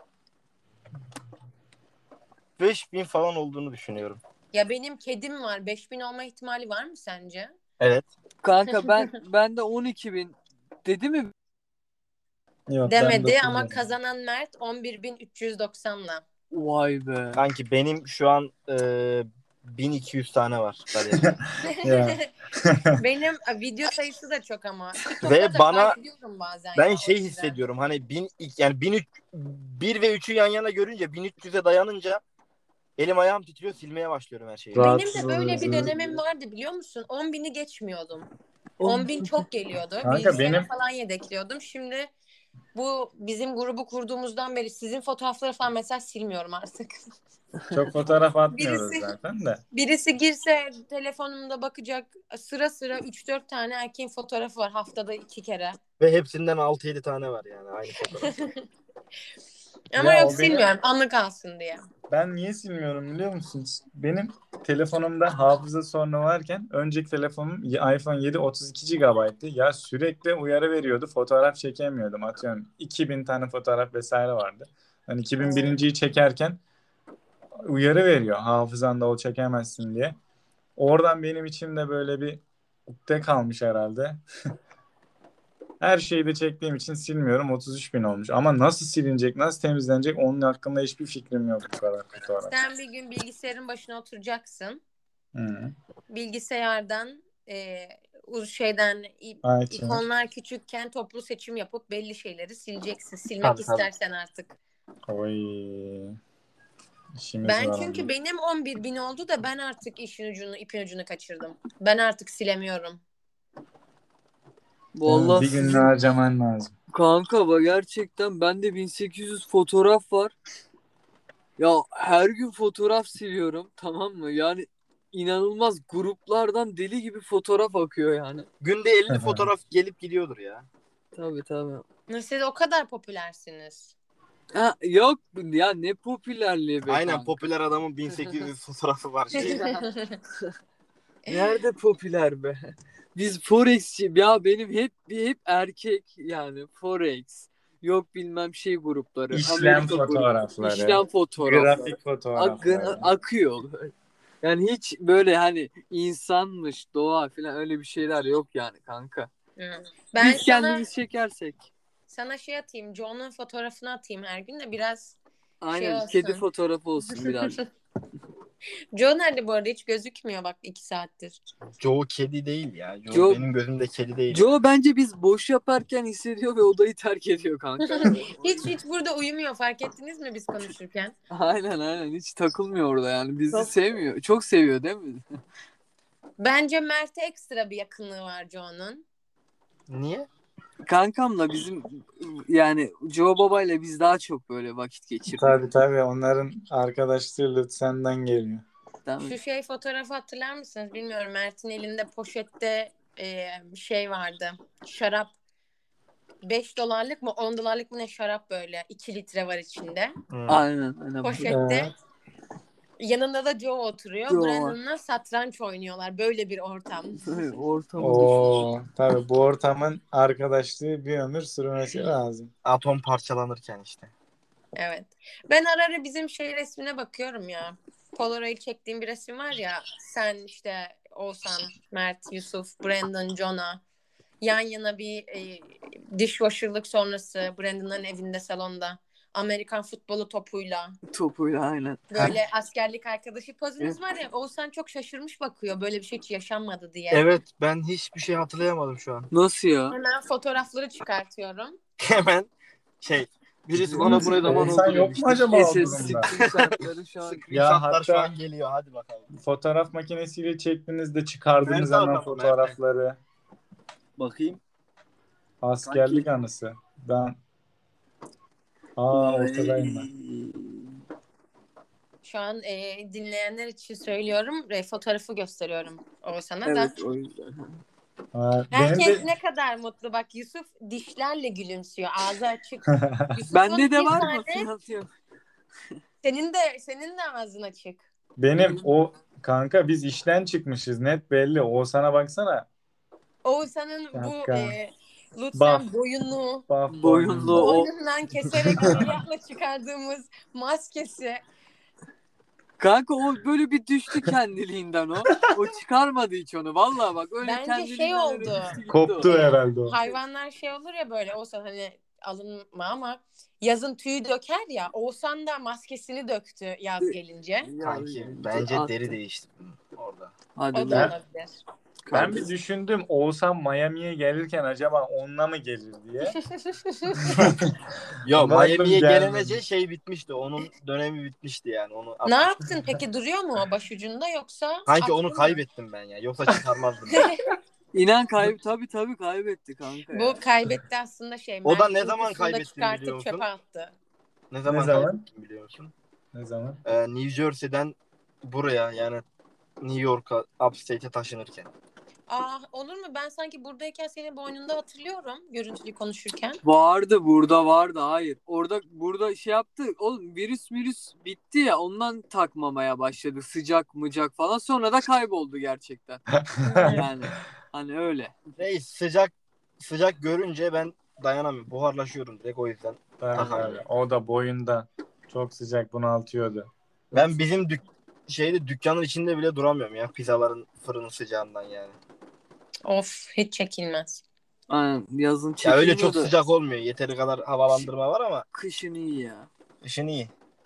[SPEAKER 3] beş bin falan olduğunu düşünüyorum.
[SPEAKER 2] Ya benim kedim var. beş bin olma ihtimali var mı sence?
[SPEAKER 3] Evet.
[SPEAKER 4] Kanka ben ben de on iki bin dedi mi?
[SPEAKER 1] Yok, ben
[SPEAKER 2] Demedi
[SPEAKER 1] dokuz
[SPEAKER 2] ama
[SPEAKER 1] bin.
[SPEAKER 2] kazanan Mert on bir bin üç yüz doksanla.
[SPEAKER 4] Vay be.
[SPEAKER 3] Kanki benim şu an e, bin iki yüz tane var. Hadi.
[SPEAKER 1] Ya.
[SPEAKER 2] Benim a, video sayısı da çok ama.
[SPEAKER 3] Ve
[SPEAKER 2] TikTok'ta da
[SPEAKER 3] bana-
[SPEAKER 2] kaydediyorum bazen
[SPEAKER 3] Ben
[SPEAKER 2] ya, o
[SPEAKER 3] şey
[SPEAKER 2] yüzden.
[SPEAKER 3] hissediyorum. Hani bin yani bin üç bir ve üçü yan yana görünce bin üç yüze dayanınca elim ayağım titriyor, silmeye başlıyorum her şeyi.
[SPEAKER 1] Rahat-
[SPEAKER 2] Benim de böyle bir
[SPEAKER 1] Rahatsız
[SPEAKER 2] dönemim vardı biliyor musun? on bini geçmiyordum. on bin çok geliyordu.
[SPEAKER 1] Kanka
[SPEAKER 2] Bilgisayara
[SPEAKER 1] benim-
[SPEAKER 2] falan yedekliyordum. Şimdi bu bizim grubu kurduğumuzdan beri sizin fotoğrafları falan mesela silmiyorum artık.
[SPEAKER 1] Çok fotoğraf atmıyoruz
[SPEAKER 2] Birisi-
[SPEAKER 1] zaten de.
[SPEAKER 2] Birisi girse telefonumda bakacak, sıra sıra üç dört tane erkeğin fotoğrafı var haftada iki kere.
[SPEAKER 3] Ve hepsinden altı yedi tane var yani aynı fotoğraf.
[SPEAKER 2] Ama
[SPEAKER 1] Ya
[SPEAKER 2] yok
[SPEAKER 1] o benim-
[SPEAKER 2] silmiyorum anlık kalsın diye.
[SPEAKER 1] Ben niye silmiyorum biliyor musunuz? Benim telefonumda hafıza sorunu varken önceki telefonum iPhone yedi otuz iki gigabayttı. Ya sürekli uyarı veriyordu. Fotoğraf çekemiyordum. Atıyorum iki bin tane fotoğraf vesaire vardı. Hani iki bin birinciyi çekerken uyarı veriyor. Hafızanda o çekemezsin diye. Oradan benim içimde böyle bir ukde kalmış herhalde. Her şeyi de çektiğim için silmiyorum. otuz üç bin olmuş. Ama nasıl silinecek, nasıl temizlenecek onun hakkında hiçbir fikrim yok bu kadar fotoğraf.
[SPEAKER 2] Sen bir gün bilgisayarın başına oturacaksın.
[SPEAKER 1] Hı.
[SPEAKER 2] Bilgisayardan e, uz şeyden i-
[SPEAKER 1] Ay,
[SPEAKER 2] ikonlar küçükken toplu seçim yapıp belli şeyleri sileceksin. Silmek
[SPEAKER 3] Tabii, tabii.
[SPEAKER 2] istersen artık.
[SPEAKER 1] Oy. İşimiz
[SPEAKER 2] Ben
[SPEAKER 1] var
[SPEAKER 2] çünkü
[SPEAKER 1] ama.
[SPEAKER 2] benim on bir bin oldu da ben artık işin ucunu, ipin ucunu kaçırdım. Ben artık silemiyorum.
[SPEAKER 4] Vallahi
[SPEAKER 1] bir gün
[SPEAKER 4] sizin-
[SPEAKER 1] harcaman lazım.
[SPEAKER 4] Kanka bak gerçekten bende bin sekiz yüz fotoğraf var. Ya her gün fotoğraf siliyorum, tamam mı? Yani inanılmaz, gruplardan deli gibi fotoğraf akıyor yani.
[SPEAKER 3] Günde elli fotoğraf gelip gidiyordur ya.
[SPEAKER 4] Tabii tabii.
[SPEAKER 2] Siz o kadar popülersiniz.
[SPEAKER 4] Ha, yok ya, ne popülerliği be
[SPEAKER 3] Aynen,
[SPEAKER 4] kanka.
[SPEAKER 3] popüler adamın bin sekiz yüz fotoğrafı var. Şey.
[SPEAKER 4] Nerede popüler be? Biz Forex'ci ya, benim hep hep erkek yani Forex. Yok bilmem şey grupları.
[SPEAKER 1] İşlem
[SPEAKER 4] Amerika grubu,
[SPEAKER 1] fotoğrafları.
[SPEAKER 4] İşlem fotoğrafları.
[SPEAKER 1] Grafik
[SPEAKER 4] Ak-
[SPEAKER 1] fotoğrafları.
[SPEAKER 4] akıyor. Yani hiç böyle hani insanmış, doğa falan öyle bir şeyler yok yani kanka.
[SPEAKER 2] Hı. Ben
[SPEAKER 4] Biz
[SPEAKER 2] sana,
[SPEAKER 4] kendimiz çekersek.
[SPEAKER 2] sana şey atayım. John'un fotoğrafını atayım her gün de biraz
[SPEAKER 4] Aynen,
[SPEAKER 2] olsun.
[SPEAKER 4] kedi fotoğrafı olsun biraz.
[SPEAKER 2] John nerede bu arada? Hiç gözükmüyor bak iki saattir.
[SPEAKER 3] Joe kedi değil ya. Joe,
[SPEAKER 4] Joe-
[SPEAKER 3] benim gözümde kedi değil.
[SPEAKER 4] Joe bence biz boş yaparken hissediyor ve odayı terk ediyor kanka.
[SPEAKER 2] Hiç hiç burada uyumuyor, fark ettiniz mi biz konuşurken?
[SPEAKER 4] Aynen aynen, hiç takılmıyor orada yani. Bizi
[SPEAKER 2] Çok-
[SPEAKER 4] sevmiyor. Çok seviyor değil mi?
[SPEAKER 2] Bence Mert'e ekstra bir yakınlığı var John'un.
[SPEAKER 3] Niye?
[SPEAKER 4] Kankamla bizim yani Joe Baba ile biz daha çok böyle vakit geçirdik.
[SPEAKER 1] Tabii tabii, onların arkadaşlığı senden geliyor.
[SPEAKER 4] Tamam.
[SPEAKER 2] Şu şey fotoğrafı hatırlar mısınız? Bilmiyorum. Mert'in elinde poşette e, şey vardı. Şarap. beş dolarlık mı on dolarlık mı ne şarap böyle. iki litre var içinde.
[SPEAKER 3] Hmm.
[SPEAKER 4] Aynen aynen.
[SPEAKER 2] Poşette.
[SPEAKER 1] Evet.
[SPEAKER 2] Yanında da Joe oturuyor.
[SPEAKER 4] Joe var.
[SPEAKER 2] Brandon'la satranç oynuyorlar. Böyle bir ortam.
[SPEAKER 4] Ortamı
[SPEAKER 1] Oo, tabii bu ortamın arkadaşlığı bir ömür sürmesi lazım.
[SPEAKER 3] Atom parçalanırken işte.
[SPEAKER 2] Evet. Ben ara ara bizim şey resmine bakıyorum ya. Polaroid çektiğim bir resim var ya. Sen işte Oğuzhan, Mert, Yusuf, Brandon, Jonah. Yan yana bir e, dishwasher'lık sonrası Brandon'ın evinde salonda. Amerikan futbolu topuyla.
[SPEAKER 4] topuyla aynen.
[SPEAKER 2] Böyle askerlik arkadaşı pozunuz var ya. Oğuzhan çok şaşırmış bakıyor. Böyle bir şey hiç yaşanmadı diye.
[SPEAKER 3] Evet, ben hiçbir şey hatırlayamadım şu an.
[SPEAKER 4] Nasıl ya?
[SPEAKER 2] Hemen fotoğrafları çıkartıyorum.
[SPEAKER 3] Hemen şey, birisi bana buraya zaman
[SPEAKER 1] İnsan
[SPEAKER 3] oldu
[SPEAKER 1] yok
[SPEAKER 3] demişti.
[SPEAKER 1] mu acaba o
[SPEAKER 4] S S
[SPEAKER 1] durumda?
[SPEAKER 4] screenshotları şu an.
[SPEAKER 3] Screenshotlar şu
[SPEAKER 1] hatta-
[SPEAKER 3] an geliyor, hadi bakalım.
[SPEAKER 1] Fotoğraf makinesiyle çektiğinizde çıkardığınız
[SPEAKER 3] Nerede
[SPEAKER 1] zaman
[SPEAKER 3] adam,
[SPEAKER 1] fotoğrafları.
[SPEAKER 3] Bakayım.
[SPEAKER 1] Askerlik anısı. Ben Aa ortadayım ben.
[SPEAKER 2] Şu an e, dinleyenler için söylüyorum. E, fotoğrafı gösteriyorum Oğuzhan'a da.
[SPEAKER 4] Evet o yüzden.
[SPEAKER 1] Ha, benim
[SPEAKER 2] Herkes
[SPEAKER 1] de
[SPEAKER 2] ne kadar mutlu. Bak Yusuf dişlerle gülümsüyor. Ağzı açık. Yusuf'un
[SPEAKER 4] Bende de
[SPEAKER 2] bir
[SPEAKER 4] var
[SPEAKER 2] tane-
[SPEAKER 4] mı? Finansiyel.
[SPEAKER 2] Senin de senin de ağzın açık.
[SPEAKER 1] benim o kanka biz işten çıkmışız net belli. O sana baksana.
[SPEAKER 2] Oğuzhan'ın bu
[SPEAKER 1] Dakika.
[SPEAKER 2] e,
[SPEAKER 1] Bak.
[SPEAKER 2] lütfen boyunu
[SPEAKER 1] Baf
[SPEAKER 4] Boyunlu o.
[SPEAKER 2] boynundan keserek ameliyatla çıkardığımız maskesi.
[SPEAKER 4] Kanka o böyle bir düştü kendiliğinden o. O çıkarmadı hiç onu. Vallahi bak öyle
[SPEAKER 2] Bence
[SPEAKER 4] kendiliğinden
[SPEAKER 2] şey
[SPEAKER 4] öyle
[SPEAKER 2] oldu.
[SPEAKER 4] düştü gitti
[SPEAKER 1] Koptu
[SPEAKER 4] o.
[SPEAKER 1] herhalde o.
[SPEAKER 2] Hayvanlar şey olur ya böyle Oğuzhan hani alınma ama yazın tüyü döker ya Oğuzhan da maskesini döktü yaz gelince.
[SPEAKER 3] Kanki bence
[SPEAKER 4] Attı.
[SPEAKER 3] deri değişti orada.
[SPEAKER 4] Hadi
[SPEAKER 2] O da
[SPEAKER 1] Ben-
[SPEAKER 2] olabilir.
[SPEAKER 1] Ben bir düşündüm Oğuzhan Miami'ye gelirken acaba onunla mı gelir diye.
[SPEAKER 3] Yo
[SPEAKER 1] Baktım
[SPEAKER 3] Miami'ye
[SPEAKER 1] gelmedi.
[SPEAKER 3] gelemece şey bitmişti. Onun dönemi bitmişti yani. Onu
[SPEAKER 2] Ne yaptın peki duruyor mu o başucunda yoksa?
[SPEAKER 3] Kanki
[SPEAKER 2] attın
[SPEAKER 3] onu
[SPEAKER 2] mı?
[SPEAKER 3] kaybettim ben ya. Yoksa çıkarmazdım.
[SPEAKER 4] İnan kayıp tabii tabii kaybetti kanka.
[SPEAKER 2] Bu
[SPEAKER 4] ya.
[SPEAKER 2] kaybetti aslında şey.
[SPEAKER 3] O da
[SPEAKER 2] Mert
[SPEAKER 3] ne zaman
[SPEAKER 2] uykusunda
[SPEAKER 3] kaybettin
[SPEAKER 2] çıkartıp
[SPEAKER 3] biliyor musun?
[SPEAKER 2] çöpe attı.
[SPEAKER 3] Ne zaman,
[SPEAKER 1] Ne zaman?
[SPEAKER 3] kaybettim biliyor musun?
[SPEAKER 1] Ne zaman?
[SPEAKER 3] Ee, New Jersey'den buraya yani New York'a upstate'e taşınırken.
[SPEAKER 2] Aa olur mu? Ben sanki buradayken senin boynunda hatırlıyorum görüntülü konuşurken.
[SPEAKER 4] Vardı burada vardı hayır. Orada burada şey yaptı. Oğlum virüs virüs bitti ya ondan takmamaya başladı. Sıcak mıcak falan sonra da kayboldu gerçekten. Yani hani öyle.
[SPEAKER 3] Reis sıcak sıcak görünce ben dayanamıyorum. Buharlaşıyorum direkt o yüzden.
[SPEAKER 1] Tabii,
[SPEAKER 3] Aha.
[SPEAKER 1] tabii. O da boyunda çok sıcak bunaltıyordu.
[SPEAKER 3] Ben bizim dük şeyde dükkanın içinde bile duramıyorum ya. Pizzaların fırının sıcağından yani.
[SPEAKER 2] Of hiç çekilmez.
[SPEAKER 4] Aynen, yazın
[SPEAKER 3] Ya
[SPEAKER 4] çekilmiyor
[SPEAKER 3] öyle çok
[SPEAKER 4] da
[SPEAKER 3] sıcak olmuyor. Yeteri kadar havalandırma var ama
[SPEAKER 4] kışın iyi ya.
[SPEAKER 3] kışın iyi.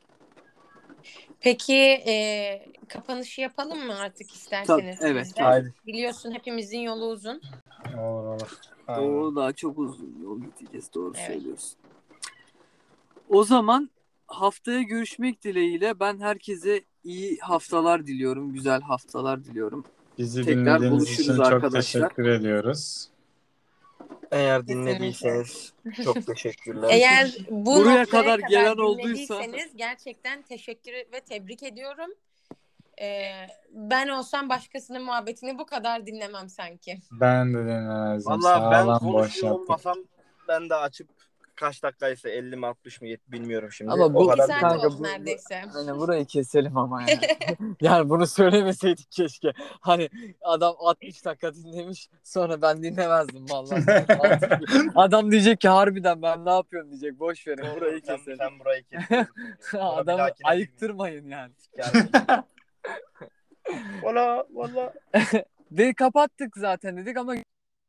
[SPEAKER 2] Peki e, kapanışı yapalım mı artık isterseniz?
[SPEAKER 4] Tabii, evet,
[SPEAKER 2] Biz de?
[SPEAKER 3] Haydi.
[SPEAKER 2] Biliyorsun hepimizin yolu uzun.
[SPEAKER 1] Olur olur.
[SPEAKER 3] Aynen.
[SPEAKER 4] Doğru daha çok uzun yol gideceğiz doğru
[SPEAKER 2] Evet.
[SPEAKER 4] söylüyorsun. O zaman haftaya görüşmek dileğiyle ben herkese iyi haftalar diliyorum. Güzel haftalar diliyorum.
[SPEAKER 1] Bizi
[SPEAKER 4] Tekrar
[SPEAKER 1] dinlediğiniz
[SPEAKER 4] buluşuruz
[SPEAKER 1] için çok
[SPEAKER 4] arkadaşlar.
[SPEAKER 1] teşekkür ediyoruz.
[SPEAKER 3] Eğer dinlediyseniz çok teşekkürler.
[SPEAKER 2] Eğer bu
[SPEAKER 4] Buraya
[SPEAKER 2] noktaya
[SPEAKER 4] kadar
[SPEAKER 2] kadar,
[SPEAKER 4] gelen olduysa-
[SPEAKER 2] dinlediyseniz gerçekten teşekkür ve tebrik ediyorum. Ee, ben olsam başkasının muhabbetini bu kadar dinlemem sanki.
[SPEAKER 1] Ben de dinlemezdim.
[SPEAKER 3] Vallahi ben
[SPEAKER 1] Sağlam boş
[SPEAKER 3] konuşuyor
[SPEAKER 1] yaptık.
[SPEAKER 3] olmasam ben de açıp kaç dakikaysa elli mi altmış mı yet- bilmiyorum şimdi.
[SPEAKER 4] Ama
[SPEAKER 3] o
[SPEAKER 4] bu-
[SPEAKER 2] İki
[SPEAKER 3] kadar
[SPEAKER 2] saat
[SPEAKER 4] kanka,
[SPEAKER 2] oldu
[SPEAKER 4] bu- bu-
[SPEAKER 2] neredeyse.
[SPEAKER 4] Hani burayı keselim ama yani. Yani bunu söylemeseydik keşke. Hani adam altmış dakika dinlemiş sonra ben dinlemezdim vallahi. Adam diyecek ki harbiden ben ne yapıyorum diyecek. Boş verin burayı
[SPEAKER 3] sen,
[SPEAKER 4] keselim.
[SPEAKER 3] sen burayı kes.
[SPEAKER 4] Adamı ayıktırmayın yani.
[SPEAKER 3] Valla valla.
[SPEAKER 4] Ve kapattık zaten dedik ama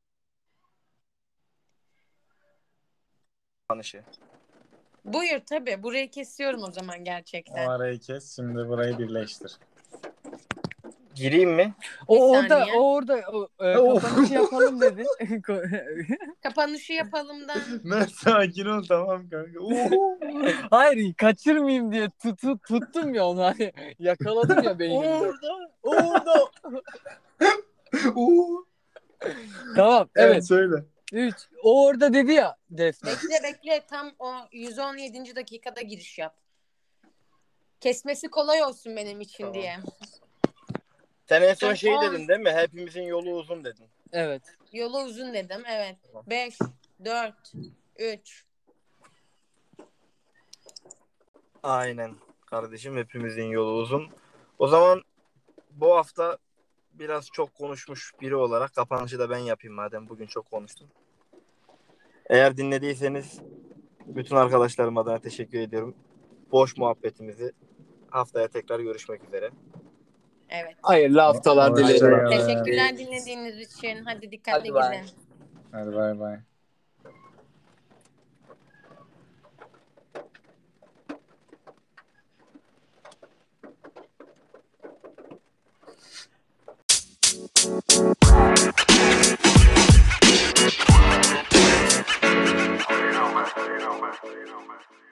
[SPEAKER 3] Tanışı.
[SPEAKER 2] Buyur tabii. Burayı kesiyorum o zaman
[SPEAKER 1] O
[SPEAKER 2] gerçekten.
[SPEAKER 1] arayı kes. Şimdi burayı birleştir.
[SPEAKER 3] Gireyim mi?
[SPEAKER 4] o
[SPEAKER 2] Bir
[SPEAKER 4] orada
[SPEAKER 2] saniye.
[SPEAKER 4] o orada o, e, kapanışı yapalım dedi.
[SPEAKER 2] Kapanışı yapalımdan.
[SPEAKER 1] Mert sakin ol tamam kanka. Oo.
[SPEAKER 4] Hayır kaçırmayayım diye tutu, tuttum ya onu hani yakaladım ya beynimde.
[SPEAKER 3] Orada.
[SPEAKER 4] Orada.
[SPEAKER 1] Oo.
[SPEAKER 4] Tamam
[SPEAKER 1] Evet
[SPEAKER 4] evet.
[SPEAKER 1] söyle.
[SPEAKER 4] üç. O orada dedi ya Defne.
[SPEAKER 2] Bekle bekle tam o yüz on yedinci dakikada giriş yap. Kesmesi kolay olsun benim için
[SPEAKER 3] Tamam.
[SPEAKER 2] diye.
[SPEAKER 3] Sen en son
[SPEAKER 2] Son
[SPEAKER 3] şey
[SPEAKER 2] on.
[SPEAKER 3] dedin değil mi? Hepimizin yolu uzun dedin.
[SPEAKER 4] Evet.
[SPEAKER 2] Yolu uzun dedim. Evet.
[SPEAKER 3] Tamam.
[SPEAKER 2] beş, dört, üç.
[SPEAKER 3] Aynen kardeşim hepimizin yolu uzun. O zaman bu hafta biraz çok konuşmuş biri olarak kapanışı da ben yapayım madem bugün çok konuştum. Eğer dinlediyseniz bütün arkadaşlarım adına teşekkür ediyorum. Boş muhabbetimizi haftaya tekrar görüşmek üzere.
[SPEAKER 2] Evet.
[SPEAKER 4] Hayırlı haftalar
[SPEAKER 1] Hoşça
[SPEAKER 4] dilerim.
[SPEAKER 1] kalın.
[SPEAKER 2] Teşekkürler dinlediğiniz için. Hadi dikkatli
[SPEAKER 4] Hadi bay.
[SPEAKER 2] gidin.
[SPEAKER 1] Hadi bay bay.
[SPEAKER 5] You know, man. You know, man. You know, man.